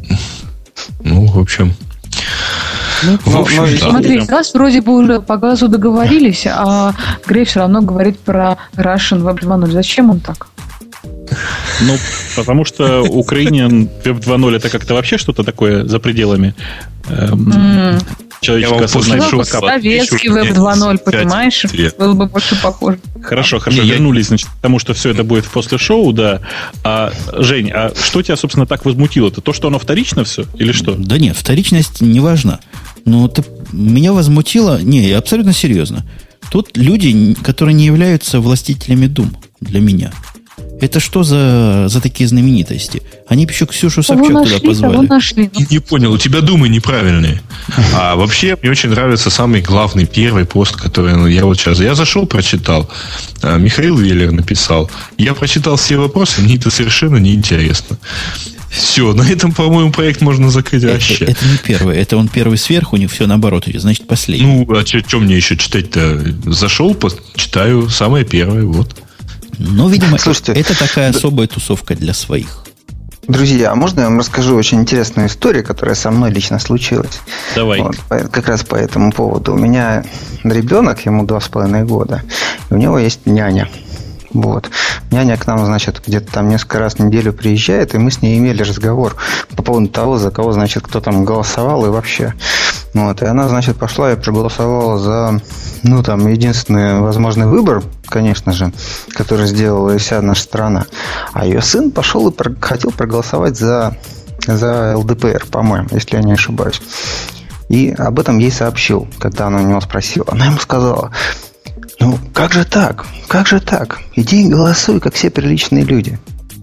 Ну, в общем... Ну, В общем, но- да. Смотри, газ вроде бы уже по газу договорились, а Грей все равно говорит про Russian Web два ноль. Зачем он так? Ну, потому что Ukrainian Web два ноль это как-то вообще что-то такое за пределами эм, М. человеческого Я вам сознания. после Ну, шоу Пока- советский подпишу, Web два ноль, пять понимаешь? лет. Было бы больше похоже. Хорошо, хорошо, Не, я- вернулись, значит, к тому, что все это будет после шоу, да. А, Жень, а что тебя, собственно, так возмутило-то? То, что оно вторично все? Или что? Да нет, вторичность не важна. Но ты, меня возмутило... Не, я абсолютно серьезно. Тут люди, которые не являются властителями дум для меня. Это что за, за такие знаменитости? Они бы еще Ксюшу Кого Собчак туда нашли, того позвали. нашли. Ну, Не понял, у тебя думы неправильные. А вообще, мне очень нравится самый главный первый пост, который ну, я вот сейчас... Я зашел, прочитал. А, Михаил Веллер написал. Я прочитал все вопросы, мне это совершенно неинтересно. Все, на этом, по-моему, проект можно закрыть Это, вообще. это не первый. Это он первый сверху, у них все наоборот идет. Значит, последний. Ну, а что мне еще читать-то? Зашел, по- читаю самое первое, вот. Но, видимо, Слушайте, это такая особая тусовка для своих. Друзья, а можно я вам расскажу очень интересную историю, которая со мной лично случилась? Давай. Вот, по- как раз по этому поводу. У меня ребенок, ему два с половиной года, и у него есть няня. Вот. Няня к нам, значит, где-то там несколько раз в неделю приезжает, и мы с ней имели разговор по поводу того, за кого, значит, кто там голосовал и вообще. Вот. И она, значит, пошла и проголосовала за, ну, там, единственный возможный выбор, конечно же, который сделала вся наша страна. А ее сын пошел и про- хотел проголосовать за, за эл дэ пэ эр, по-моему, если я не ошибаюсь. И об этом ей сообщил, когда она у него спросила. Она ему сказала: ну, как же так? Как же так? Иди и голосуй, как все приличные люди.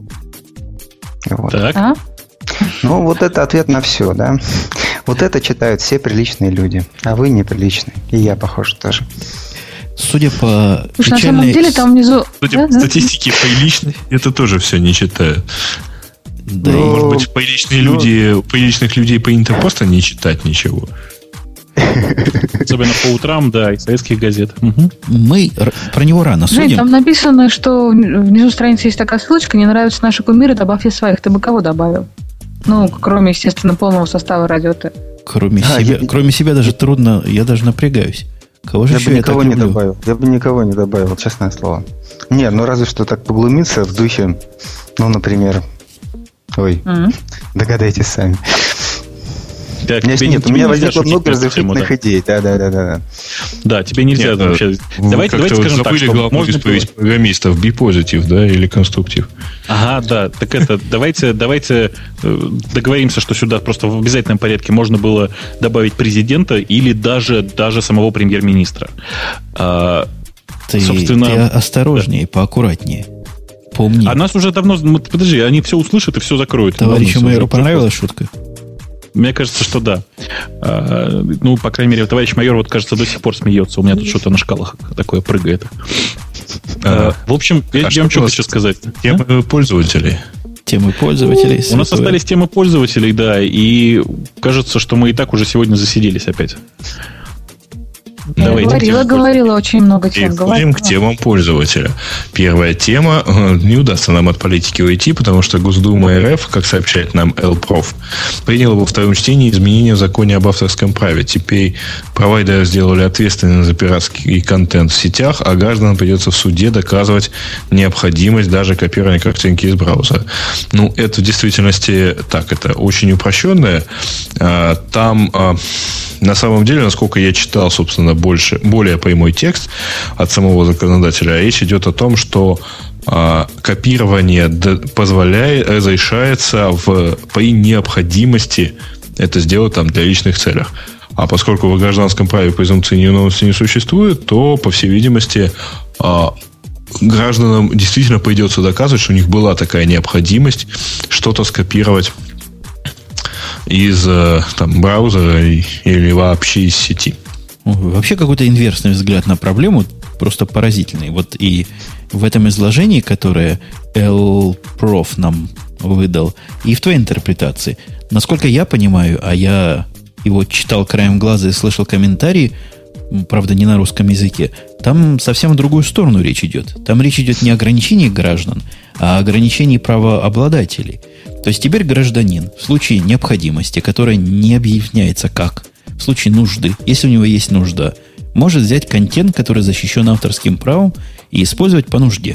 Вот. Так. А? Ну, вот это ответ на все, да? Вот это читают все приличные люди, а вы неприличные. И я, похоже, тоже. Судя по Слушай, на самом печальной... деле там внизу... Кстати, Да, по да. статистике приличных это тоже все не читают. Да, Ну, Может быть, приличные ну- люди, у приличных людей принято просто не читать ничего. Особенно по утрам, да, из советских газет. Мгм. мы р- про него рано Жень, судим. там написано, что внизу страницы есть такая ссылочка: не нравятся наши кумиры, добавьте своих. Ты бы кого добавил? Ну, кроме, естественно, полного состава радио Т. Кроме, А, себя, я- кроме себя даже трудно, я даже напрягаюсь. Кого же Я еще бы я так никого не люблю? добавил. Я бы никого не добавил, честное слово. Не, ну разве что так поглумиться в духе, ну, например... Ой, М. догадайтесь сами. Так, нет, нет, у меня возникло много разрешительных да. идей. Да, да, да, да. Да, тебе нельзя нет, вообще. Давайте, давайте скажем так, что главную исповедь программистов be-positive, да, или конструктив. Ага, да. Так это, давайте, давайте договоримся, что сюда просто в обязательном порядке можно было добавить президента или даже, даже самого премьер-министра. А, ты, собственно, ты осторожнее, да. поаккуратнее. Помни. А нас уже давно... Подожди, они все услышат и все закроют. Товарищу майору понравилась шутка? Мне кажется, что да. А, ну, по крайней мере, товарищ майор, вот, кажется, до сих пор смеется. У меня тут что-то на шкалах такое прыгает. А, в общем, а я, я вам что хочу сказать. Темы а? пользователей. Темы пользователей. У нас остались темы пользователей, да, и кажется, что мы и так уже сегодня засиделись опять. Я Давайте говорила, говорила очень много тем. Переходим к темам пользователя. Первая тема. Не удастся нам от политики уйти, потому что Госдума РФ, как сообщает нам Элпроф, приняла во втором чтении изменения в законе об авторском праве. Теперь провайдеры сделали ответственность за пиратский контент в сетях, а гражданам придется в суде доказывать необходимость даже копирования картинки из браузера. Ну, это в действительности так, это очень упрощенное. Там на самом деле, насколько я читал, собственно, больше, более прямой текст от самого законодателя, речь идет о том, что а, копирование позволяет, разрешается в, при необходимости это сделать там, для личных целей. А поскольку в гражданском праве презумпции невиновности не существует, то, по всей видимости, а, гражданам действительно придется доказывать, что у них была такая необходимость что-то скопировать из там, браузера или вообще из сети. Вообще какой-то инверсный взгляд на проблему, просто поразительный. Вот и в этом изложении, которое Элпроф нам выдал, и в твоей интерпретации, насколько я понимаю, а я его читал краем глаза и слышал комментарии, правда, не на русском языке, там совсем в другую сторону речь идет. Там речь идет не о ограничении граждан, а о ограничении правообладателей. То есть теперь гражданин в случае необходимости, которая не объясняется как, в случае нужды, если у него есть нужда, может взять контент, который защищен авторским правом, и использовать по нужде.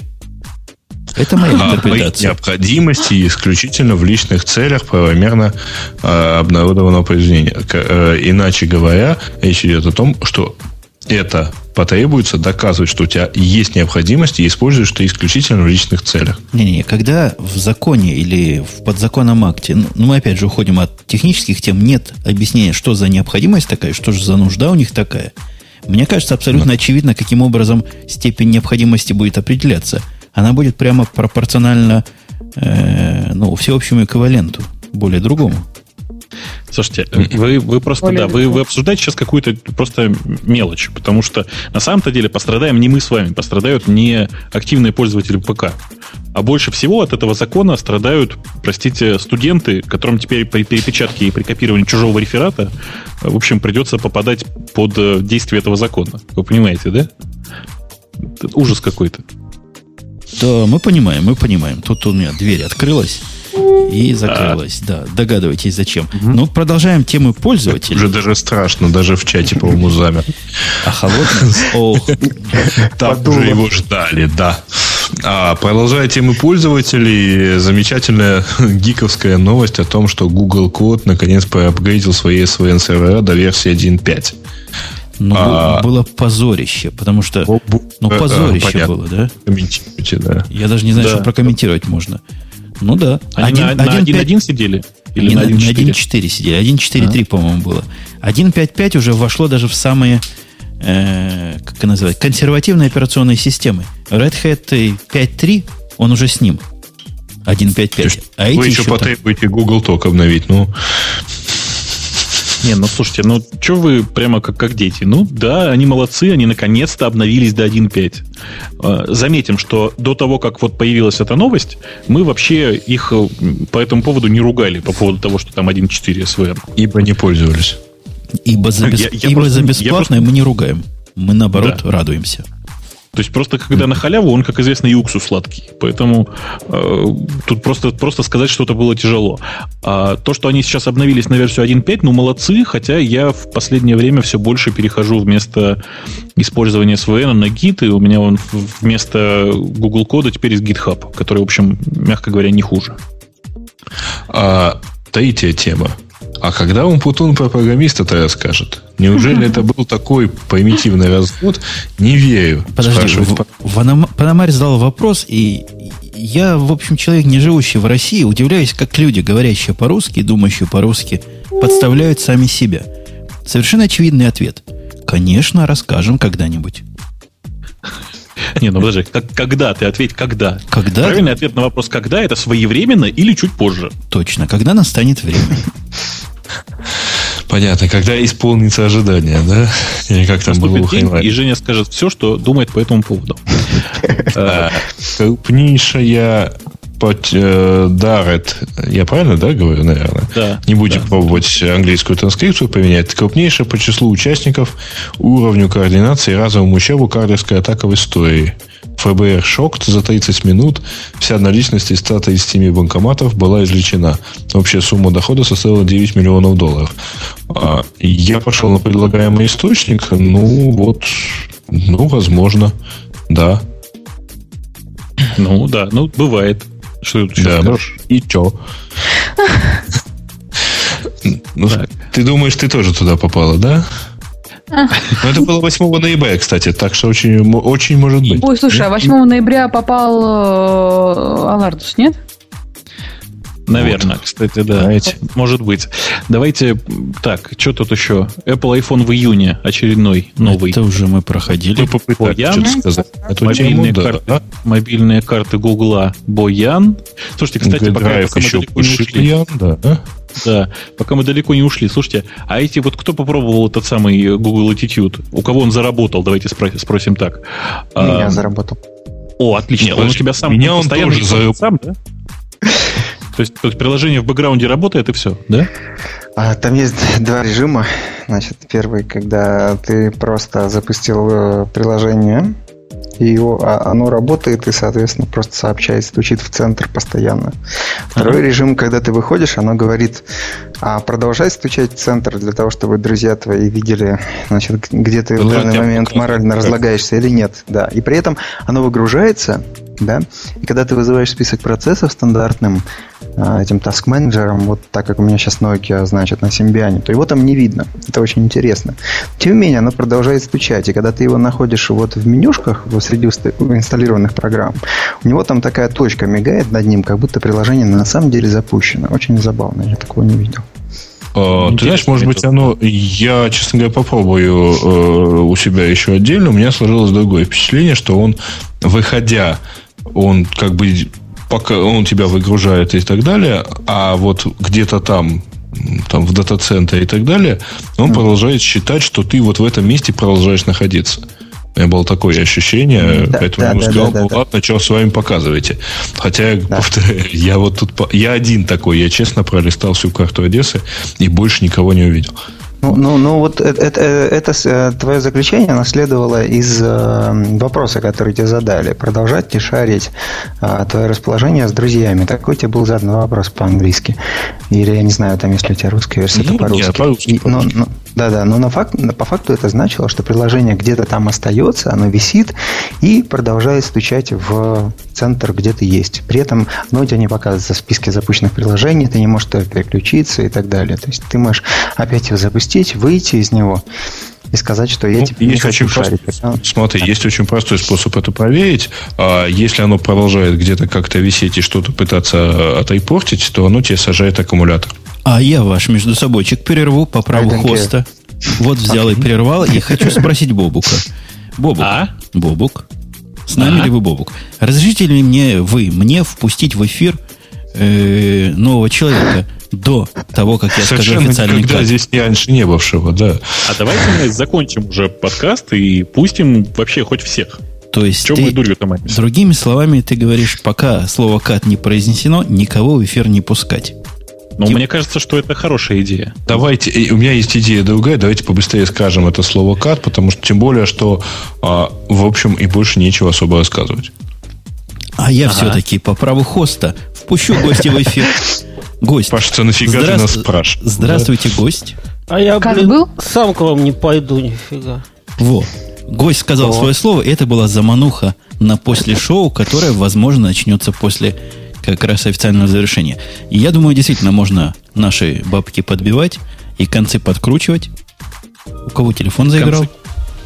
Это моя а, интерпретация. При необходимости исключительно в личных целях правомерно э, обнародованного произведения. К, э, иначе говоря, речь идет о том, что это потребуется доказывать, что у тебя есть необходимость и используешь ты исключительно в личных целях. Не-не, когда в законе или в подзаконном акте, ну, мы опять же уходим от технических тем, нет объяснения, что за необходимость такая, что же за нужда у них такая. Мне кажется, абсолютно да. очевидно, каким образом степень необходимости будет определяться. Она будет прямо пропорциональна э, ну, всеобщему эквиваленту, более другому. Слушайте, вы, вы просто, да, вы, вы обсуждаете сейчас какую-то просто мелочь, потому что на самом-то деле пострадаем не мы с вами, пострадают не активные пользователи ПК, а больше всего от этого закона страдают, простите, студенты, которым теперь при перепечатке и при копировании чужого реферата, в общем, придется попадать под действие этого закона. Вы понимаете, да? Это ужас какой-то. Да, мы понимаем, мы понимаем. Тут у меня дверь открылась и закрылась. А. Да, догадываетесь, зачем. Угу. Ну, продолжаем тему пользователей. Уже даже страшно, даже в чате, по-моему, замер. А холодно? Ох. Там уже его ждали, да. А, продолжая темы пользователей, замечательная гиковская новость о том, что Google Cloud наконец проапгрейдил свои эс ви эн-сервера до версии один точка пять. Ну, а, было позорище, потому что... Ну, позорище а, было, да? Комментируйте, да. Я даже не знаю, да. что прокомментировать можно. Ну да. Они один, на один точка один сидели? Или на один точка четыре сидели. один точка четыре точка три, а? по-моему, было. один точка пять точка пять уже вошло даже в самые, э, как это называть, консервативные операционные системы. Red Hat пять точка три, он уже с ним. один точка пять точка пять. А вы еще, еще потребуете там... Google Talk обновить, ну... Не, ну слушайте, ну что вы прямо как, как дети? Ну да, они молодцы, они наконец-то обновились до один точка пять. Заметим, что до того, как вот появилась эта новость, мы вообще их по этому поводу не ругали, по поводу того, что там один точка четыре эс ви эн. Ибо не пользовались. Ибо за, бесп... я, я Ибо просто, за бесплатное просто... мы не ругаем. Мы, наоборот, да. радуемся. То есть просто когда на халяву, он, как известно, и уксус сладкий. Поэтому э, тут просто, просто сказать что-то было тяжело. А то, что они сейчас обновились на версию один точка пять, ну, молодцы, хотя я в последнее время все больше перехожу вместо использования эс ви эн на Git, и у меня он вместо Google кода теперь есть GitHub, который, в общем, мягко говоря, не хуже. А, третья тема. А когда Умпутун про программиста-то расскажет? Неужели это был такой примитивный развод? Не верю. Подожди, Пономарь задал вопрос, и я, в общем, человек, не живущий в России, удивляюсь, как люди, говорящие по-русски, думающие по-русски, подставляют сами себя. Совершенно очевидный ответ. Конечно, расскажем когда-нибудь. Не, ну подожди, как, когда? Ты ответь, когда? Когда? Правильный ответ на вопрос «когда» — это своевременно или чуть позже. Точно, когда настанет время. Понятно, когда исполнится ожидание, да? Или как там было у Хайнлайна. И Женя скажет все, что думает по этому поводу. Крупнейшая Дарет, я правильно, да, говорю, наверное? Да. Не будем да. пробовать английскую транскрипцию поменять. Крупнейшая по числу участников, уровню координации и разовому ущербу кардерская атака в истории. ФБР шокт за тридцать минут. Вся наличность из ста тридцати семи банкоматов была извлечена. Общая сумма дохода составила девять миллионов долларов. Я пошел на предлагаемый источник. Ну, вот, ну, возможно, да. Ну, да, ну, бывает. Что тут да, ну, и чё? Ну, ты думаешь, ты тоже туда попала, да? Ну, это было восьмого ноября, кстати, так что очень, очень может быть. Ой, слушай, а восьмого ноября попал э, Алардус, нет? Наверное, вот. Кстати, да. Знаете. Может быть. Давайте, так, что тут еще? Apple iPhone в июне очередной, новый. Это уже мы проходили. Мы попытались что-то сказать. Мобильные, тему, карты, да. мобильные карты Гугла Боян. Слушайте, кстати, пока, пока мы далеко не ушли. Ян, да. Да, пока мы далеко не ушли. Слушайте, а эти вот кто попробовал этот самый Google Attitude? У кого он заработал? Давайте спросим так. Меня а, заработал. О, отлично. Он у тебя сам меня он тоже заработал. Сам, да? То есть, то есть приложение в бэкграунде работает и все, да? А, там есть два режима. Значит, первый, когда ты просто запустил приложение, и его, оно работает и, соответственно, просто сообщает, стучит в центр постоянно. Второй ага. режим, когда ты выходишь, оно говорит, а продолжай стучать в центр для того, чтобы друзья твои видели, значит, где ты в данный момент морально разлагаешься или нет. Да. И при этом оно выгружается, да, и когда ты вызываешь список процессов стандартным этим task-менеджером, вот так как у меня сейчас Nokia, значит, на Symbian, то его там не видно. Это очень интересно. Тем не менее, оно продолжает стучать. И когда ты его находишь вот в менюшках, вот среди инсталлированных программ, у него там такая точка мигает над ним, как будто приложение на самом деле запущено. Очень забавно. Я такого не видел. А, ты знаешь, может быть, оно... Я, честно говоря, попробую э, у себя еще отдельно. У меня сложилось другое впечатление, что он, выходя, он как бы... Пока он тебя выгружает и так далее, а вот где-то там, там в дата-центре и так далее, он mm. продолжает считать, что ты вот в этом месте продолжаешь находиться. У меня было такое ощущение, да, поэтому да, я ему да, сказал, да, ну да, ладно, да. Что с вами показываете. Хотя, да. повторяю, я вот тут, я один такой, я честно пролистал всю карту Одессы и больше никого не увидел. Ну, ну, ну вот это, это, это твое заключение наследовало из э, вопроса, который тебе задали. Продолжать ли шарить э, твое расположение с друзьями? Такой тебе был задан вопрос по-английски. Или, я не знаю, там, если у тебя русская версия, ну, то по-русски. Нет, по-русски, И, но, но, да-да, но на факт, по факту это значило, что приложение где-то там остается, оно висит и продолжает стучать в центр, где ты есть. При этом оно у тебя не показывается в списке запущенных приложений, ты не можешь туда переключиться и так далее. То есть ты можешь опять его запустить, выйти из него и сказать, что я ну, теперь не хочу шарить. Прост... Смотри, есть очень простой способ это проверить. Если оно продолжает где-то как-то висеть и что-то пытаться отрепортить, то оно тебе сажает аккумулятор. А я ваш между собойчик перерву по праву хоста. Вот взял и прервал. И хочу спросить Бобука. Бобук, а? Бобук, с нами а? ли вы, Бобук? Разрешите ли мне вы, мне впустить в эфир э, нового человека до того, как я совершенно скажу официальный никогда код? Здесь раньше не бывшего, да. А давайте мы закончим уже подкаст и пустим вообще хоть всех. То есть Чем ты, мы дурью там? другими словами, ты говоришь, пока слово «кат» не произнесено, никого в эфир не пускать. Но Тип... мне кажется, что это хорошая идея. Давайте, у меня есть идея другая, давайте побыстрее скажем это слово «кат», потому что тем более, что а, в общем и больше нечего особо рассказывать. А я ага. все-таки по праву хоста впущу гостя в эфир. Гость. Паша, нафига Здра... ты нас спрашиваешь? Здравствуйте, да? Гость. А я, как блин, был? Сам к вам не пойду, нифига. Во. Гость сказал О. свое слово, и это была замануха на после шоу, которое, возможно, начнется после как раз официального завершения. И я думаю, действительно, можно наши бабки подбивать и концы подкручивать. У кого телефон заиграл? Концы.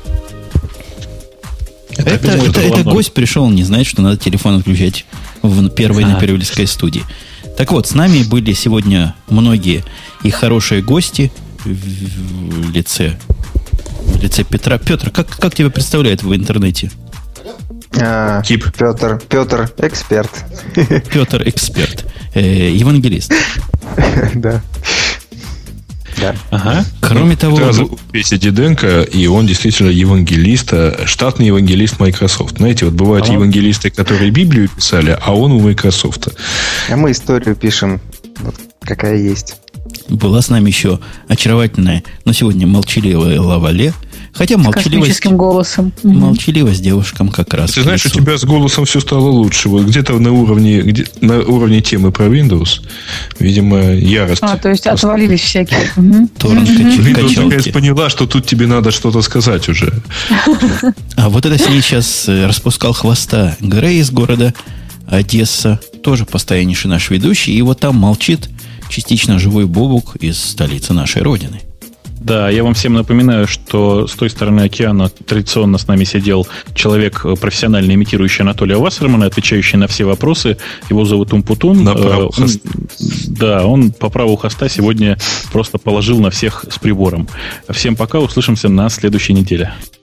Это, это, думаю, это, это, это гость пришел, не знает, что надо телефон отключать в первой напервельской студии. Так вот, с нами были сегодня многие и хорошие гости в лице, в лице Петра. Петр, как, как тебя представляют в интернете? А, Кип. Петр, Петр, эксперт. Петр, эксперт. Э, евангелист. Да. Да. Ага. Кроме того... Петя Диденко, и он действительно евангелист, штатный евангелист Microsoft. Знаете, вот бывают а евангелисты, которые Библию писали, а он у Microsoft. А мы историю пишем, вот какая есть. Была с нами еще очаровательная, но сегодня молчаливая Лавале. Хотя молчаливость... Космическим голосом. Молчаливость девушкам как раз. Ты знаешь, у тебя с голосом все стало лучше. Вот где-то на уровне, где, на уровне темы про Windows, видимо, ярость. А, то есть просто отвалились всякие. Windows наконец поняла, что тут тебе надо что-то сказать уже. А вот это с ней сейчас распускал хвоста Грей из города Одесса. Тоже постояннейший наш ведущий. И вот там молчит частично живой Бобук из столицы нашей Родины. Да, я вам всем напоминаю, что с той стороны океана традиционно с нами сидел человек, профессионально имитирующий Анатолия Вассермана, отвечающий на все вопросы. Его зовут Умпутун. На праву хоста. Да, он по праву хоста сегодня просто положил на всех с прибором. Всем пока, услышимся на следующей неделе.